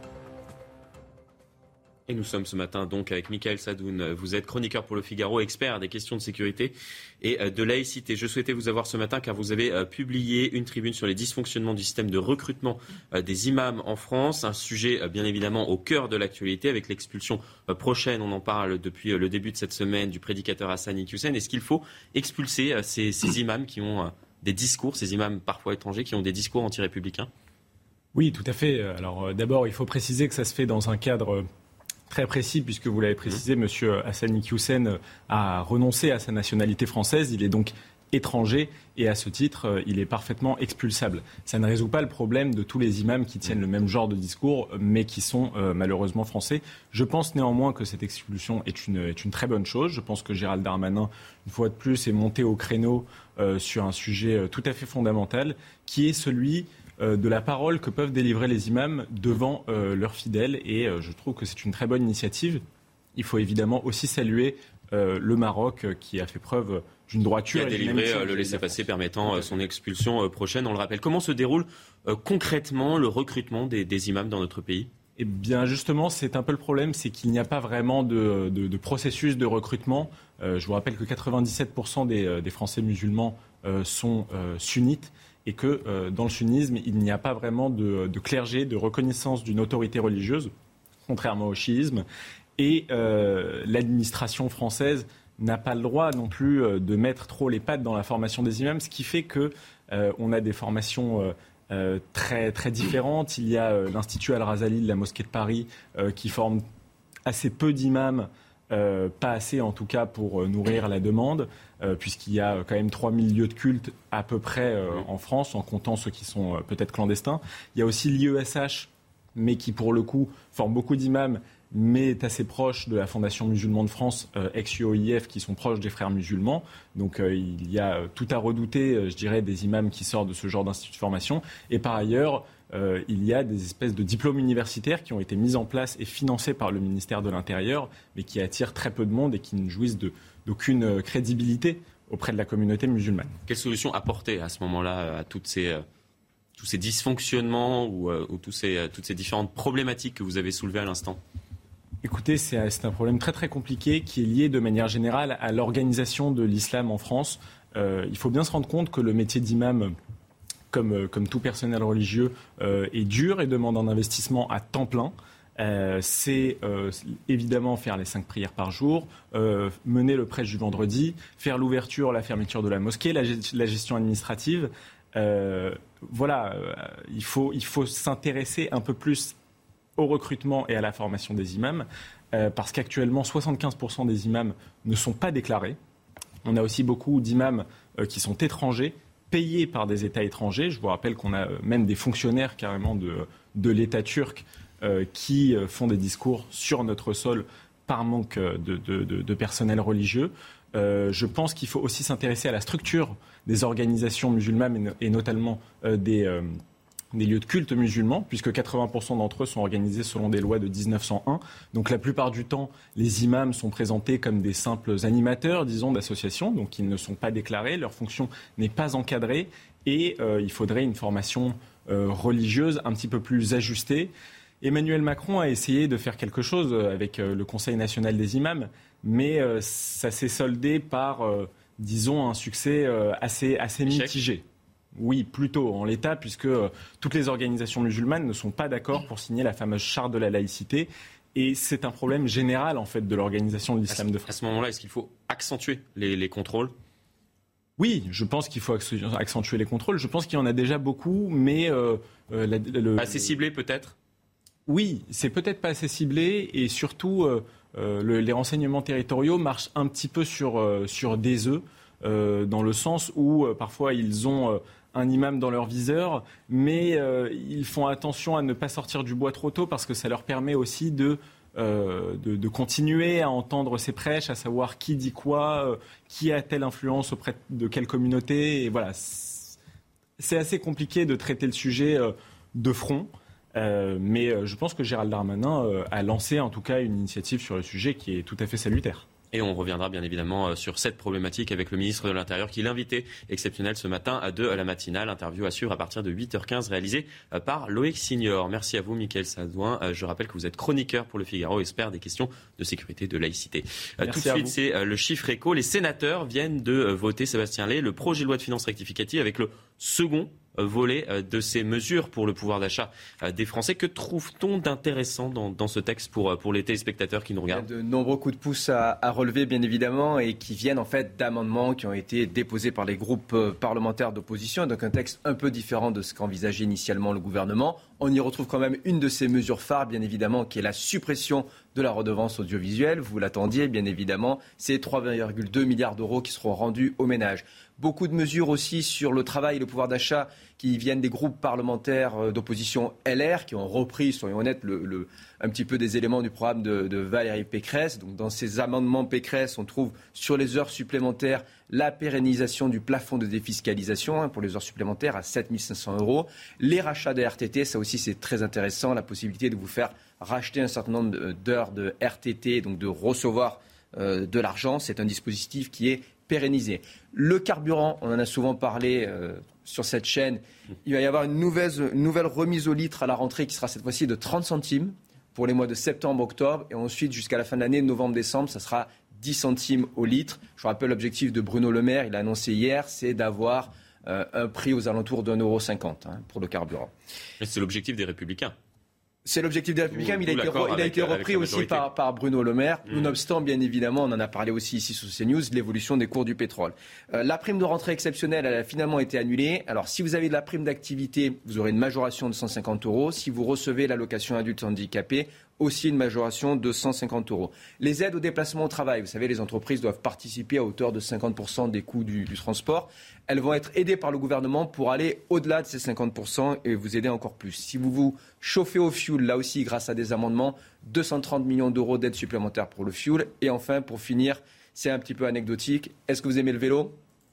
Et nous sommes ce matin donc avec Mickaël Sadoun. Vous êtes chroniqueur pour Le Figaro, expert des questions de sécurité et de laïcité. Je souhaitais vous avoir ce matin car vous avez publié une tribune sur les dysfonctionnements du système de recrutement des imams en France. Un sujet bien évidemment au cœur de l'actualité avec l'expulsion prochaine, on en parle depuis le début de cette semaine, du prédicateur Hassan Iqiyoussen. Est-ce qu'il faut expulser ces imams qui ont des discours, ces imams parfois étrangers qui ont des discours anti-républicains? Oui, tout à fait. Alors d'abord, il faut préciser que ça se fait dans un cadre très précis, puisque vous l'avez précisé, M. Hassan Iqiyoussen a renoncé à sa nationalité française. Il est donc étranger et à ce titre, il est parfaitement expulsable. Ça ne résout pas le problème de tous les imams qui tiennent le même genre de discours, mais qui sont malheureusement français. Je pense néanmoins que cette expulsion est une très bonne chose. Je pense que Gérald Darmanin, une fois de plus, est monté au créneau sur un sujet tout à fait fondamental, qui est celui de la parole que peuvent délivrer les imams devant leurs fidèles. Et je trouve que c'est une très bonne initiative. Il faut évidemment aussi saluer le Maroc qui a fait preuve d'une droiture. Qui a délivré le laissez-passer permettant son expulsion prochaine. On le rappelle. Comment se déroule concrètement le recrutement des imams dans notre pays ? Eh bien justement, c'est un peu le problème, c'est qu'il n'y a pas vraiment de processus de recrutement. Je vous rappelle que 97% des Français musulmans sont sunnites. Et que dans le sunnisme, il n'y a pas vraiment de clergé, de reconnaissance d'une autorité religieuse, contrairement au chiisme. Et l'administration française n'a pas le droit non plus de mettre trop les pattes dans la formation des imams, ce qui fait qu'on a des formations très, très différentes. Il y a l'Institut Al-Razali de la Mosquée de Paris qui forme assez peu d'imams, pas assez en tout cas pour nourrir la demande, puisqu'il y a quand même 3000 lieux de culte à peu près en France, en comptant ceux qui sont peut-être clandestins. Il y a aussi l'IESH, mais qui pour le coup forme beaucoup d'imams, mais est assez proche de la Fondation musulmane de France, ex-UOIF, qui sont proches des frères musulmans. Donc il y a tout à redouter, je dirais, des imams qui sortent de ce genre d'institut de formation. Et par ailleurs, il y a des espèces de diplômes universitaires qui ont été mis en place et financés par le ministère de l'Intérieur, mais qui attirent très peu de monde et qui ne jouissent d'aucune crédibilité auprès de la communauté musulmane. Quelle solution apporter à ce moment-là à tous ces dysfonctionnements ou toutes ces différentes problématiques que vous avez soulevées à l'instant ? Écoutez, c'est un problème très très compliqué qui est lié de manière générale à l'organisation de l'islam en France. Il faut bien se rendre compte que le métier d'imam, comme tout personnel religieux, est dur et demande un investissement à temps plein. C'est évidemment faire les 5 prières par jour, mener le prêche du vendredi, faire l'ouverture, la fermeture de la mosquée, la gestion administrative. Il faut s'intéresser un peu plus au recrutement et à la formation des imams, parce qu'actuellement 75% des imams ne sont pas déclarés. On a aussi beaucoup d'imams qui sont étrangers, payés par des États étrangers. Je vous rappelle qu'on a même des fonctionnaires carrément de l'État turc qui font des discours sur notre sol par manque de personnel religieux. Je pense qu'il faut aussi s'intéresser à la structure des organisations musulmanes et notamment des lieux de culte musulmans, puisque 80% d'entre eux sont organisés selon des lois de 1901. Donc la plupart du temps, les imams sont présentés comme des simples animateurs, disons, d'associations, donc ils ne sont pas déclarés, leur fonction n'est pas encadrée, et il faudrait une formation religieuse un petit peu plus ajustée. Emmanuel Macron a essayé de faire quelque chose avec le Conseil national des imams, mais ça s'est soldé par, disons, un succès assez mitigé. Oui, plutôt en l'état, puisque toutes les organisations musulmanes ne sont pas d'accord pour signer la fameuse charte de la laïcité. Et c'est un problème général, en fait, de l'organisation de l'islam de France. À ce moment-là, est-ce qu'il faut accentuer les contrôles ? Oui, je pense qu'il faut accentuer les contrôles. Je pense qu'il y en a déjà beaucoup, mais... assez ciblé, peut-être ? Oui, c'est peut-être pas assez ciblé. Et surtout, les renseignements territoriaux marchent un petit peu sur des œufs, dans le sens où, parfois, ils ont... un imam dans leur viseur, mais ils font attention à ne pas sortir du bois trop tôt parce que ça leur permet aussi de continuer à entendre ces prêches, à savoir qui dit quoi, qui a telle influence auprès de quelle communauté. Et voilà, c'est assez compliqué de traiter le sujet de front, mais je pense que Gérald Darmanin a lancé en tout cas une initiative sur le sujet qui est tout à fait salutaire. Et on reviendra bien évidemment sur cette problématique avec le ministre de l'Intérieur qui est l'invité exceptionnel ce matin de la matinale. Interview à suivre à partir de 8h15 réalisée par Loïc Signor. Merci à vous Mickaël Sadouin. Je rappelle que vous êtes chroniqueur pour Le Figaro, expert des questions de sécurité, de laïcité. Tout de suite, c'est le chiffre éco. Les sénateurs viennent de voter, Sébastien Lay, le projet de loi de finances rectificative avec le second volet de ces mesures pour le pouvoir d'achat des Français. Que trouve-t-on d'intéressant dans ce texte pour les téléspectateurs qui nous regardent ? Il y a de nombreux coups de pouce à relever, bien évidemment, et qui viennent en fait d'amendements qui ont été déposés par les groupes parlementaires d'opposition. Donc un texte un peu différent de ce qu'envisageait initialement le gouvernement. On y retrouve quand même une de ces mesures phares, bien évidemment, qui est la suppression de la redevance audiovisuelle. Vous l'attendiez, bien évidemment. C'est 3,2 milliards d'euros qui seront rendus aux ménages. Beaucoup de mesures aussi sur le travail et le pouvoir d'achat qui viennent des groupes parlementaires d'opposition LR, qui ont repris, soyons honnêtes, un petit peu des éléments du programme de Valérie Pécresse. Donc, dans ces amendements Pécresse, on trouve sur les heures supplémentaires la pérennisation du plafond de défiscalisation pour les heures supplémentaires à 7 500 €. Les rachats de RTT, ça aussi c'est très intéressant, la possibilité de vous faire racheter un certain nombre d'heures de RTT, donc de recevoir de l'argent. C'est un dispositif qui est pérennisé. Le carburant, on en a souvent parlé sur cette chaîne. Il va y avoir une nouvelle remise au litre à la rentrée qui sera cette fois-ci de 30 centimes pour les mois de septembre, octobre. Et ensuite, jusqu'à la fin de l'année, novembre, décembre, ça sera 10 centimes au litre. Je vous rappelle l'objectif de Bruno Le Maire, il a annoncé hier, c'est d'avoir un prix aux alentours de 1,50 € pour le carburant. Et c'est l'objectif des Républicains. C'est l'objectif des Républicains, mais il a été repris aussi par Bruno Le Maire. Nonobstant, bien évidemment, on en a parlé aussi ici sur CNews, l'évolution des cours du pétrole. La prime de rentrée exceptionnelle, elle a finalement été annulée. Alors, si vous avez de la prime d'activité, vous aurez une majoration de 150 €. Si vous recevez l'allocation adulte handicapé, aussi une majoration de 150 €. Les aides au déplacement au travail, vous savez, les entreprises doivent participer à hauteur de 50% des coûts du transport. Elles vont être aidées par le gouvernement pour aller au-delà de ces 50% et vous aider encore plus. Si vous vous chauffez au fioul, là aussi, grâce à des amendements, 230 millions d'euros d'aides supplémentaires pour le fioul. Et enfin, pour finir, c'est un petit peu anecdotique. Est-ce que vous aimez le vélo ?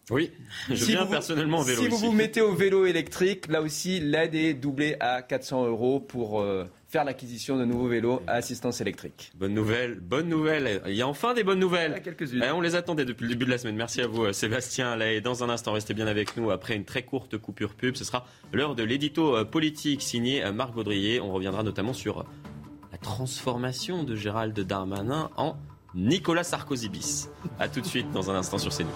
Oui, je viens personnellement en vélo. Si ici. vous vous mettez au vélo électrique, là aussi, l'aide est doublée à 400 € pour faire l'acquisition de nouveaux vélos à assistance électrique. Bonne nouvelle. Il y a enfin des bonnes nouvelles. Il y en a quelques-unes. On les attendait depuis le début de la semaine. Merci à vous, Sébastien Lahaye. Dans un instant, restez bien avec nous. Après une très courte coupure pub, ce sera l'heure de l'édito politique signé Marc Baudrier. On reviendra notamment sur la transformation de Gérald Darmanin en Nicolas Sarkozy bis. A tout de suite dans un instant sur CNews.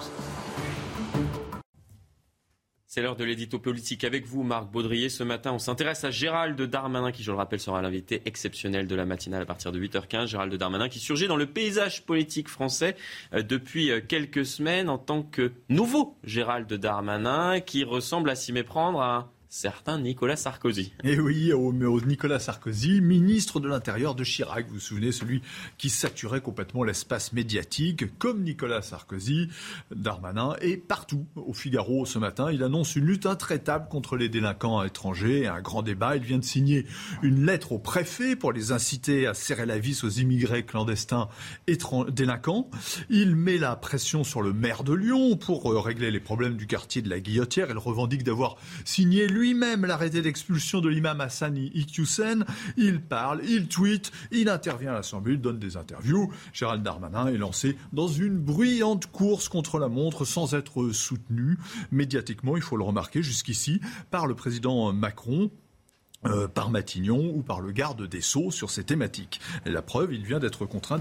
C'est l'heure de l'édito politique avec vous, Marc Baudrier. Ce matin, on s'intéresse à Gérald Darmanin, qui, je le rappelle, sera l'invité exceptionnel de la matinale à partir de 8h15. Gérald Darmanin qui surgit dans le paysage politique français depuis quelques semaines en tant que nouveau Gérald Darmanin, qui ressemble à s'y méprendre à un certain Nicolas Sarkozy. Et oui, au Nicolas Sarkozy, ministre de l'Intérieur de Chirac. Vous vous souvenez, celui qui saturait complètement l'espace médiatique, comme Nicolas Sarkozy. Darmanin est partout. Au Figaro, ce matin, il annonce une lutte intraitable contre les délinquants étrangers. Un grand débat. Il vient de signer une lettre au préfet pour les inciter à serrer la vis aux immigrés clandestins délinquants. Il met la pression sur le maire de Lyon pour régler les problèmes du quartier de la Guillotière. Il revendique d'avoir signé lui-même l'arrêté d'expulsion de l'imam Hassan Iqiyoussen. Il parle, il tweet, il intervient à l'Assemblée, il donne des interviews. Gérald Darmanin est lancé dans une bruyante course contre la montre sans être soutenu médiatiquement, il faut le remarquer jusqu'ici, par le président Macron. Par Matignon ou par le garde des Sceaux sur ces thématiques. Et la preuve, il vient d'être contraint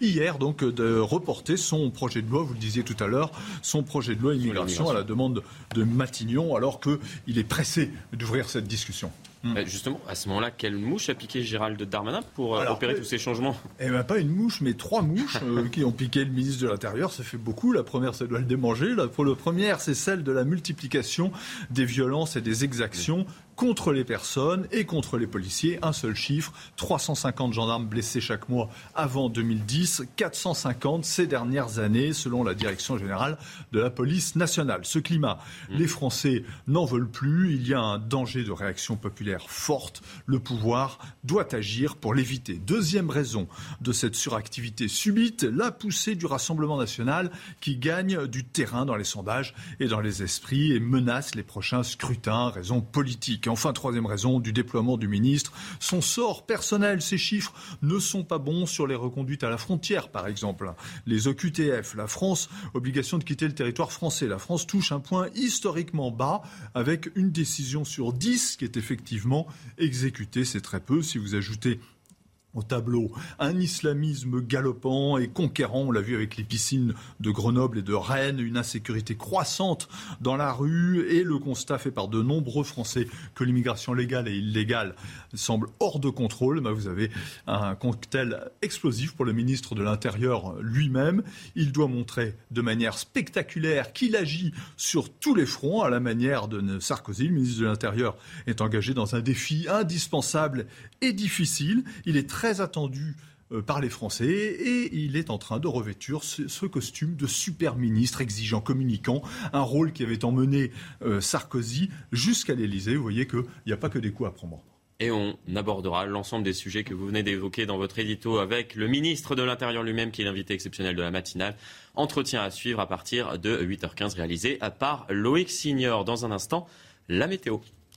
de reporter son projet de loi, vous le disiez tout à l'heure, son projet de loi immigration à la demande de Matignon, alors qu'il est pressé d'ouvrir cette discussion. Justement, à ce moment-là, quelle mouche a piqué Gérald Darmanin pour opérer tous ces changements ? Eh bien, pas une mouche, mais 3 mouches qui ont piqué le ministre de l'Intérieur. Ça fait beaucoup. La première, ça doit le démanger. La première, c'est celle de la multiplication des violences et des exactions contre les personnes et contre les policiers. Un seul chiffre, 350 gendarmes blessés chaque mois avant 2010, 450 ces dernières années, selon la Direction générale de la police nationale. Ce climat, les Français n'en veulent plus. Il y a un danger de réaction populaire forte. Le pouvoir doit agir pour l'éviter. Deuxième raison de cette suractivité subite, la poussée du Rassemblement national qui gagne du terrain dans les sondages et dans les esprits et menace les prochains scrutins, raison politique. Enfin, troisième raison, du déploiement du ministre. Son sort personnel, ces chiffres ne sont pas bons sur les reconduites à la frontière, par exemple. Les OQTF, la France, obligation de quitter le territoire français. La France touche un point historiquement bas avec une décision sur 10 qui est effectivement exécutée. C'est très peu. Si vous ajoutez au tableau un islamisme galopant et conquérant, on l'a vu avec les piscines de Grenoble et de Rennes, une insécurité croissante dans la rue et le constat fait par de nombreux Français que l'immigration légale et illégale semble hors de contrôle. Vous avez un cocktail explosif pour le ministre de l'Intérieur lui-même. Il doit montrer de manière spectaculaire qu'il agit sur tous les fronts à la manière de Sarkozy. Le ministre de l'Intérieur est engagé dans un défi indispensable et difficile. Il est très attendu par les Français et il est en train de revêtir ce costume de super ministre exigeant, communicant, un rôle qui avait emmené Sarkozy jusqu'à l'Élysée. Vous voyez qu'il n'y a pas que des coups à prendre. Et on abordera l'ensemble des sujets que vous venez d'évoquer dans votre édito avec le ministre de l'Intérieur lui-même qui est l'invité exceptionnel de la matinale. Entretien à suivre à partir de 8h15 réalisé par Loïc Signor. Dans un instant, la météo.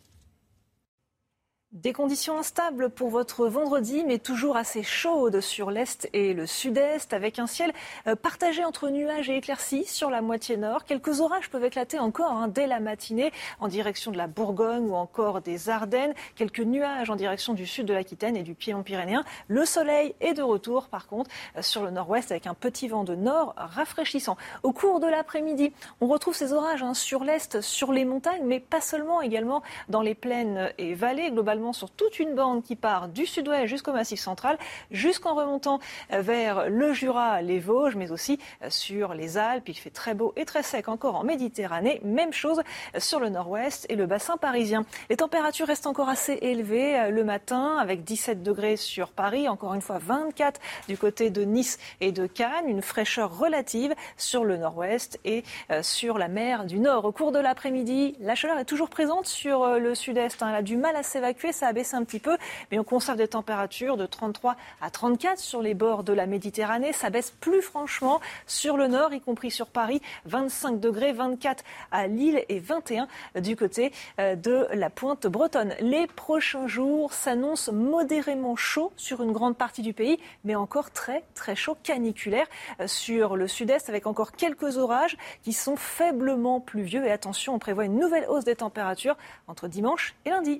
Des conditions instables pour votre vendredi, mais toujours assez chaudes sur l'est et le sud-est, avec un ciel partagé entre nuages et éclaircies sur la moitié nord. Quelques orages peuvent éclater encore dès la matinée en direction de la Bourgogne ou encore des Ardennes. Quelques nuages en direction du sud de l'Aquitaine et du Piémont pyrénéen. Le soleil est de retour, par contre, sur le nord-ouest avec un petit vent de nord rafraîchissant. Au cours de l'après-midi, on retrouve ces orages sur l'est, sur les montagnes, mais pas seulement, également dans les plaines et vallées, globalement sur toute une bande qui part du sud-ouest jusqu'au Massif central, jusqu'en remontant vers le Jura, les Vosges, mais aussi sur les Alpes. Il fait très beau et très sec encore en Méditerranée. Même chose sur le nord-ouest et le bassin parisien. Les températures restent encore assez élevées le matin, avec 17 degrés sur Paris, encore une fois 24 du côté de Nice et de Cannes. Une fraîcheur relative sur le nord-ouest et sur la mer du Nord. Au cours de l'après-midi, la chaleur est toujours présente sur le sud-est. Elle a du mal à s'évacuer. ça a baissé un petit peu, mais on conserve des températures de 33 à 34 sur les bords de la Méditerranée. Ça baisse plus franchement sur le nord, y compris sur Paris, 25 degrés, 24 à Lille et 21 du côté de la pointe bretonne. Les prochains jours s'annoncent modérément chauds sur une grande partie du pays, mais encore très très chaud, caniculaire sur le sud-est avec encore quelques orages qui sont faiblement pluvieux. Et attention, on prévoit une nouvelle hausse des températures entre dimanche et lundi.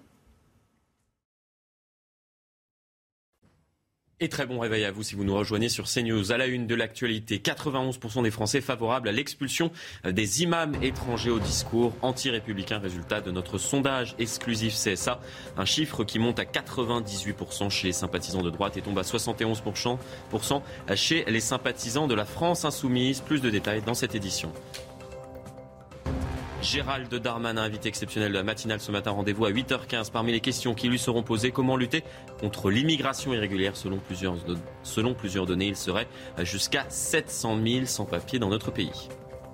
Et très bon réveil à vous si vous nous rejoignez sur CNews. À la une de l'actualité, 91% des Français favorables à l'expulsion des imams étrangers au discours anti-républicain. Résultat de notre sondage exclusif CSA. Un chiffre qui monte à 98% chez les sympathisants de droite et tombe à 71% chez les sympathisants de la France insoumise. Plus de détails dans cette édition. Gérald Darmanin, invité exceptionnel de la matinale ce matin, rendez-vous à 8h15. Parmi les questions qui lui seront posées, comment lutter contre l'immigration irrégulière? Selon plusieurs données, il serait jusqu'à 700 000 sans-papiers dans notre pays.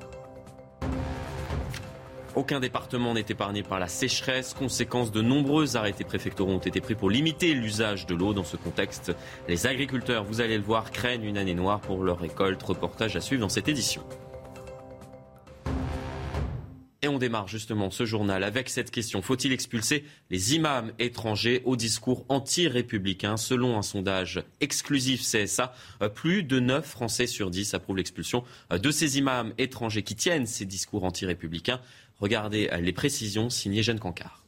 Aucun département n'est épargné par la sécheresse. Conséquence, de nombreux arrêtés préfectoraux ont été pris pour limiter l'usage de l'eau. Dans ce contexte, les agriculteurs, vous allez le voir, craignent une année noire pour leur récolte. Reportage à suivre dans cette édition. Et on démarre justement ce journal avec cette question. Faut-il expulser les imams étrangers au discours anti-républicain? Selon un sondage exclusif CSA, plus de 9 Français sur 10 approuvent l'expulsion de ces imams étrangers qui tiennent ces discours anti-républicains. Regardez les précisions signées Jeanne Cancard.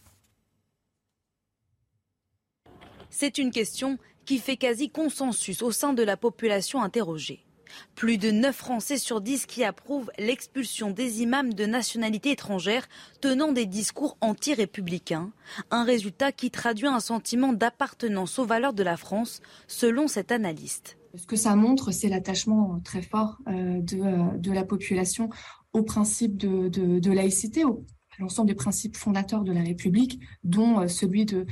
C'est une question qui fait quasi consensus au sein de la population interrogée. Plus de 9 Français sur 10 qui approuvent l'expulsion des imams de nationalité étrangère tenant des discours anti-républicains. Un résultat qui traduit un sentiment d'appartenance aux valeurs de la France, selon cet analyste. Ce que ça montre, c'est l'attachement très fort de la population au principe de laïcité, à l'ensemble des principes fondateurs de la République, dont celui de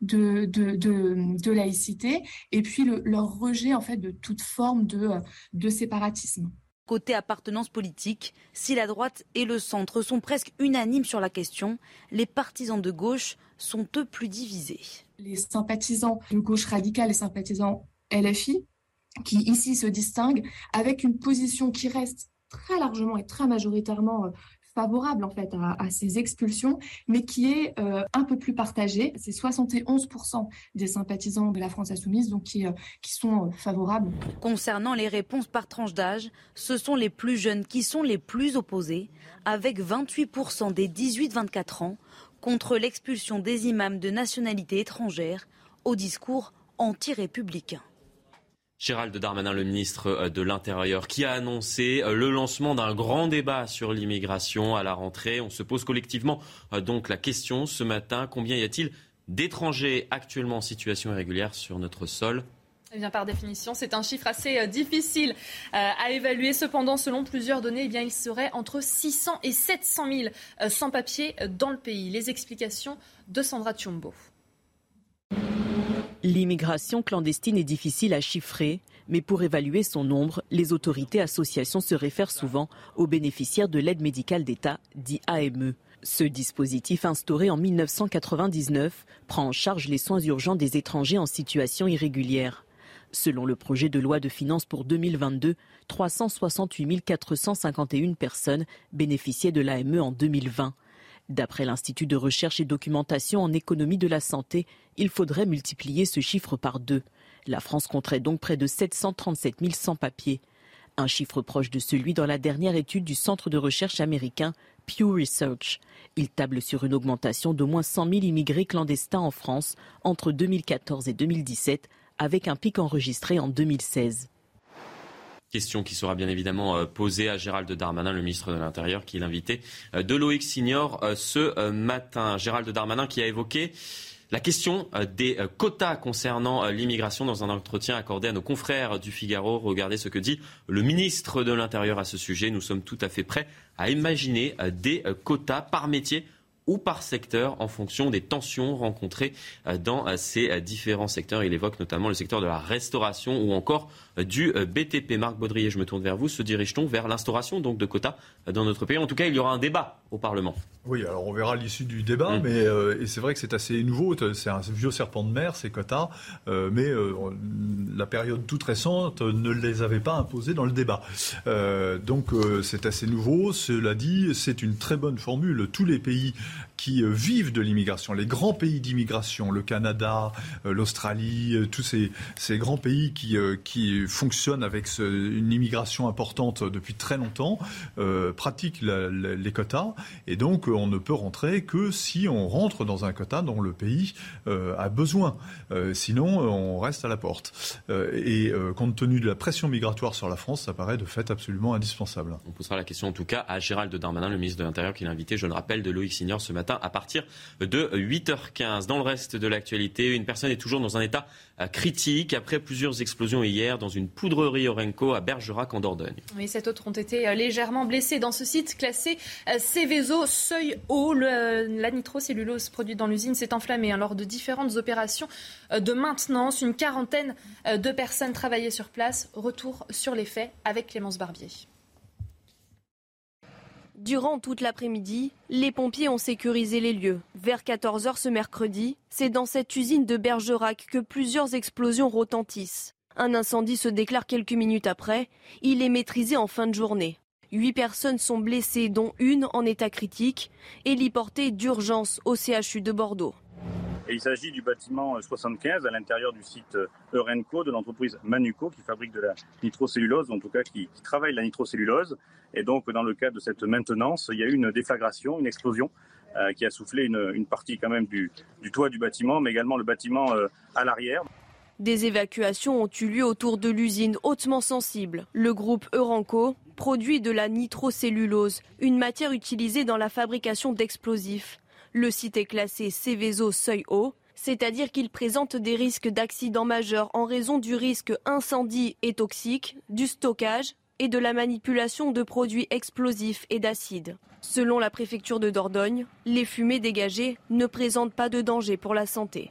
laïcité, et puis leur rejet en fait de toute forme de séparatisme. Côté appartenance politique, si la droite et le centre sont presque unanimes sur la question, les partisans de gauche sont eux plus divisés. Les sympathisants de gauche radicale, les sympathisants LFI, qui ici se distinguent avec une position qui reste très largement et très majoritairement favorable en fait à ces expulsions, mais qui est un peu plus partagée. C'est 71% des sympathisants de la France insoumise donc qui sont favorables. Concernant les réponses par tranche d'âge, ce sont les plus jeunes qui sont les plus opposés, avec 28% des 18-24 ans contre l'expulsion des imams de nationalité étrangère au discours anti-républicain. Gérald Darmanin, le ministre de l'Intérieur, qui a annoncé le lancement d'un grand débat sur l'immigration à la rentrée. On se pose collectivement donc la question ce matin, combien y a-t-il d'étrangers actuellement en situation irrégulière sur notre sol ? Eh bien, par définition, c'est un chiffre assez difficile à évaluer. Cependant, selon plusieurs données, eh bien, il serait entre 600 et 700 000 sans-papiers dans le pays. Les explications de Sandra Tchombo. L'immigration clandestine est difficile à chiffrer, mais pour évaluer son nombre, les autorités associations se réfèrent souvent aux bénéficiaires de l'aide médicale d'État, dit AME. Ce dispositif, instauré en 1999, prend en charge les soins urgents des étrangers en situation irrégulière. Selon le projet de loi de finances pour 2022, 368 451 personnes bénéficiaient de l'AME en 2020. D'après l'Institut de recherche et documentation en économie de la santé, il faudrait multiplier ce chiffre par 2. La France compterait donc près de 737 000 sans-papiers. Un chiffre proche de celui dans la dernière étude du centre de recherche américain Pew Research. Il table sur une augmentation d'au moins 100 000 immigrés clandestins en France entre 2014 et 2017, avec un pic enregistré en 2016. Question qui sera bien évidemment posée à Gérald Darmanin, le ministre de l'Intérieur, qui est l'invité de Loïc Signor ce matin. Gérald Darmanin qui a évoqué la question des quotas concernant l'immigration dans un entretien accordé à nos confrères du Figaro. Regardez ce que dit le ministre de l'Intérieur à ce sujet. Nous sommes tout à fait prêts à imaginer des quotas par métier ou par secteur en fonction des tensions rencontrées dans ces différents secteurs. Il évoque notamment le secteur de la restauration ou encore du BTP. Marc Baudrier, je me tourne vers vous. Se dirige-t-on vers l'instauration donc de quotas dans notre pays? En tout cas, il y aura un débat au Parlement. Oui, alors on verra l'issue du débat, mais et c'est vrai que c'est assez nouveau, c'est un vieux serpent de mer, ces quotas, mais la période toute récente ne les avait pas imposés dans le débat. Donc c'est assez nouveau, cela dit, c'est une très bonne formule. Tous les pays qui vivent de l'immigration, les grands pays d'immigration, le Canada, l'Australie, tous ces grands pays qui fonctionnent avec une immigration importante depuis très longtemps, pratiquent les quotas, et donc on ne peut rentrer que si on rentre dans un quota dont le pays a besoin. Sinon, on reste à la porte. Et compte tenu de la pression migratoire sur la France, ça paraît de fait absolument indispensable. On posera la question en tout cas à Gérald Darmanin, le ministre de l'Intérieur, qui l'a invité, je le rappelle, de Loïc Signor ce matin à partir de 8h15. Dans le reste de l'actualité, une personne est toujours dans un état critique après plusieurs explosions hier dans une poudrerie Orenco à Bergerac en Dordogne. Oui, 7 autres ont été légèrement blessés dans ce site classé Seveso seuil haut. La nitrocellulose produite dans l'usine s'est enflammée lors de différentes opérations de maintenance. Une quarantaine de personnes travaillaient sur place. Retour sur les faits avec Clémence Barbier. Durant toute l'après-midi, les pompiers ont sécurisé les lieux. Vers 14h ce mercredi, c'est dans cette usine de Bergerac que plusieurs explosions retentissent. Un incendie se déclare quelques minutes après. Il est maîtrisé en fin de journée. 8 personnes sont blessées, dont une en état critique, héliportée d'urgence au CHU de Bordeaux. Et il s'agit du bâtiment 75 à l'intérieur du site Orenco de l'entreprise Manuco qui fabrique de la nitrocellulose, en tout cas qui travaille la nitrocellulose. Et donc dans le cadre de cette maintenance, il y a eu une déflagration, une explosion qui a soufflé une partie quand même du toit du bâtiment, mais également le bâtiment à l'arrière. Des évacuations ont eu lieu autour de l'usine hautement sensible. Le groupe Orenco produit de la nitrocellulose, une matière utilisée dans la fabrication d'explosifs. Le site est classé Seveso seuil haut, c'est-à-dire qu'il présente des risques d'accidents majeurs en raison du risque incendie et toxique, du stockage et de la manipulation de produits explosifs et d'acides. Selon la préfecture de Dordogne, les fumées dégagées ne présentent pas de danger pour la santé.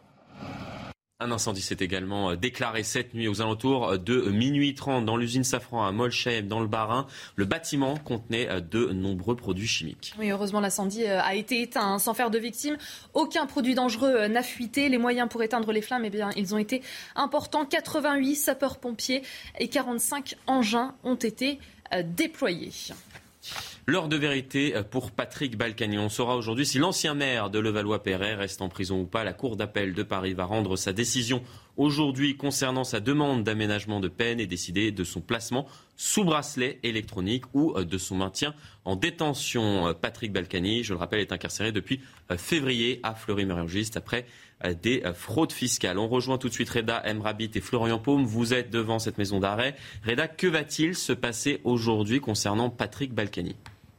Un incendie s'est également déclaré cette nuit aux alentours de minuit 30 dans l'usine Safran à Molsheim dans le Bas-Rhin. Le bâtiment contenait de nombreux produits chimiques. Oui, heureusement l'incendie a été éteint sans faire de victimes. Aucun produit dangereux n'a fuité. Les moyens pour éteindre les flammes, ils ont été importants. 88 sapeurs-pompiers et 45 engins ont été déployés. L'heure de vérité pour Patrick Balkany. On saura aujourd'hui si l'ancien maire de Levallois-Perret reste en prison ou pas. La Cour d'appel de Paris va rendre sa décision aujourd'hui concernant sa demande d'aménagement de peine et décider de son placement sous bracelet électronique ou de son maintien en détention. Patrick Balkany, je le rappelle, est incarcéré depuis février à Fleury-Mérogis après des fraudes fiscales. On rejoint tout de suite Reda Emrabit et Florian Paume. Vous êtes devant cette maison d'arrêt. Reda, que va-t-il se passer aujourd'hui concernant Patrick Balkany ?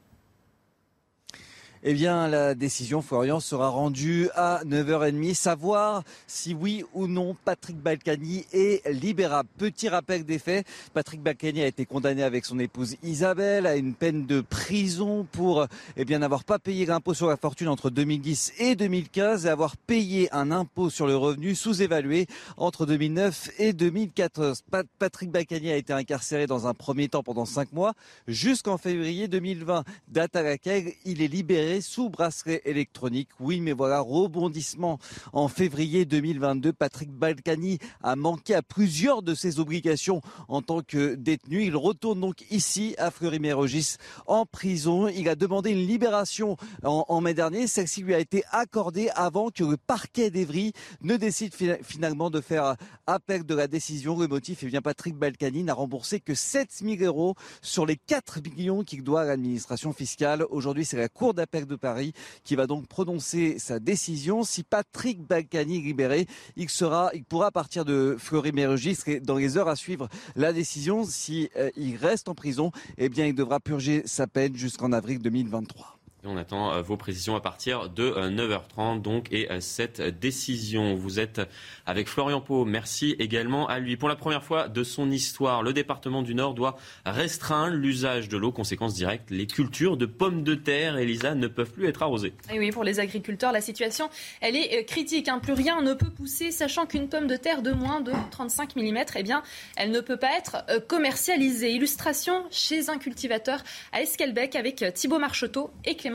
Eh bien, la décision, Florian, sera rendue à 9h30. Savoir si oui ou non Patrick Balkany est libérable. Petit rappel des faits. Patrick Balkany a été condamné avec son épouse Isabelle à une peine de prison pour n'avoir pas payé l'impôt sur la fortune entre 2010 et 2015 et avoir payé un impôt sur le revenu sous-évalué entre 2009 et 2014. Patrick Balkany a été incarcéré dans un premier temps pendant 5 mois jusqu'en février 2020, date à laquelle il est libéré sous bracelet électronique. Oui, mais voilà, rebondissement. En février 2022, Patrick Balkany a manqué à plusieurs de ses obligations en tant que détenu. Il retourne donc ici à Fleury-Mérogis en prison. Il a demandé une libération en mai dernier. Celle-ci lui a été accordée avant que le parquet d'Evry ne décide finalement de faire appel de la décision. Le motif, Patrick Balkany n'a remboursé que 7 000 € sur les 4 millions qu'il doit à l'administration fiscale. Aujourd'hui, c'est la Cour d'appel de Paris qui va donc prononcer sa décision. Si Patrick Balkany est libéré, il pourra partir de Fleury-Mérogis. Dans les heures à suivre la décision, si il reste en prison, il devra purger sa peine jusqu'en avril 2023. On attend vos précisions à partir de 9h30 donc et cette décision. Vous êtes avec Florian Pau. Merci également à lui. Pour la première fois de son histoire, le département du Nord doit restreindre l'usage de l'eau. Conséquence directe, les cultures de pommes de terre, Elisa, ne peuvent plus être arrosées. Et oui, pour les agriculteurs, la situation, elle est critique. Plus rien ne peut pousser, sachant qu'une pomme de terre de moins de 35 mm, elle ne peut pas être commercialisée. Illustration chez un cultivateur à Esquelbec avec Thibaut Marcheteau et Clément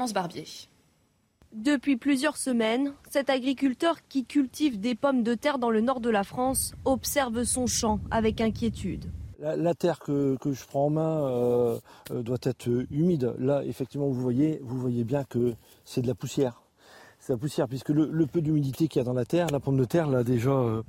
Clémence Barbier. Depuis plusieurs semaines, cet agriculteur qui cultive des pommes de terre dans le nord de la France observe son champ avec inquiétude. La terre que je prends en main doit être humide. Là, effectivement, vous voyez bien que c'est de la poussière. C'est la poussière, puisque le peu d'humidité qu'il y a dans la terre, la pomme de terre l'a déjà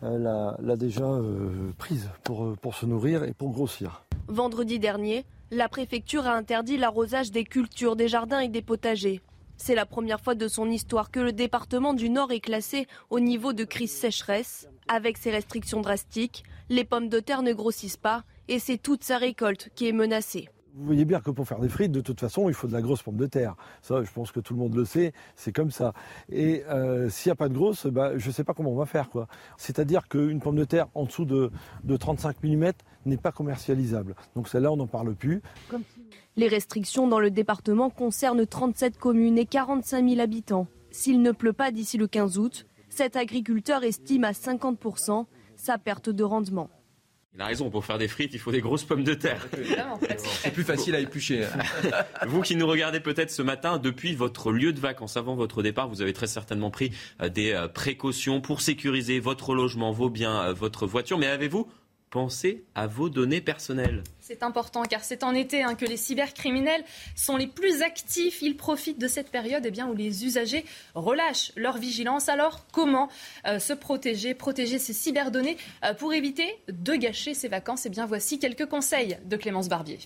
prise pour se nourrir et pour grossir. Vendredi dernier, la préfecture a interdit l'arrosage des cultures, des jardins et des potagers. C'est la première fois de son histoire que le département du Nord est classé au niveau de crise sécheresse. Avec ces restrictions drastiques, les pommes de terre ne grossissent pas et c'est toute sa récolte qui est menacée. Vous voyez bien que pour faire des frites, de toute façon, il faut de la grosse pomme de terre. Ça, je pense que tout le monde le sait, c'est comme ça. Et s'il n'y a pas de grosse, je ne sais pas comment on va faire, quoi. C'est-à-dire qu'une pomme de terre en dessous de 35 mm n'est pas commercialisable. Donc celle-là, on n'en parle plus. Les restrictions dans le département concernent 37 communes et 45 000 habitants. S'il ne pleut pas d'ici le 15 août, cet agriculteur estime à 50% sa perte de rendement. Il a raison, pour faire des frites, il faut des grosses pommes de terre. C'est plus facile à éplucher. Vous qui nous regardez peut-être ce matin depuis votre lieu de vacances, avant votre départ, vous avez très certainement pris des précautions pour sécuriser votre logement, vos biens, votre voiture. Mais avez-vous pensé à vos données personnelles? C'est important car c'est en été que les cybercriminels sont les plus actifs. Ils profitent de cette période où les usagers relâchent leur vigilance. Alors comment se protéger ces cyberdonnées pour éviter de gâcher ses vacances? Voici quelques conseils de Clémence Barbier.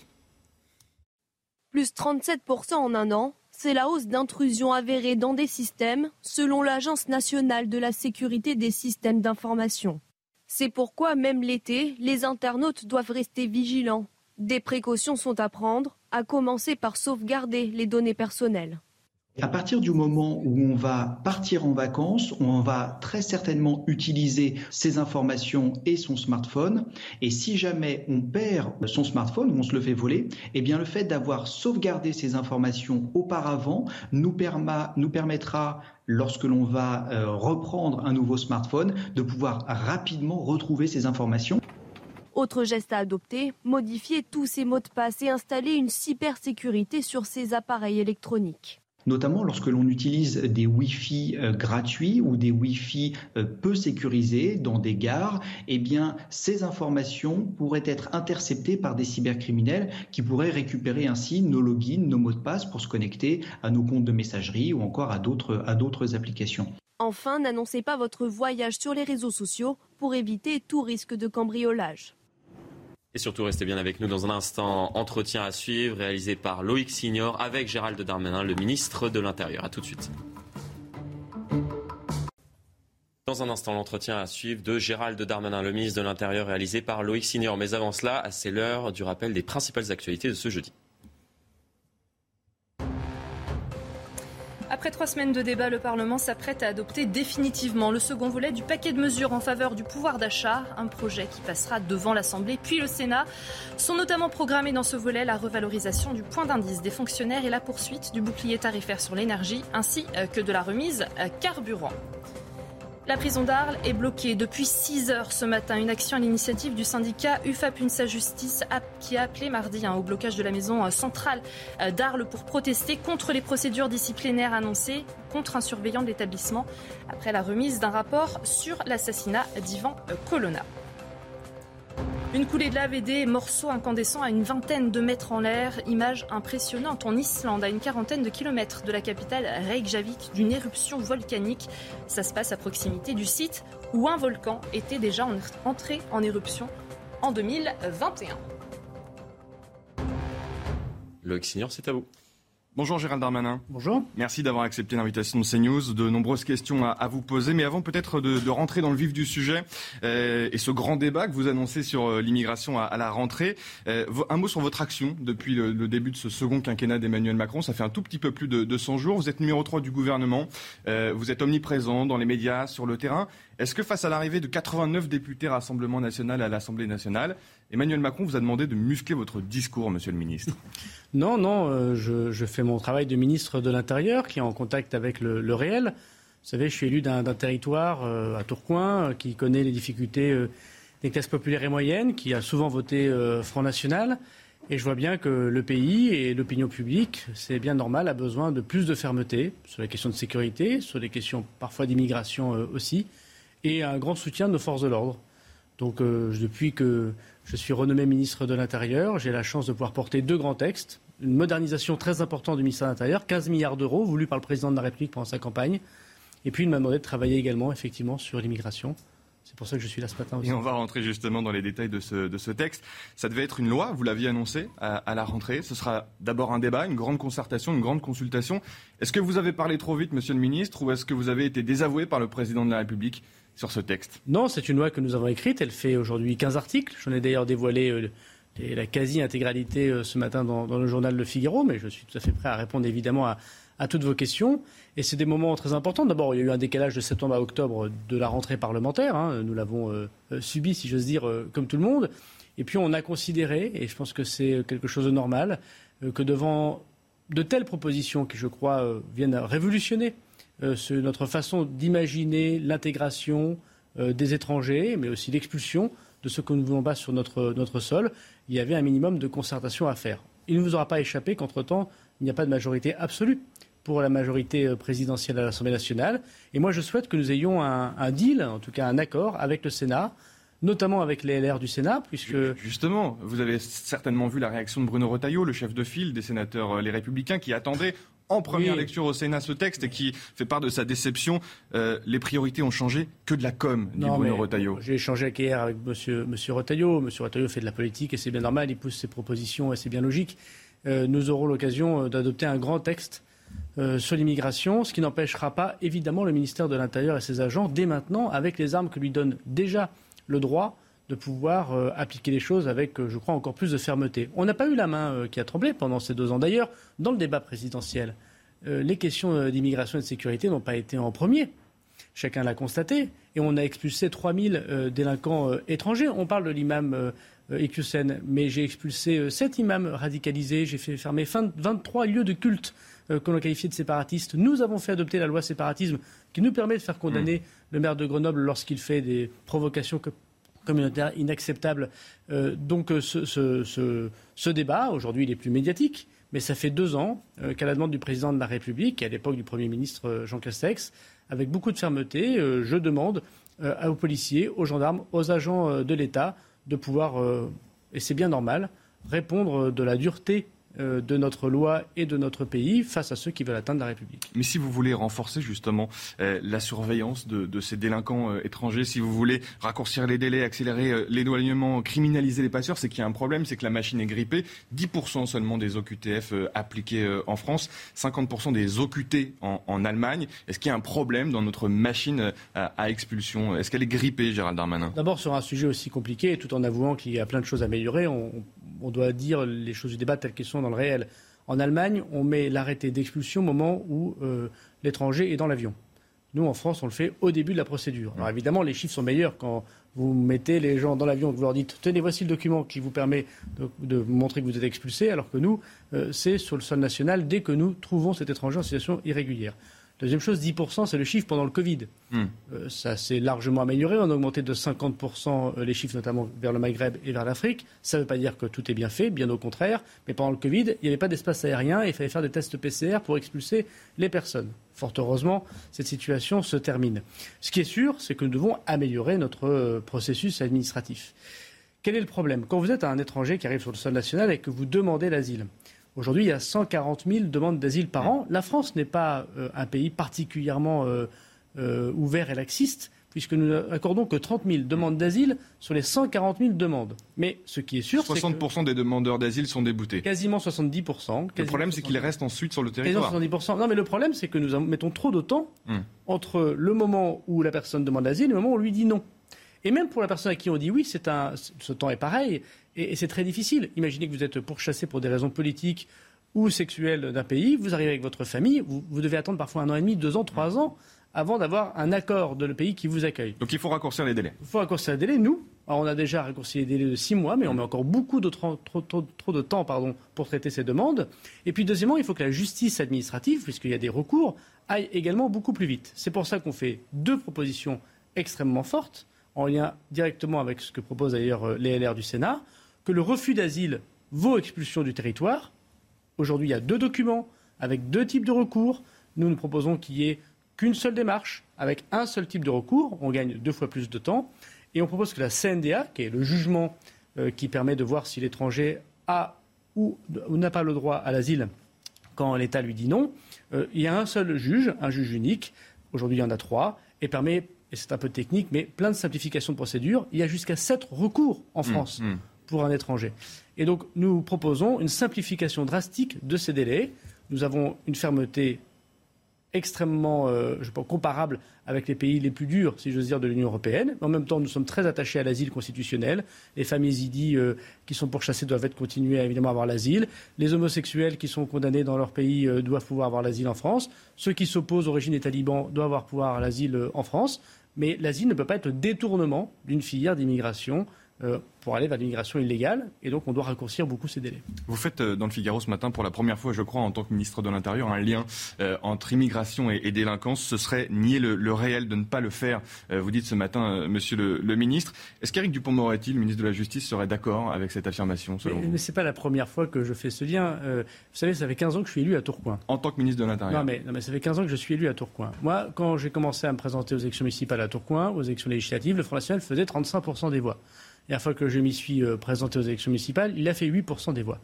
Plus 37% en un an, c'est la hausse d'intrusions avérées dans des systèmes selon l'Agence nationale de la sécurité des systèmes d'information. C'est pourquoi, même l'été, les internautes doivent rester vigilants. Des précautions sont à prendre, à commencer par sauvegarder les données personnelles. À partir du moment où on va partir en vacances, on va très certainement utiliser ces informations et son smartphone. Et si jamais on perd son smartphone ou on se le fait voler, le fait d'avoir sauvegardé ces informations auparavant nous permettra, lorsque l'on va reprendre un nouveau smartphone, de pouvoir rapidement retrouver ces informations. Autre geste à adopter, modifier tous ces mots de passe et installer une cybersécurité sur ces appareils électroniques. Notamment lorsque l'on utilise des Wi-Fi gratuits ou des Wi-Fi peu sécurisés dans des gares, ces informations pourraient être interceptées par des cybercriminels qui pourraient récupérer ainsi nos logins, nos mots de passe pour se connecter à nos comptes de messagerie ou encore à d'autres applications. Enfin, n'annoncez pas votre voyage sur les réseaux sociaux pour éviter tout risque de cambriolage. Et surtout, restez bien avec nous dans un instant. Entretien à suivre, réalisé par Loïc Signor avec Gérald Darmanin, le ministre de l'Intérieur. A tout de suite. Dans un instant, l'entretien à suivre de Gérald Darmanin, le ministre de l'Intérieur, réalisé par Loïc Signor. Mais avant cela, c'est l'heure du rappel des principales actualités de ce jeudi. Après 3 semaines de débat, le Parlement s'apprête à adopter définitivement le second volet du paquet de mesures en faveur du pouvoir d'achat. Un projet qui passera devant l'Assemblée puis le Sénat. Sont notamment programmés dans ce volet la revalorisation du point d'indice des fonctionnaires et la poursuite du bouclier tarifaire sur l'énergie, ainsi que de la remise carburant. La prison d'Arles est bloquée depuis 6 heures ce matin. Une action à l'initiative du syndicat UFAP-UNSA Justice qui a appelé mardi au blocage de la maison centrale d'Arles pour protester contre les procédures disciplinaires annoncées contre un surveillant de l'établissement après la remise d'un rapport sur l'assassinat d'Ivan Colonna. Une coulée de lave et des morceaux incandescents à une vingtaine de mètres en l'air. Image impressionnante en Islande, à une quarantaine de kilomètres de la capitale Reykjavik, d'une éruption volcanique. Ça se passe à proximité du site où un volcan était déjà entré en éruption en 2021. Loïc Signor, c'est à vous. Bonjour Gérald Darmanin. Bonjour. Merci d'avoir accepté l'invitation de CNews. De nombreuses questions à vous poser, mais avant peut-être de rentrer dans le vif du sujet et ce grand débat que vous annoncez sur l'immigration à la rentrée. Un mot sur votre action depuis le début de ce second quinquennat d'Emmanuel Macron. Ça fait un tout petit peu plus de 100 jours. Vous êtes numéro 3 du gouvernement. Vous êtes omniprésent dans les médias, sur le terrain. Est-ce que face à l'arrivée de 89 députés Rassemblement national à l'Assemblée nationale, Emmanuel Macron vous a demandé de muscler votre discours, monsieur le ministre? Non, je fais mon travail de ministre de l'Intérieur qui est en contact avec le réel. Vous savez, je suis élu d'un territoire à Tourcoing qui connaît les difficultés des classes populaires et moyennes, qui a souvent voté Front National. Et je vois bien que le pays et l'opinion publique, c'est bien normal, a besoin de plus de fermeté sur les questions de sécurité, sur les questions parfois d'immigration aussi, et un grand soutien de nos forces de l'ordre. Donc depuis que je suis renommé ministre de l'Intérieur, j'ai la chance de pouvoir porter 2 grands textes. Une modernisation très importante du ministère de l'Intérieur, 15 milliards d'euros voulus par le président de la République pendant sa campagne. Et puis il m'a demandé de travailler également effectivement sur l'immigration. C'est pour ça que je suis là ce matin aussi. Et on va rentrer justement dans les détails de ce texte. Ça devait être une loi, vous l'aviez annoncé à la rentrée. Ce sera d'abord un débat, une grande concertation, une grande consultation. Est-ce que vous avez parlé trop vite, monsieur le ministre, ou est-ce que vous avez été désavoué par le président de la République sur ce texte ? Non, c'est une loi que nous avons écrite. Elle fait aujourd'hui 15 articles. J'en ai d'ailleurs dévoilé la quasi-intégralité ce matin dans le journal Le Figaro, mais je suis tout à fait prêt à répondre évidemment à toutes vos questions. Et c'est des moments très importants. D'abord, il y a eu un décalage de septembre à octobre de la rentrée parlementaire. Nous l'avons subi, si j'ose dire, comme tout le monde. Et puis on a considéré, et je pense que c'est quelque chose de normal, que devant de telles propositions qui, je crois, viennent révolutionner notre façon d'imaginer l'intégration des étrangers, mais aussi l'expulsion de ceux que nous ne voulons pas sur notre sol, il y avait un minimum de concertation à faire. Il ne vous aura pas échappé qu'entre-temps, il n'y a pas de majorité absolue pour la majorité présidentielle à l'Assemblée nationale. Et moi, je souhaite que nous ayons un deal, en tout cas un accord avec le Sénat, notamment avec les LR du Sénat, puisque... Justement, vous avez certainement vu la réaction de Bruno Retailleau, le chef de file des sénateurs Les Républicains, qui attendait en première lecture au Sénat ce texte et qui fait part de sa déception. Les priorités ont changé, que de la com, dit Bruno Retailleau. J'ai échangé hier avec monsieur Retailleau. Monsieur Retailleau fait de la politique et c'est bien normal, il pousse ses propositions et c'est bien logique. Nous aurons l'occasion d'adopter un grand texte sur l'immigration, ce qui n'empêchera pas évidemment le ministère de l'Intérieur et ses agents, dès maintenant, avec les armes que lui donne déjà le droit, de pouvoir appliquer les choses avec, je crois, encore plus de fermeté. On n'a pas eu la main qui a tremblé pendant ces 2 ans. D'ailleurs, dans le débat présidentiel, les questions d'immigration et de sécurité n'ont pas été en premier. Chacun l'a constaté. Et on a expulsé 3000 délinquants étrangers. On parle de l'imam Equiusen, mais j'ai expulsé 7 imams radicalisés. J'ai fait fermer 23 lieux de culte qu'on a qualifiés de séparatistes. Nous avons fait adopter la loi séparatisme qui nous permet de faire condamner le maire de Grenoble lorsqu'il fait des provocations communautaires inacceptables. Donc ce débat, aujourd'hui, il est plus médiatique, mais ça fait 2 ans qu'à la demande du président de la République et à l'époque du Premier ministre Jean Castex, avec beaucoup de fermeté, je demande aux policiers, aux gendarmes, aux agents de l'État de pouvoir, et c'est bien normal, répondre de la dureté de notre loi et de notre pays face à ceux qui veulent atteindre la République. Mais si vous voulez renforcer justement la surveillance de ces délinquants étrangers, si vous voulez raccourcir les délais, accélérer l'éloignement, criminaliser les passeurs, c'est qu'il y a un problème, c'est que la machine est grippée. 10% seulement des OQTF appliqués en France, 50% des OQT en Allemagne. Est-ce qu'il y a un problème dans notre machine à expulsion ? Est-ce qu'elle est grippée, Gérald Darmanin ? D'abord, sur un sujet aussi compliqué, tout en avouant qu'il y a plein de choses à améliorer, on doit dire les choses du débat telles qu'elles sont dans le réel. En Allemagne, on met l'arrêté d'expulsion au moment où l'étranger est dans l'avion. Nous, en France, on le fait au début de la procédure. Alors évidemment, les chiffres sont meilleurs quand vous mettez les gens dans l'avion et que vous leur dites « Tenez, voici le document qui vous permet de vous montrer que vous êtes expulsé », alors que nous, c'est sur le sol national dès que nous trouvons cet étranger en situation irrégulière. Deuxième chose, 10%, c'est le chiffre pendant le Covid. Ça s'est largement amélioré. On a augmenté de 50% les chiffres, notamment vers le Maghreb et vers l'Afrique. Ça ne veut pas dire que tout est bien fait, bien au contraire. Mais pendant le Covid, il n'y avait pas d'espace aérien et il fallait faire des tests PCR pour expulser les personnes. Fort heureusement, cette situation se termine. Ce qui est sûr, c'est que nous devons améliorer notre processus administratif. Quel est le problème ? Quand vous êtes un étranger qui arrive sur le sol national et que vous demandez l'asile, aujourd'hui, il y a 140 000 demandes d'asile par an. La France n'est pas un pays particulièrement ouvert et laxiste, puisque nous n'accordons que 30 000 demandes d'asile sur les 140 000 demandes. Mais ce qui est sûr, 60% des demandeurs d'asile sont déboutés. Quasiment 70%. Le problème, c'est qu'ils restent ensuite sur le territoire. Quasiment 70%. Non, mais le problème, c'est que nous mettons trop de temps entre le moment où la personne demande l'asile et le moment où on lui dit non. Et même pour la personne à qui on dit oui, ce temps est pareil. Et c'est très difficile. Imaginez que vous êtes pourchassé pour des raisons politiques ou sexuelles d'un pays. Vous arrivez avec votre famille. Vous devez attendre parfois 1 an et demi, 2 ans, 3 ans avant d'avoir un accord de le pays qui vous accueille. Donc il faut raccourcir les délais. Il faut raccourcir les délais. Nous, on a déjà raccourci les délais de 6 mois, mais on met encore beaucoup trop de temps pour traiter ces demandes. Et puis deuxièmement, il faut que la justice administrative, puisqu'il y a des recours, aille également beaucoup plus vite. C'est pour ça qu'on fait 2 propositions extrêmement fortes, en lien directement avec ce que proposent d'ailleurs les LR du Sénat, que le refus d'asile vos expulsions du territoire. Aujourd'hui, il y a 2 documents avec 2 types de recours. Nous proposons qu'il n'y ait qu'une seule démarche avec un seul type de recours. On gagne 2 fois plus de temps. Et on propose que la CNDA, qui est le jugement qui permet de voir si l'étranger a ou n'a pas le droit à l'asile quand l'État lui dit non, il y a un seul juge, un juge unique. Aujourd'hui, il y en a 3 et permet, et c'est un peu technique, mais plein de simplifications de procédure. Il y a jusqu'à 7 recours en France pour un étranger. Et donc, nous proposons une simplification drastique de ces délais. Nous avons une fermeté extrêmement comparable avec les pays les plus durs, si j'ose dire, de l'Union européenne. En même temps, nous sommes très attachés à l'asile constitutionnel. Les familles yézidis qui sont pourchassées doivent continuer à évidemment avoir l'asile. Les homosexuels qui sont condamnés dans leur pays doivent pouvoir avoir l'asile en France. Ceux qui s'opposent au régime des talibans doivent pouvoir avoir l'asile en France. Mais l'asile ne peut pas être le détournement d'une filière d'immigration pour aller vers l'immigration illégale, et donc on doit raccourcir beaucoup ces délais. Vous faites dans le Figaro ce matin, pour la première fois, je crois, en tant que ministre de l'Intérieur, un lien entre immigration et délinquance. Ce serait nier le réel de ne pas le faire, vous dites ce matin, monsieur le ministre. Est-ce qu'Éric Dupond-Moretti, le ministre de la Justice, serait d'accord avec cette affirmation, selon vous ? Mais ce n'est pas la première fois que je fais ce lien. Vous savez, ça fait 15 ans que je suis élu à Tourcoing. En tant que ministre de l'Intérieur ? Non, mais ça fait 15 ans que je suis élu à Tourcoing. Moi, quand j'ai commencé à me présenter aux élections municipales à Tourcoing, aux élections législatives, le Front National faisait 35% des voix. La dernière fois que je m'y suis présenté aux élections municipales, il a fait 8% des voix.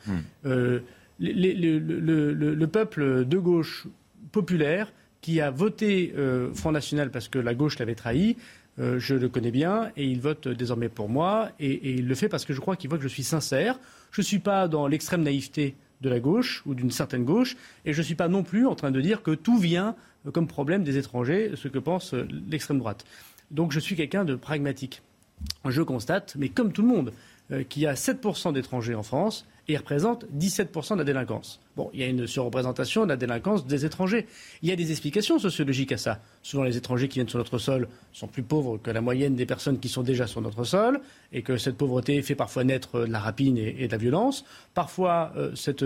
Le peuple de gauche populaire qui a voté Front National parce que la gauche l'avait trahi, je le connais bien et il vote désormais pour moi et il le fait parce que je crois qu'il voit que je suis sincère. Je ne suis pas dans l'extrême naïveté de la gauche ou d'une certaine gauche et je ne suis pas non plus en train de dire que tout vient comme problème des étrangers, ce que pense l'extrême droite. Donc je suis quelqu'un de pragmatique. Je constate, mais comme tout le monde, qu'il y a 7% d'étrangers en France et ils représentent 17% de la délinquance. Bon, il y a une surreprésentation de la délinquance des étrangers. Il y a des explications sociologiques à ça. Souvent, les étrangers qui viennent sur notre sol sont plus pauvres que la moyenne des personnes qui sont déjà sur notre sol et que cette pauvreté fait parfois naître de la rapine et de la violence. Parfois, cette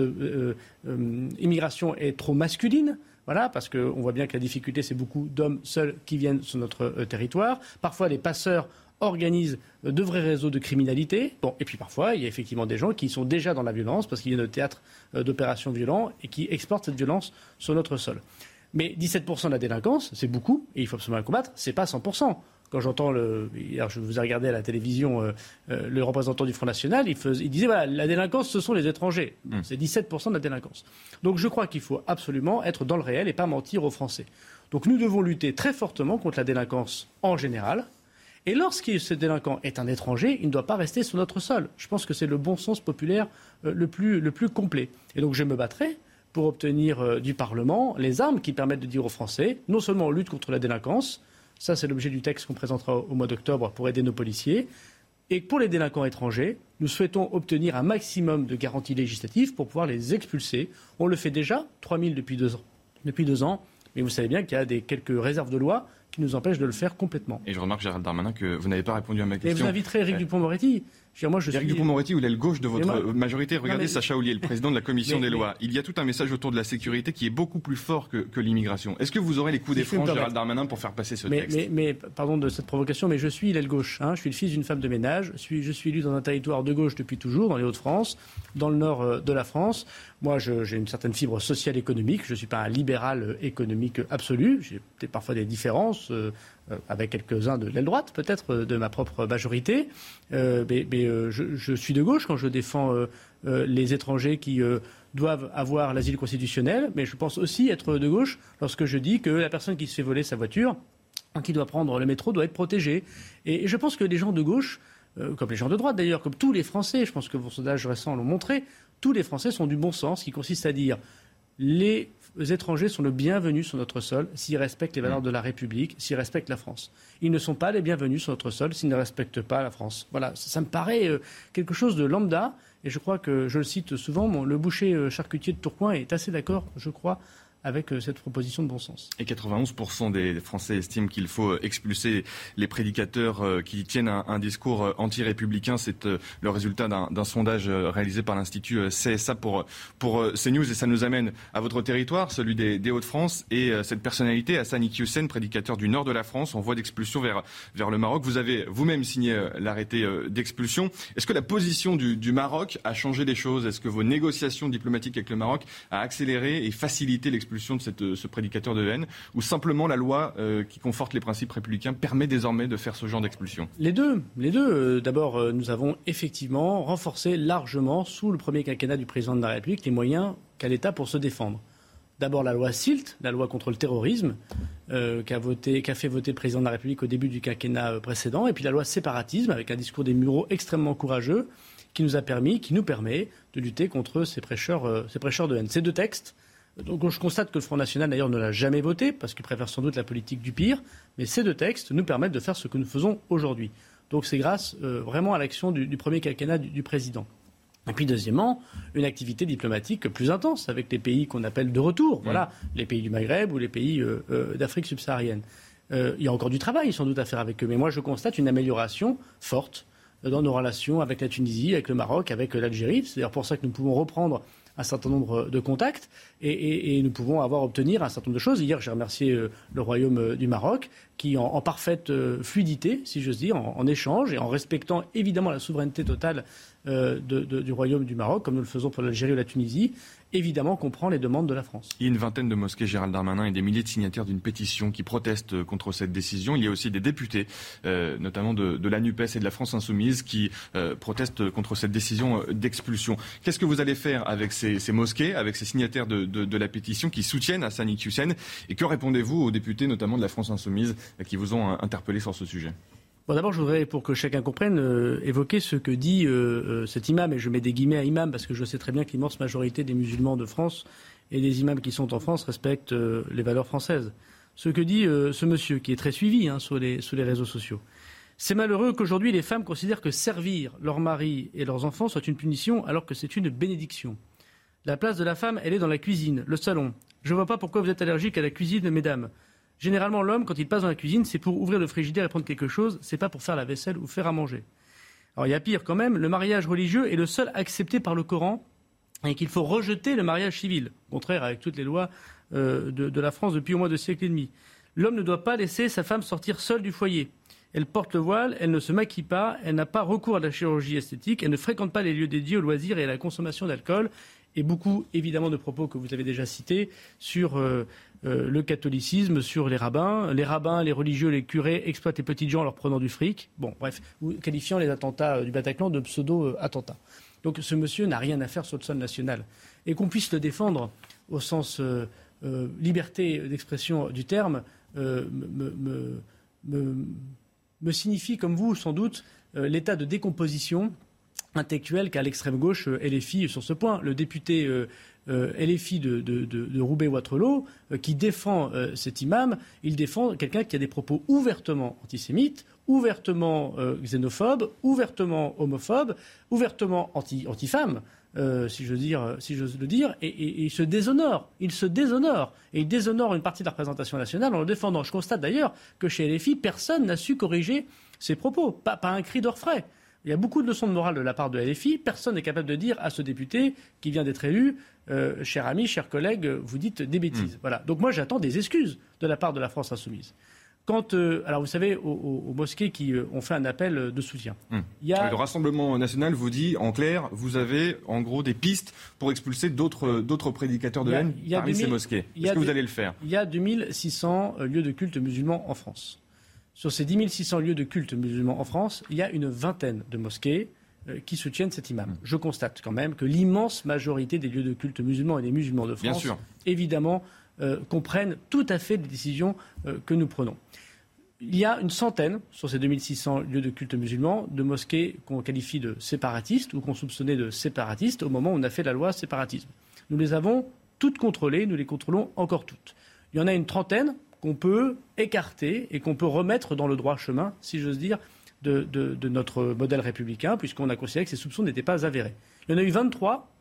immigration est trop masculine. Voilà, parce qu'on voit bien que la difficulté, c'est beaucoup d'hommes seuls qui viennent sur notre territoire. Parfois, les passeurs organisent de vrais réseaux de criminalité. Bon, et puis parfois, il y a effectivement des gens qui sont déjà dans la violence parce qu'il y a de théâtre d'opérations violentes et qui exportent cette violence sur notre sol. Mais 17% de la délinquance, c'est beaucoup et il faut absolument la combattre. C'est pas 100%. Quand j'entends hier, je vous ai regardé à la télévision le représentant du Front National, il disait voilà, la délinquance, ce sont les étrangers. C'est 17% de la délinquance. Donc je crois qu'il faut absolument être dans le réel et pas mentir aux Français. Donc nous devons lutter très fortement contre la délinquance en général. Et lorsque ce délinquant est un étranger, il ne doit pas rester sur notre sol. Je pense que c'est le bon sens populaire le plus complet. Et donc je me battrai pour obtenir du Parlement les armes qui permettent de dire aux Français, non seulement on lutte contre la délinquance, ça c'est l'objet du texte qu'on présentera au mois d'octobre pour aider nos policiers, et pour les délinquants étrangers, nous souhaitons obtenir un maximum de garanties législatives pour pouvoir les expulser. On le fait déjà, 3 000 depuis 2 ans. Depuis 2 ans, mais vous savez bien qu'il y a quelques réserves de loi qui nous empêchent de le faire complètement. Et je remarque, Gérald Darmanin, que vous n'avez pas répondu à ma question. Et vous inviterez Éric Dupond-Moretti. Éric Dupond-Moretti ou l'aile gauche de votre majorité. Regardez Sacha Houlier, le président de la Commission des lois. Il y a tout un message autour de la sécurité qui est beaucoup plus fort que l'immigration. Est-ce que vous aurez les coups des franges, Gérald Darmanin, pour faire passer ce texte ? Mais pardon de cette provocation, mais je suis l'aile gauche. Je suis le fils d'une femme de ménage. Je suis élu dans un territoire de gauche depuis toujours, dans les Hauts-de-France, dans le nord de la France. Moi, j'ai une certaine fibre sociale économique. Je ne suis pas un libéral économique absolu. J'ai peut-être parfois des différences avec quelques-uns de l'aile droite, peut-être, de ma propre majorité. Je suis de gauche quand je défends les étrangers qui doivent avoir l'asile constitutionnel, mais je pense aussi être de gauche lorsque je dis que la personne qui se fait voler sa voiture, qui doit prendre le métro, doit être protégée. Et je pense que les gens de gauche, comme les gens de droite d'ailleurs, comme tous les Français, je pense que vos sondages récents l'ont montré, tous les Français sont du bon sens, qui consiste à dire les étrangers sont le bienvenu sur notre sol s'ils respectent les valeurs de la République, s'ils respectent la France. Ils ne sont pas les bienvenus sur notre sol s'ils ne respectent pas la France. Voilà, ça me paraît quelque chose de lambda et je crois que, je le cite souvent, le boucher charcutier de Tourcoing est assez d'accord, je crois, avec cette proposition de bon sens. Et 91% des Français estiment qu'il faut expulser les prédicateurs qui tiennent un discours anti-républicain. C'est le résultat d'un sondage réalisé par l'Institut CSA pour CNews. Et ça nous amène à votre territoire, celui des Hauts-de-France. Et cette personnalité, Hassan Iqiyoussen, prédicateur du nord de la France, en voie d'expulsion vers le Maroc. Vous avez vous-même signé l'arrêté d'expulsion. Est-ce que la position du Maroc a changé les choses ? Est-ce que vos négociations diplomatiques avec le Maroc a accéléré et facilité l'expulsion de ce prédicateur de haine, ou simplement la loi qui conforte les principes républicains permet désormais de faire ce genre d'expulsion ? Les deux. D'abord, nous avons effectivement renforcé largement, sous le premier quinquennat du président de la République, les moyens qu'a l'État pour se défendre. D'abord la loi SILT, la loi contre le terrorisme, qu'a fait voter le président de la République au début du quinquennat précédent, et puis la loi séparatisme, avec un discours des Mureaux extrêmement courageux, qui nous permet de lutter contre ces prêcheurs de haine. Ces deux textes, donc je constate que le Front National d'ailleurs ne l'a jamais voté, parce qu'il préfère sans doute la politique du pire, mais ces deux textes nous permettent de faire ce que nous faisons aujourd'hui. Donc c'est grâce vraiment à l'action du premier quinquennat du président. Et puis deuxièmement, une activité diplomatique plus intense avec les pays qu'on appelle de retour, voilà, les pays du Maghreb ou les pays d'Afrique subsaharienne. Il y a encore du travail sans doute à faire avec eux, mais moi je constate une amélioration forte dans nos relations avec la Tunisie, avec le Maroc, avec l'Algérie. C'est d'ailleurs pour ça que nous pouvons reprendre un certain nombre de contacts et nous pouvons obtenir un certain nombre de choses. Hier, j'ai remercié le Royaume du Maroc qui, en parfaite fluidité, si j'ose dire, en échange et en respectant évidemment la souveraineté totale du Royaume du Maroc, comme nous le faisons pour l'Algérie ou la Tunisie, évidemment comprend les demandes de la France. Il y a une vingtaine de mosquées, Gérald Darmanin, et des milliers de signataires d'une pétition qui protestent contre cette décision. Il y a aussi des députés, notamment de la NUPES et de la France Insoumise, qui protestent contre cette décision d'expulsion. Qu'est-ce que vous allez faire avec ces mosquées, avec ces signataires de la pétition qui soutiennent Hassan Iqiyoussen ? Et que répondez-vous aux députés, notamment de la France Insoumise, qui vous ont interpellé sur ce sujet ? Bon, d'abord, je voudrais, pour que chacun comprenne, évoquer ce que dit cet imam, et je mets des guillemets à imam parce que je sais très bien que l'immense majorité des musulmans de France et des imams qui sont en France respectent les valeurs françaises. Ce que dit ce monsieur, qui est très suivi sur les réseaux sociaux. C'est malheureux qu'aujourd'hui les femmes considèrent que servir leurs maris et leurs enfants soit une punition alors que c'est une bénédiction. La place de la femme, elle est dans la cuisine, le salon. Je ne vois pas pourquoi vous êtes allergiques à la cuisine, mesdames. Généralement, l'homme, quand il passe dans la cuisine, c'est pour ouvrir le frigidaire et prendre quelque chose, c'est pas pour faire la vaisselle ou faire à manger. Alors il y a pire quand même, le mariage religieux est le seul accepté par le Coran et qu'il faut rejeter le mariage civil, au contraire avec toutes les lois de la France depuis au moins 2 siècles et demi. L'homme ne doit pas laisser sa femme sortir seule du foyer. Elle porte le voile, elle ne se maquille pas, elle n'a pas recours à la chirurgie esthétique, elle ne fréquente pas les lieux dédiés aux loisirs et à la consommation d'alcool. Et beaucoup, évidemment, de propos que vous avez déjà cités sur le catholicisme, sur les rabbins. Les rabbins, les religieux, les curés exploitent les petites gens en leur prenant du fric. Bon, bref, qualifiant les attentats du Bataclan de pseudo-attentats. Donc ce monsieur n'a rien à faire sur le sol national. Et qu'on puisse le défendre au sens liberté d'expression du terme me signifie, comme vous, sans doute, l'état de décomposition intellectuelle qu'a l'extrême gauche LFI sur ce point. Le député LFI de Roubaix-Waterloo qui défend cet imam, il défend quelqu'un qui a des propos ouvertement antisémites, ouvertement xénophobes, ouvertement homophobes, ouvertement anti-femmes, si j'ose le dire, et il se déshonore. Et il déshonore une partie de la représentation nationale en le défendant. Je constate d'ailleurs que chez LFI, personne n'a su corriger ses propos, pas un cri d'orfraie. Il y a beaucoup de leçons de morale de la part de LFI. Personne n'est capable de dire à ce député qui vient d'être élu, cher ami, cher collègue, vous dites des bêtises. Voilà. Donc moi, j'attends des excuses de la part de la France Insoumise. Alors vous savez, aux mosquées qui ont fait un appel de soutien. Le Rassemblement national vous dit, en clair, vous avez en gros des pistes pour expulser d'autres prédicateurs de haine parmi ces mosquées. Est-ce que vous allez le faire ? Il y a 2600 lieux de culte musulmans en France. Sur ces 10 600 lieux de culte musulmans en France, il y a une vingtaine de mosquées qui soutiennent cet imam. Je constate quand même que l'immense majorité des lieux de culte musulmans et des musulmans de France, évidemment, comprennent tout à fait les décisions que nous prenons. Il y a une centaine, sur ces 2600 lieux de culte musulmans, de mosquées qu'on qualifie de séparatistes ou qu'on soupçonnait de séparatistes au moment où on a fait la loi séparatisme. Nous les avons toutes contrôlées, nous les contrôlons encore toutes. Il y en a une trentaine qu'on peut écarter et qu'on peut remettre dans le droit chemin, si j'ose dire, de notre modèle républicain, puisqu'on a considéré que ces soupçons n'étaient pas avérés. Il y en a eu 23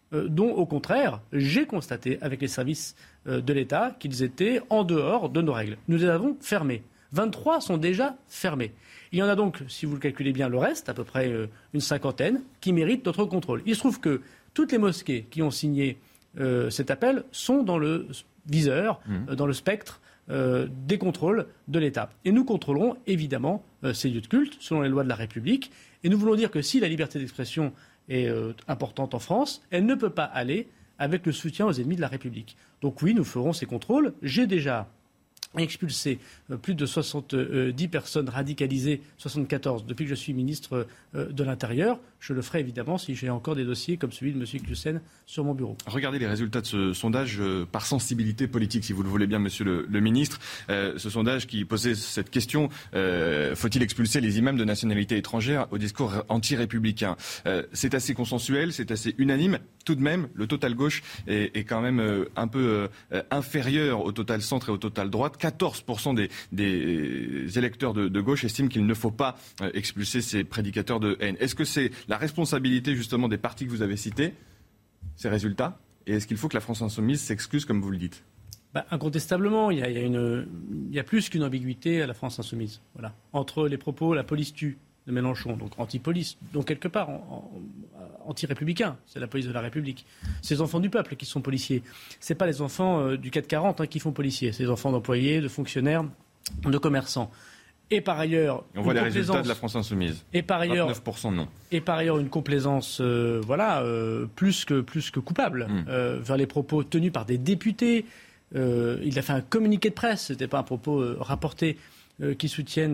dont, au contraire, j'ai constaté avec les services de l'État qu'ils étaient en dehors de nos règles. Nous les avons fermés. 23 sont déjà fermés. Il y en a donc, si vous le calculez bien, le reste, à peu près une cinquantaine, qui méritent notre contrôle. Il se trouve que toutes les mosquées qui ont signé cet appel sont dans le viseur, dans le spectre des contrôles de l'État. Et nous contrôlerons évidemment ces lieux de culte selon les lois de la République. Et nous voulons dire que si la liberté d'expression est importante en France, elle ne peut pas aller avec le soutien aux ennemis de la République. Donc oui, nous ferons ces contrôles. J'ai déjà expulsé plus de 70 personnes radicalisées, 74 depuis que je suis ministre de l'Intérieur. Je le ferai évidemment si j'ai encore des dossiers comme celui de M. Klussen sur mon bureau. Regardez les résultats de ce sondage par sensibilité politique, si vous le voulez bien, monsieur le ministre. Ce sondage qui posait cette question, faut-il expulser les imams de nationalité étrangère au discours anti-républicain? C'est assez consensuel, c'est assez unanime. Tout de même, le total gauche est quand même un peu inférieur au total centre et au total droite. 14% des électeurs de gauche estiment qu'il ne faut pas expulser ces prédicateurs de haine. Est-ce que c'est la responsabilité justement des partis que vous avez cités, ces résultats? Et est-ce qu'il faut que la France insoumise s'excuse comme vous le dites? Incontestablement, il y a plus qu'une ambiguïté à la France insoumise. Voilà. Entre les propos, la police tue de Mélenchon, donc anti-police, donc quelque part anti-républicain, c'est la police de la République. C'est les enfants du peuple qui sont policiers. C'est pas les enfants du 440 qui font policiers, c'est les enfants d'employés, de fonctionnaires, de commerçants. Et par ailleurs, on voit les résultats de la France insoumise. Et par ailleurs, 29% non. Et par ailleurs, une complaisance, plus que coupable, vers les propos tenus par des députés. Il a fait un communiqué de presse, c'était pas un propos rapporté. Qui soutiennent,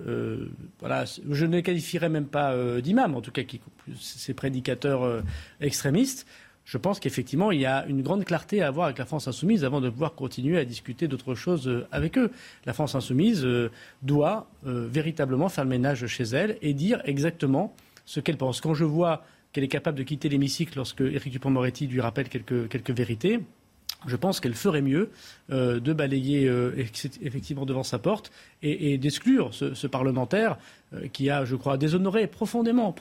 je ne les qualifierais même pas d'imams, en tout cas ces prédicateurs extrémistes. Je pense qu'effectivement, il y a une grande clarté à avoir avec la France insoumise avant de pouvoir continuer à discuter d'autres choses avec eux. La France insoumise doit véritablement faire le ménage chez elle et dire exactement ce qu'elle pense. Quand je vois qu'elle est capable de quitter l'hémicycle lorsque Éric Dupond-Moretti lui rappelle quelques vérités, je pense qu'elle ferait mieux de balayer effectivement devant sa porte et d'exclure ce parlementaire qui a, je crois, déshonoré profondément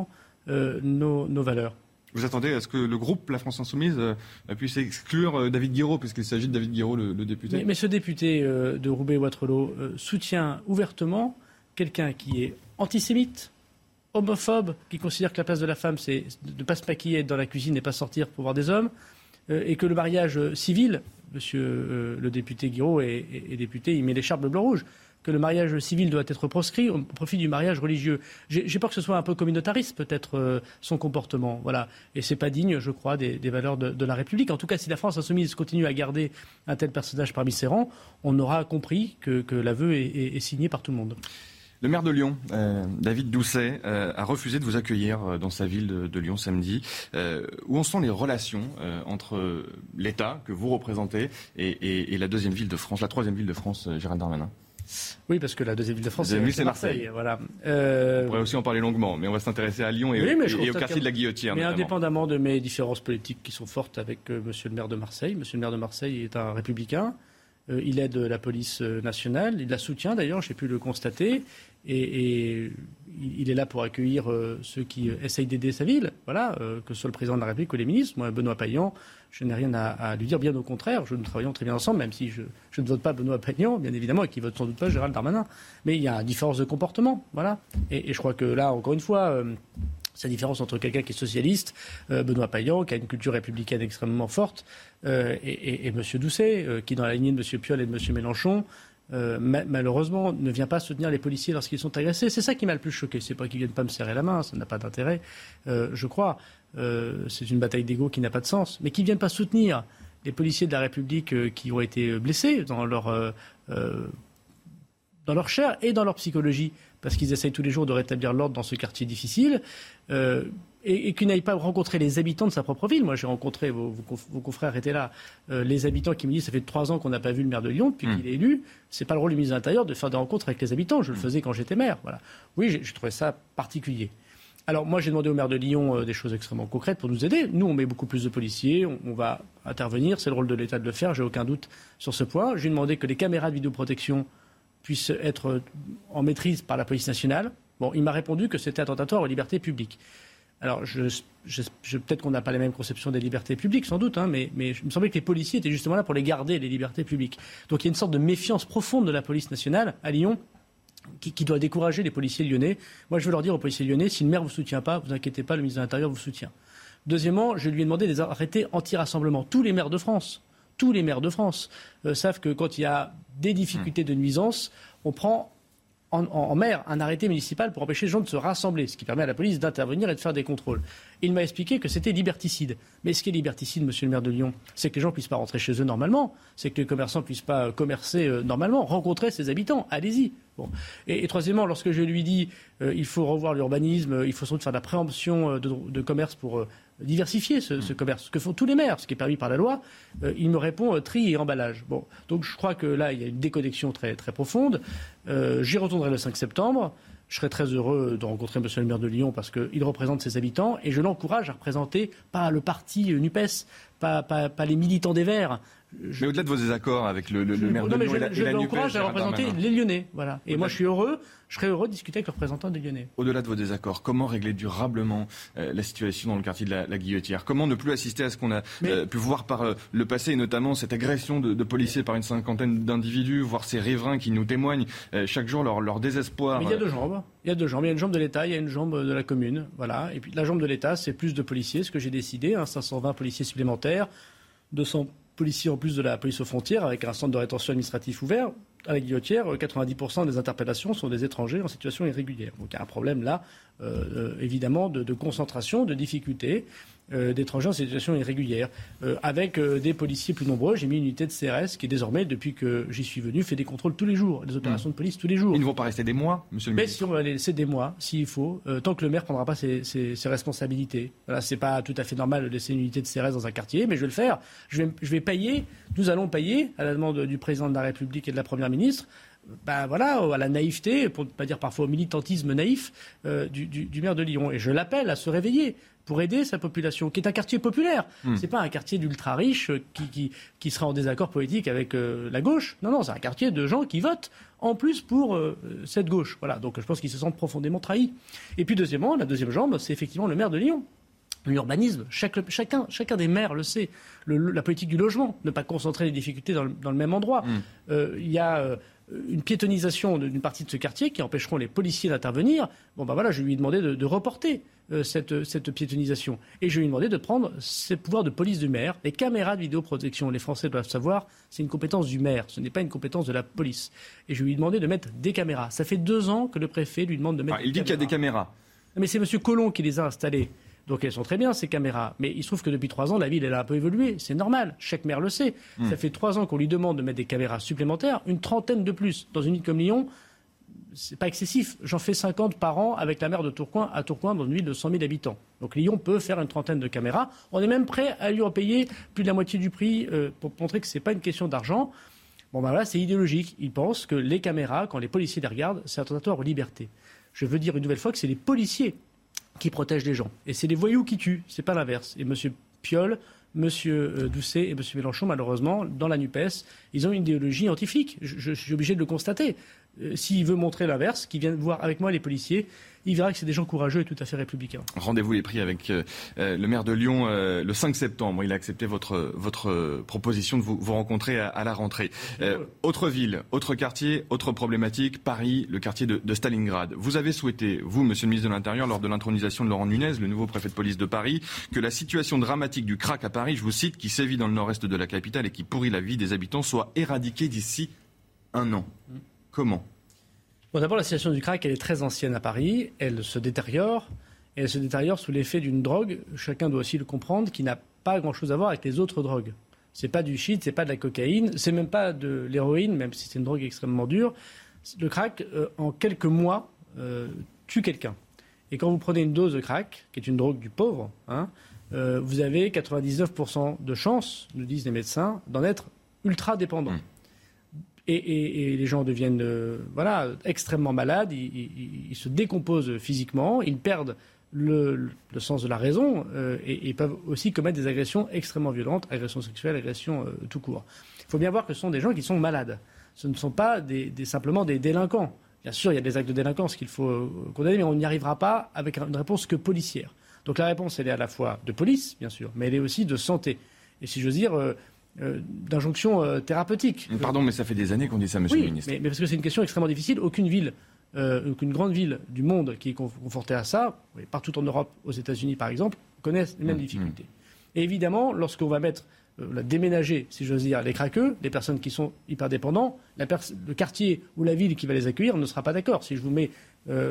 nos valeurs. Vous attendez à ce que le groupe La France Insoumise puisse exclure David Guiraud, puisqu'il s'agit de David Guiraud, le député? Mais ce député de Roubaix-Wattrelos soutient ouvertement quelqu'un qui est antisémite, homophobe, qui considère que la place de la femme, c'est de ne pas se maquiller, être dans la cuisine et pas sortir pour voir des hommes. Et que le mariage civil, monsieur le député Guiraud est député, il met l'écharpe bleu-rouge, que le mariage civil doit être proscrit au profit du mariage religieux. J'ai peur que ce soit un peu communautariste, peut-être, son comportement. Voilà. Et c'est pas digne, je crois, des valeurs de la République. En tout cas, si la France insoumise continue à garder un tel personnage parmi ses rangs, on aura compris que l'aveu est signé par tout le monde. Le maire de Lyon, David Doucet, a refusé de vous accueillir dans sa ville de Lyon samedi. Où en sont les relations entre l'État que vous représentez et la deuxième ville de France, la troisième ville de France, Gérald Darmanin? Oui, parce que la deuxième ville de France, c'est Marseille. Voilà. On pourrait aussi en parler longuement, mais on va s'intéresser à Lyon et au quartier de la Guillotière. Mais indépendamment de mes différences politiques qui sont fortes avec monsieur le maire de Marseille, monsieur le maire de Marseille est un républicain. Il aide la police nationale, il la soutient d'ailleurs, j'ai pu le constater, et il est là pour accueillir ceux qui essayent d'aider sa ville, voilà, que ce soit le président de la République ou les ministres. Moi, Benoît Payan, je n'ai rien à lui dire, bien au contraire, nous travaillons très bien ensemble, même si je ne vote pas Benoît Payan, bien évidemment, et qui ne vote sans doute pas Gérald Darmanin. Mais il y a une différence de comportement, voilà. Et je crois que là, encore une fois... c'est la différence entre quelqu'un qui est socialiste, Benoît Payan, qui a une culture républicaine extrêmement forte, et M. Doucet, qui, dans la lignée de M. Piolle et de M. Mélenchon, malheureusement, ne vient pas soutenir les policiers lorsqu'ils sont agressés. C'est ça qui m'a le plus choqué. C'est pas qu'ils viennent pas me serrer la main, ça n'a pas d'intérêt, je crois. C'est une bataille d'ego qui n'a pas de sens. Mais qu'ils ne viennent pas soutenir les policiers de la République qui ont été blessés dans leur chair et dans leur psychologie, parce qu'ils essayent tous les jours de rétablir l'ordre dans ce quartier difficile, et qu'ils n'aillent pas rencontrer les habitants de sa propre ville. Moi, j'ai rencontré, vos confrères étaient là, les habitants qui me disent ça fait 3 ans qu'on n'a pas vu le maire de Lyon depuis qu'il est élu. C'est pas le rôle du ministre de l'Intérieur de faire des rencontres avec les habitants. Je le faisais quand j'étais maire. Voilà. Oui, j'ai trouvé ça particulier. Alors moi, j'ai demandé au maire de Lyon des choses extrêmement concrètes pour nous aider. Nous, on met beaucoup plus de policiers, on va intervenir. C'est le rôle de l'État de le faire, j'ai aucun doute sur ce point. J'ai demandé que les caméras de vidéoprotection puissent être en maîtrise par la police nationale. Bon, il m'a répondu que c'était attentatoire aux libertés publiques. Alors, peut-être qu'on n'a pas la même conception des libertés publiques, sans doute, mais il me semblait que les policiers étaient justement là pour les garder, les libertés publiques. Donc il y a une sorte de méfiance profonde de la police nationale à Lyon qui doit décourager les policiers lyonnais. Moi, je veux leur dire aux policiers lyonnais, si le maire ne vous soutient pas, vous inquiétez pas, le ministre de l'Intérieur vous soutient. Deuxièmement, je lui ai demandé des arrêtés anti-rassemblement. Tous les maires de France savent que quand il y a des difficultés de nuisance, on prend en mer un arrêté municipal pour empêcher les gens de se rassembler, ce qui permet à la police d'intervenir et de faire des contrôles. Il m'a expliqué que c'était liberticide. Mais ce qui est liberticide, monsieur le maire de Lyon, c'est que les gens ne puissent pas rentrer chez eux normalement, c'est que les commerçants ne puissent pas commercer normalement, rencontrer ses habitants. Allez-y. Bon. Et troisièmement, lorsque je lui dis il faut revoir l'urbanisme, il faut sans doute faire de la préemption de commerce pour diversifier ce commerce, ce que font tous les maires, ce qui est permis par la loi, il me répond tri et emballage. Bon. Donc je crois que là, il y a une déconnexion très, très profonde. J'y retournerai le 5 septembre. Je serais très heureux de rencontrer monsieur le maire de Lyon parce qu'il représente ses habitants et je l'encourage à représenter pas le parti NUPES, pas les militants des Verts. Mais au-delà de vos désaccords avec le maire de Lyon et la NUPES... Je l'encourage à représenter les Lyonnais. Voilà. Et moi, je serais heureux de discuter avec le représentant des Lyonnais. Au-delà de vos désaccords, comment régler durablement la situation dans le quartier de la Guillotière ? Comment ne plus assister à ce qu'on a pu voir par le passé, et notamment cette agression de policiers par une cinquantaine d'individus, voire ces riverains qui nous témoignent chaque jour leur désespoir. Mais il y a deux jambes. Il y a une jambe de l'État, il y a une jambe de la commune. Voilà. Et puis la jambe de l'État, c'est plus de policiers, ce que j'ai décidé, 520 policiers supplémentaires, 200 policiers en plus de la police aux frontières, avec un centre de rétention administratif ouvert. À la Guillotière, 90% des interpellations sont des étrangers en situation irrégulière. Donc il y a un problème là, évidemment, de concentration, de difficulté d'étrangers en situation irrégulière. Avec des policiers plus nombreux, j'ai mis une unité de CRS qui désormais, depuis que j'y suis venu, fait des contrôles tous les jours, des opérations de police tous les jours. Ils ne vont pas rester des mois, monsieur le ministre ? Mais si on va les laisser des mois, s'il faut, tant que le maire ne prendra pas ses responsabilités. Voilà, c'est pas tout à fait normal de laisser une unité de CRS dans un quartier, mais je vais le faire. Je vais payer, nous allons payer, à la demande du président de la République et de la Première ministre, à la naïveté, pour ne pas dire parfois au militantisme naïf du maire de Lyon. Et je l'appelle à se réveiller pour aider sa population, qui est un quartier populaire. C'est pas un quartier d'ultra-riches qui serait en désaccord politique avec la gauche. Non, c'est un quartier de gens qui votent en plus pour cette gauche. Voilà, donc je pense qu'ils se sentent profondément trahis. Et puis deuxièmement, la deuxième jambe, c'est effectivement le maire de Lyon. L'urbanisme, chacun des maires le sait. La politique du logement, ne pas concentrer les difficultés dans le même endroit. Il y a une piétonisation d'une partie de ce quartier qui empêcheront les policiers d'intervenir. Je lui ai demandé de reporter cette piétonisation. Et je lui ai demandé de prendre ses pouvoirs de police du maire. Les caméras de vidéoprotection, les Français doivent savoir, c'est une compétence du maire, ce n'est pas une compétence de la police. Et je lui ai demandé de mettre des caméras. Ça fait 2 ans que le préfet lui demande de mettre des caméras. Il dit qu'il y a des caméras. Mais c'est M. Collomb qui les a installées. Donc elles sont très bien, ces caméras. Mais il se trouve que depuis 3 ans, la ville, elle a un peu évolué. C'est normal. Chaque maire le sait. Ça fait 3 ans qu'on lui demande de mettre des caméras supplémentaires, une trentaine de plus. Dans une ville comme Lyon, c'est pas excessif. J'en fais 50 par an avec la maire de Tourcoing à Tourcoing, dans une ville de 100 000 habitants. Donc Lyon peut faire une trentaine de caméras. On est même prêt à lui en payer plus de la moitié du prix pour montrer que c'est pas une question d'argent. C'est idéologique. Il pense que les caméras, quand les policiers les regardent, c'est attentatoire aux libertés. Je veux dire une nouvelle fois que c'est les policiers qui protègent les gens. Et c'est les voyous qui tuent, c'est pas l'inverse. Et M. Piolle, M. Doucet et M. Mélenchon, malheureusement, dans la NUPES, ils ont une idéologie anti-flic. Je suis obligé de le constater. S'il veut montrer l'inverse, qu'il vienne voir avec moi les policiers, il verra que c'est des gens courageux et tout à fait républicains. Rendez-vous est pris avec le maire de Lyon le 5 septembre. Il a accepté votre proposition de vous rencontrer à la rentrée. Autre ville, autre quartier, autre problématique, Paris, le quartier de Stalingrad. Vous avez souhaité, vous, monsieur le ministre de l'Intérieur, lors de l'intronisation de Laurent Nunez, le nouveau préfet de police de Paris, que la situation dramatique du crack à Paris, je vous cite, qui sévit dans le nord-est de la capitale et qui pourrit la vie des habitants, soit éradiquée d'ici 1 an. Comment ? D'abord, la situation du crack, elle est très ancienne à Paris. Elle se détériore. Et elle se détériore sous l'effet d'une drogue, chacun doit aussi le comprendre, qui n'a pas grand-chose à voir avec les autres drogues. C'est pas du shit, c'est pas de la cocaïne, c'est même pas de l'héroïne, même si c'est une drogue extrêmement dure. Le crack, en quelques mois, tue quelqu'un. Et quand vous prenez une dose de crack, qui est une drogue du pauvre, vous avez 99% de chances, nous disent les médecins, d'en être ultra dépendant. Et les gens deviennent extrêmement malades, ils se décomposent physiquement, ils perdent le sens de la raison et peuvent aussi commettre des agressions extrêmement violentes, agressions sexuelles, agressions tout court. Il faut bien voir que ce sont des gens qui sont malades. Ce ne sont pas simplement des délinquants. Bien sûr, il y a des actes de délinquance qu'il faut condamner, mais on n'y arrivera pas avec une réponse que policière. Donc la réponse, elle est à la fois de police, bien sûr, mais elle est aussi de santé. Et si j'ose dire, d'injonction thérapeutique. Pardon, mais ça fait des années qu'on dit ça, monsieur le ministre. Mais parce que c'est une question extrêmement difficile. Aucune grande ville du monde qui est confrontée à ça, partout en Europe, aux États-Unis par exemple, connaissent les mêmes difficultés. Et évidemment, lorsqu'on va déménager, si j'ose dire, les craqueux, les personnes qui sont hyper dépendants, le quartier ou la ville qui va les accueillir ne sera pas d'accord. Si je vous mets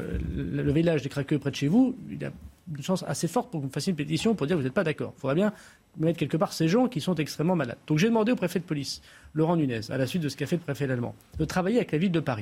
le village des craqueux près de chez vous, il y a une chance assez forte pour que vous fassiez une pétition pour dire que vous n'êtes pas d'accord. Il faudra bien mettre quelque part ces gens qui sont extrêmement malades. Donc j'ai demandé au préfet de police, Laurent Nunez, à la suite de ce qu'a fait le préfet allemand, de travailler avec la ville de Paris,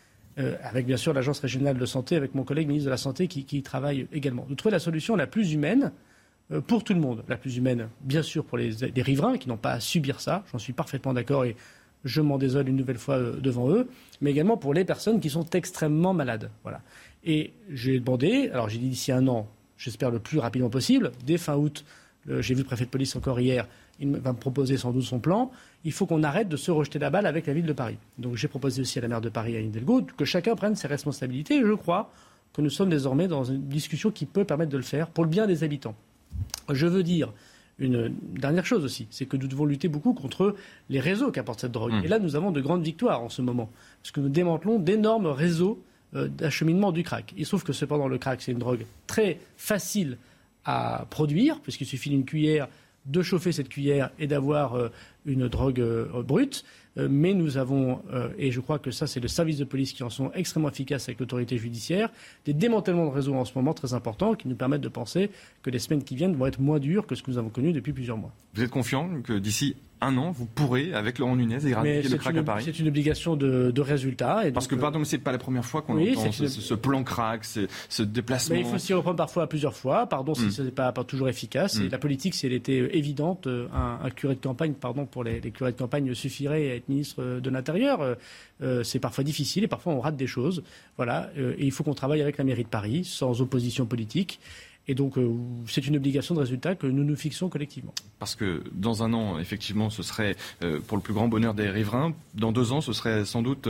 avec bien sûr l'agence régionale de santé, avec mon collègue ministre de la Santé qui y travaille également, de trouver la solution la plus humaine pour tout le monde. La plus humaine, bien sûr, pour les riverains qui n'ont pas à subir ça, j'en suis parfaitement d'accord et je m'en désole une nouvelle fois devant eux, mais également pour les personnes qui sont extrêmement malades. Voilà. Et j'ai demandé, alors j'ai dit d'ici un an, j'espère le plus rapidement possible, dès fin août, j'ai vu le préfet de police encore hier, il va me proposer sans doute son plan. Il faut qu'on arrête de se rejeter la balle avec la ville de Paris. Donc j'ai proposé aussi à la maire de Paris, à Anne Hidalgo, que chacun prenne ses responsabilités. Et je crois que nous sommes désormais dans une discussion qui peut permettre de le faire pour le bien des habitants. Je veux dire une dernière chose aussi, c'est que nous devons lutter beaucoup contre les réseaux qu'apporte cette drogue. Et là, nous avons de grandes victoires en ce moment, parce que nous démantelons d'énormes réseaux d'acheminement du crack. Il se trouve que cependant le crack, c'est une drogue très facile à produire, puisqu'il suffit d'une cuillère, de chauffer cette cuillère et d'avoir une drogue brute. Mais nous avons, et je crois que ça c'est le service de police qui en sont extrêmement efficaces avec l'autorité judiciaire, des démantèlements de réseaux en ce moment très importants qui nous permettent de penser que les semaines qui viennent vont être moins dures que ce que nous avons connu depuis plusieurs mois. Vous êtes confiant que d'ici un an, vous pourrez, avec Laurent Nunez, éradiquer le crack à Paris? C'est une obligation de résultat. Et parce donc, que, pardon, mais c'est pas la première fois qu'on entend ce plan crack, ce déplacement. Mais il faut s'y reprendre parfois à plusieurs fois. Pardon si ce n'est pas toujours efficace. Et la politique, si elle était évidente, un curé de campagne, pour les curés de campagne suffirait à être ministre de l'Intérieur. C'est parfois difficile et parfois on rate des choses. Voilà. Et il faut qu'on travaille avec la mairie de Paris, sans opposition politique. Et donc, c'est une obligation de résultat que nous nous fixons collectivement. Parce que dans un an, effectivement, ce serait pour le plus grand bonheur des riverains. Dans 2 ans, ce serait sans doute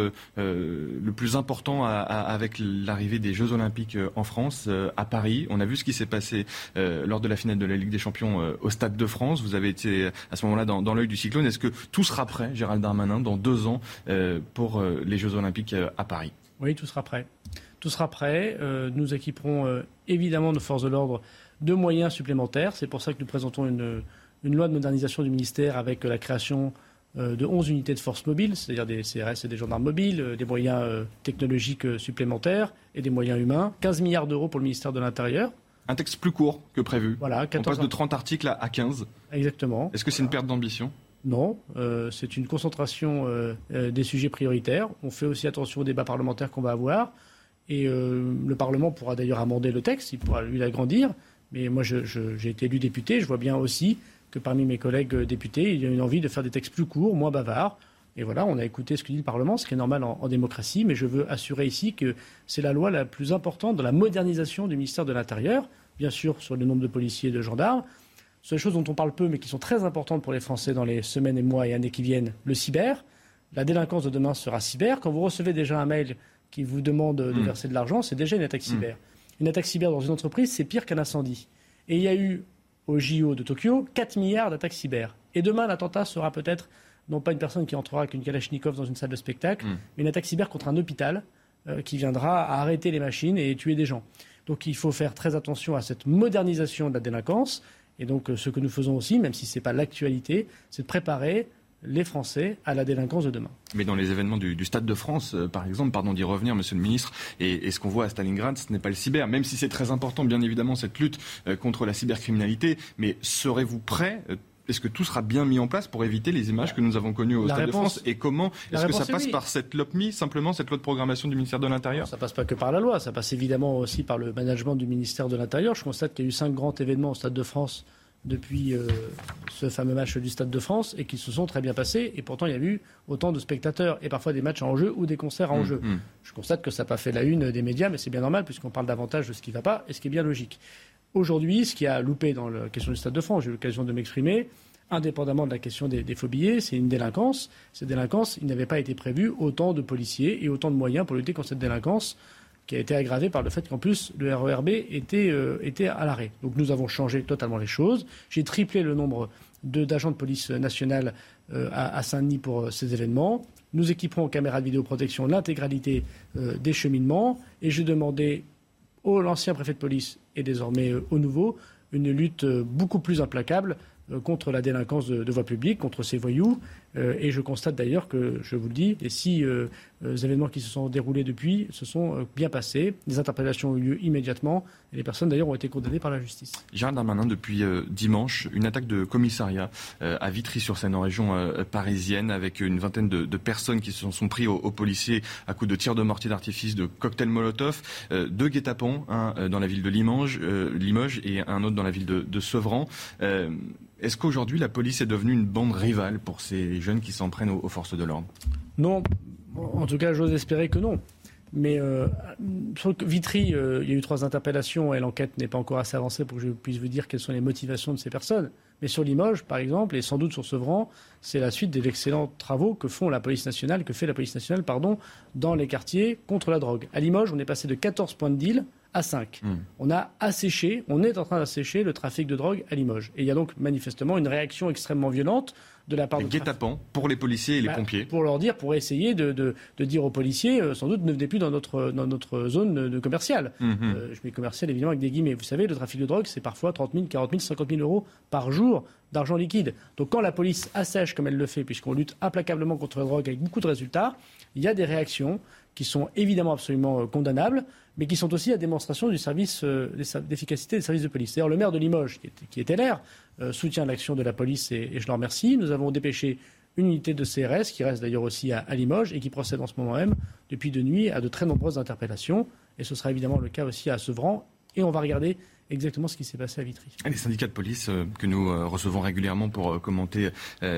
le plus important avec l'arrivée des Jeux Olympiques en France, à Paris. On a vu ce qui s'est passé lors de la finale de la Ligue des Champions au Stade de France. Vous avez été à ce moment-là dans l'œil du cyclone. Est-ce que tout sera prêt, Gérald Darmanin, dans 2 ans pour les Jeux Olympiques à Paris? Oui, tout sera prêt. Tout sera prêt. Nous équiperons évidemment nos forces de l'ordre de moyens supplémentaires. C'est pour ça que nous présentons une loi de modernisation du ministère avec la création de 11 unités de forces mobiles, c'est-à-dire des CRS et des gendarmes mobiles, des moyens technologiques supplémentaires et des moyens humains. 15 milliards d'euros pour le ministère de l'Intérieur. Un texte plus court que prévu. Voilà, on passe de 30 articles à 15. Exactement. Est-ce que c'est une perte d'ambition ? Non, c'est une concentration des sujets prioritaires. On fait aussi attention aux débats parlementaires qu'on va avoir. Et le Parlement pourra d'ailleurs amender le texte, il pourra lui l'agrandir. Mais moi, j'ai été élu député. Je vois bien aussi que parmi mes collègues députés, il y a une envie de faire des textes plus courts, moins bavards. Et voilà, on a écouté ce que dit le Parlement, ce qui est normal en démocratie. Mais je veux assurer ici que c'est la loi la plus importante dans la modernisation du ministère de l'Intérieur. Bien sûr, sur le nombre de policiers et de gendarmes. Ce sont des choses dont on parle peu, mais qui sont très importantes pour les Français dans les semaines et mois et années qui viennent. Le cyber. La délinquance de demain sera cyber. Quand vous recevez déjà un mail qui vous demande de verser de l'argent, c'est déjà une attaque cyber. Une attaque cyber dans une entreprise, c'est pire qu'un incendie. Et il y a eu, au JO de Tokyo, 4 milliards d'attaques cyber. Et demain, l'attentat sera peut-être, non pas une personne qui entrera avec une Kalachnikov dans une salle de spectacle, mais une attaque cyber contre un hôpital qui viendra à arrêter les machines et tuer des gens. Donc il faut faire très attention à cette modernisation de la délinquance. Et donc ce que nous faisons aussi, même si ce n'est pas l'actualité, c'est de préparer les Français à la délinquance de demain. Mais dans les événements du Stade de France, par exemple, pardon d'y revenir, Monsieur le Ministre, et ce qu'on voit à Stalingrad, ce n'est pas le cyber, même si c'est très important, bien évidemment, cette lutte contre la cybercriminalité, mais serez-vous prêt ? Est-ce que tout sera bien mis en place pour éviter les images que nous avons connues au Stade de France ? Et comment est-ce que ça passe par cette LOPMI, simplement cette loi de programmation du ministère de l'Intérieur ? Ça passe pas que par la loi, ça passe évidemment aussi par le management du ministère de l'Intérieur. Je constate qu'il y a eu 5 grands événements au Stade de France depuis ce fameux match du Stade de France et qui se sont très bien passés. Et pourtant, il y a eu autant de spectateurs et parfois des matchs en jeu ou des concerts en jeu. Je constate que ça n'a pas fait la une des médias, mais c'est bien normal puisqu'on parle davantage de ce qui ne va pas et ce qui est bien logique. Aujourd'hui, ce qui a loupé dans la question du Stade de France, j'ai eu l'occasion de m'exprimer, indépendamment de la question des faux billets, c'est une délinquance. Cette délinquance, il n'avait pas été prévu autant de policiers et autant de moyens pour lutter contre cette délinquance qui a été aggravée par le fait qu'en plus le RER B était à l'arrêt. Donc nous avons changé totalement les choses. J'ai triplé le nombre d'agents de police nationale à Saint-Denis pour ces événements. Nous équiperons en caméras de vidéoprotection l'intégralité des cheminements et j'ai demandé à l'ancien préfet de police et désormais au nouveau une lutte beaucoup plus implacable contre la délinquance de voie publique, contre ces voyous. Et je constate d'ailleurs que, je vous le dis, les 6 événements qui se sont déroulés depuis se sont bien passés. Des interpellations ont eu lieu immédiatement et les personnes d'ailleurs ont été condamnées par la justice. Gérald Darmanin, depuis dimanche, une attaque de commissariat à Vitry-sur-Seine en région parisienne avec une vingtaine de personnes qui se sont pris aux policiers à coups de tirs de mortier d'artifice, de cocktails Molotov, 2 guet-apens, un dans la ville de Limoges et un autre dans la ville de Sevran. Est-ce qu'aujourd'hui la police est devenue une bande rivale pour ces jeunes qui s'en prennent aux forces de l'ordre ? Non, en tout cas j'ose espérer que non. Mais sur Vitry, il y a eu 3 interpellations et l'enquête n'est pas encore assez avancée pour que je puisse vous dire quelles sont les motivations de ces personnes. Mais sur Limoges, par exemple, et sans doute sur Sevran, c'est la suite des excellents travaux que fait la police nationale, dans les quartiers contre la drogue. À Limoges, on est passé de 14 points de deal à 5. On est en train d'assécher le trafic de drogue à Limoges. Et il y a donc manifestement une réaction extrêmement violente de la part de guet-apens pour les policiers et les pompiers. Pour essayer de dire aux policiers, sans doute, ne venez plus dans notre zone de commerciale. Je mets commercial évidemment avec des guillemets. Vous savez, le trafic de drogue, c'est parfois 30 000, 40 000, 50 000 euros par jour d'argent liquide. Donc quand la police assèche comme elle le fait, puisqu'on lutte implacablement contre la drogue avec beaucoup de résultats, il y a des réactions qui sont évidemment absolument condamnables, mais qui sont aussi la démonstration du service d'efficacité des services de police. D'ailleurs, le maire de Limoges, qui est LR, soutient l'action de la police et je le remercie. Nous avons dépêché une unité de CRS, qui reste d'ailleurs aussi à Limoges et qui procède en ce moment même, depuis de nuit, à de très nombreuses interpellations. Et ce sera évidemment le cas aussi à Sevran. Et on va regarder exactement ce qui s'est passé à Vitry. Les syndicats de police que nous recevons régulièrement pour commenter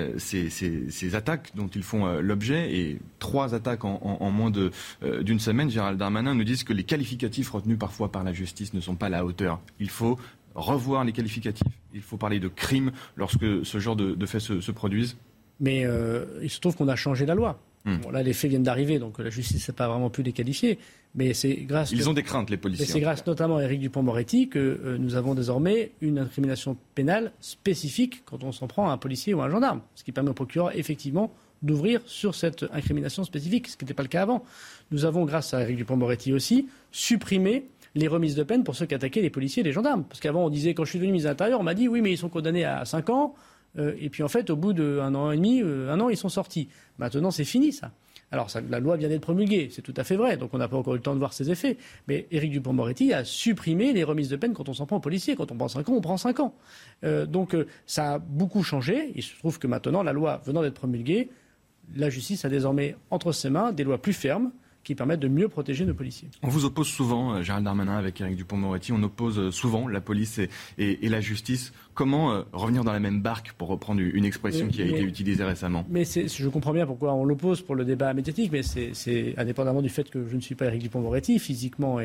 ces attaques dont ils font l'objet, et 3 attaques en moins d'une semaine, Gérald Darmanin nous dit que les qualificatifs retenus parfois par la justice ne sont pas à la hauteur. Il faut revoir les qualificatifs, il faut parler de crime lorsque ce genre de faits se produisent. Mais il se trouve qu'on a changé la loi. Bon, là, les faits viennent d'arriver, donc la justice n'a pas vraiment pu les qualifier. Mais c'est grâce. Ils ont des craintes, les policiers. Mais c'est grâce notamment à Éric Dupond-Moretti que nous avons désormais une incrimination pénale spécifique quand on s'en prend à un policier ou à un gendarme. Ce qui permet au procureur, effectivement, d'ouvrir sur cette incrimination spécifique, ce qui n'était pas le cas avant. Nous avons, grâce à Éric Dupond-Moretti aussi, supprimé les remises de peine pour ceux qui attaquaient les policiers et les gendarmes. Parce qu'avant, on disait, quand je suis devenu ministre de l'Intérieur, on m'a dit oui, mais ils sont condamnés à 5 ans. Et puis en fait, au bout d'1 an et demi, 1 an, ils sont sortis. Maintenant, c'est fini ça. Alors, la loi vient d'être promulguée, c'est tout à fait vrai, donc on n'a pas encore eu le temps de voir ses effets. Mais Éric Dupond-Moretti a supprimé les remises de peine quand on s'en prend aux policiers. Quand on prend 5 ans, on prend 5 ans. Donc ça a beaucoup changé. Il se trouve que maintenant, la loi venant d'être promulguée, la justice a désormais entre ses mains des lois plus fermes qui permettent de mieux protéger nos policiers. On vous oppose souvent, Gérald Darmanin avec Éric Dupond-Moretti, on oppose souvent la police et la justice. Comment revenir dans la même barque, pour reprendre une expression qui a été utilisée récemment ? Mais je comprends bien pourquoi on l'oppose pour le débat médiatique, mais c'est indépendamment du fait que je ne suis pas Éric Dupond-Moretti, physiquement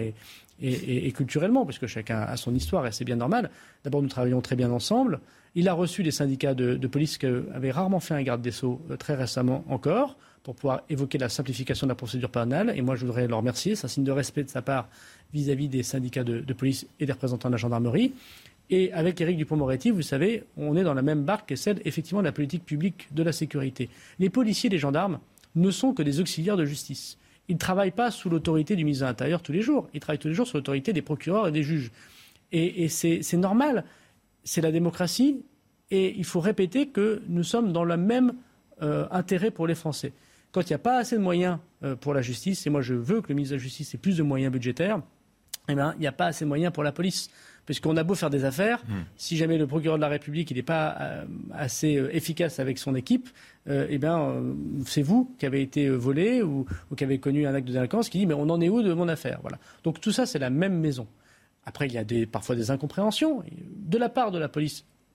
et culturellement, parce que chacun a son histoire et c'est bien normal. D'abord, nous travaillons très bien ensemble. Il a reçu des syndicats de police qu'avait rarement fait un garde des Sceaux très récemment encore, pour pouvoir évoquer la simplification de la procédure pénale. Et moi, je voudrais le remercier. C'est un signe de respect de sa part vis-à-vis des syndicats de police et des représentants de la gendarmerie. Et avec Éric Dupond-Moretti, vous savez, on est dans la même barque que celle, effectivement, de la politique publique de la sécurité. Les policiers et les gendarmes ne sont que des auxiliaires de justice. Ils ne travaillent pas sous l'autorité du ministre de l'Intérieur tous les jours. Ils travaillent tous les jours sous l'autorité des procureurs et des juges. Et c'est normal. C'est la démocratie. Et il faut répéter que nous sommes dans le même intérêt pour les Français. Quand il n'y a pas assez de moyens pour la justice, et moi je veux que le ministre de la Justice ait plus de moyens budgétaires, eh bien, il n'y a pas assez de moyens pour la police. Parce qu'on a beau faire des affaires, si jamais le procureur de la République n'est pas assez efficace avec son équipe, eh bien, c'est vous qui avez été volé ou qui avez connu un acte de délinquance qui dit « mais on en est où de mon affaire ?» Voilà. Donc tout ça, c'est la même maison. Après, il y a parfois des incompréhensions de la part de la police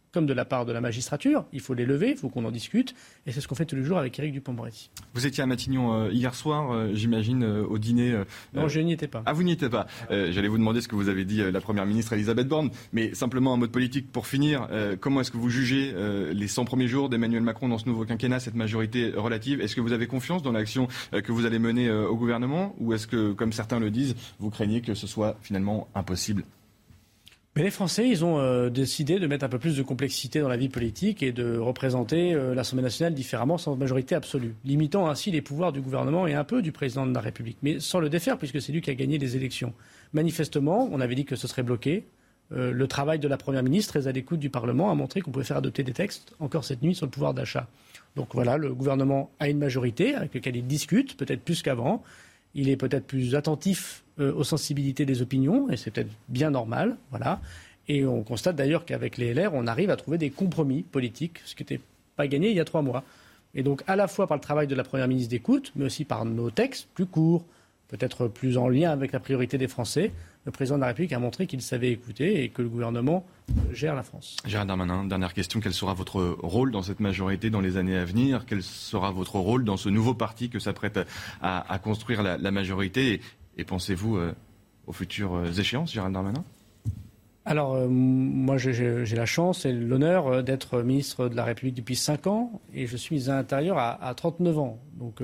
comme de la part de la magistrature. Il faut les lever, il faut qu'on en discute. Et c'est ce qu'on fait tous les jours avec Éric Dupond-Moretti. Vous étiez à Matignon hier soir, j'imagine, au dîner. Non, je n'y étais pas. Ah, vous n'y étiez pas. J'allais vous demander ce que vous avez dit la Première ministre Elisabeth Borne. Mais simplement un mot de politique pour finir. Comment est-ce que vous jugez les 100 premiers jours d'Emmanuel Macron dans ce nouveau quinquennat, cette majorité relative? Est-ce que vous avez confiance dans l'action que vous allez mener au gouvernement? Ou est-ce que, comme certains le disent, vous craignez que ce soit finalement impossible? Mais les Français, ils ont décidé de mettre un peu plus de complexité dans la vie politique et de représenter l'Assemblée nationale différemment, sans majorité absolue, limitant ainsi les pouvoirs du gouvernement et un peu du président de la République, mais sans le défaire puisque c'est lui qui a gagné les élections. Manifestement, on avait dit que ce serait bloqué. Le travail de la Première ministre, très à l'écoute du Parlement, a montré qu'on pouvait faire adopter des textes encore cette nuit sur le pouvoir d'achat. Donc voilà, le gouvernement a une majorité avec laquelle il discute, peut-être plus qu'avant. Il est peut-être plus attentif aux sensibilités des opinions, et c'est peut-être bien normal, voilà. Et on constate d'ailleurs qu'avec les LR, on arrive à trouver des compromis politiques, ce qui n'était pas gagné il y a 3 mois. Et donc, à la fois par le travail de la Première ministre d'écoute, mais aussi par nos textes plus courts, peut-être plus en lien avec la priorité des Français, le président de la République a montré qu'il savait écouter et que le gouvernement gère la France. Gérald Darmanin, dernière question. Quel sera votre rôle dans cette majorité dans les années à venir? Quel sera votre rôle dans ce nouveau parti que s'apprête à construire la majorité? Et pensez-vous aux futures échéances, Gérald Darmanin? Alors, moi, j'ai la chance et l'honneur d'être ministre de la République depuis 5 ans et je suis ministre de l'Intérieur à 39 ans. Donc,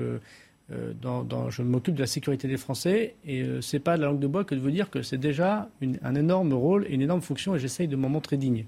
je m'occupe de la sécurité des Français et c'est pas de la langue de bois que de vous dire que c'est déjà un énorme rôle et une énorme fonction et j'essaye de m'en montrer digne.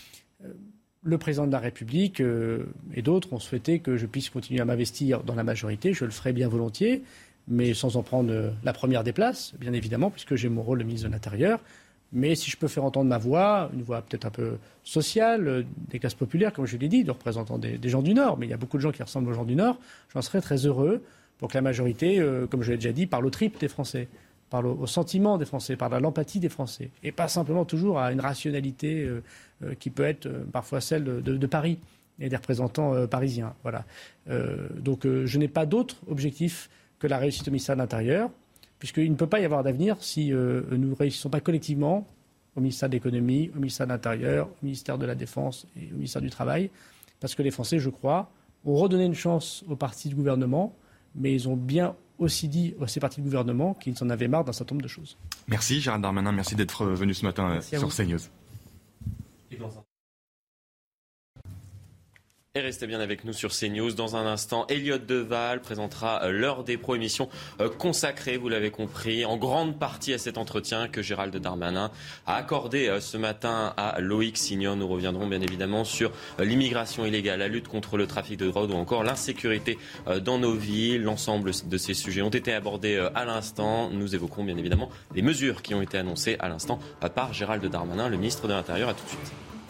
Le président de la République et d'autres ont souhaité que je puisse continuer à m'investir dans la majorité. Je le ferai bien volontiers, mais sans en prendre la première des places, bien évidemment, puisque j'ai mon rôle de ministre de l'Intérieur. Mais si je peux faire entendre ma voix, une voix peut-être un peu sociale, des classes populaires, comme je l'ai dit, de représentants des gens du Nord, mais il y a beaucoup de gens qui ressemblent aux gens du Nord, j'en serais très heureux pour que la majorité, comme je l'ai déjà dit, parle aux tripes des Français, parle au sentiment des Français, parle à l'empathie des Français, et pas simplement toujours à une rationalité qui peut être parfois celle de Paris et des représentants parisiens. Voilà. Donc je n'ai pas d'autre objectif que la réussite au ministère de l'Intérieur, puisqu'il ne peut pas y avoir d'avenir si nous ne réussissons pas collectivement au ministère de l'Économie, au ministère de l'Intérieur, au ministère de la Défense et au ministère du Travail, parce que les Français, je crois, ont redonné une chance aux partis du gouvernement, mais ils ont bien aussi dit à ces partis du gouvernement qu'ils en avaient marre d'un certain nombre de choses. Merci Gérald Darmanin, merci d'être venu ce matin sur CNews. Et restez bien avec nous sur CNews. Dans un instant, Elliot Deval présentera l'heure des pros, émission consacrée, vous l'avez compris, en grande partie à cet entretien que Gérald Darmanin a accordé ce matin à Loïc Signor. Nous reviendrons bien évidemment sur l'immigration illégale, la lutte contre le trafic de drogue ou encore l'insécurité dans nos villes. L'ensemble de ces sujets ont été abordés à l'instant. Nous évoquerons bien évidemment les mesures qui ont été annoncées à l'instant par Gérald Darmanin, le ministre de l'Intérieur. À tout de suite.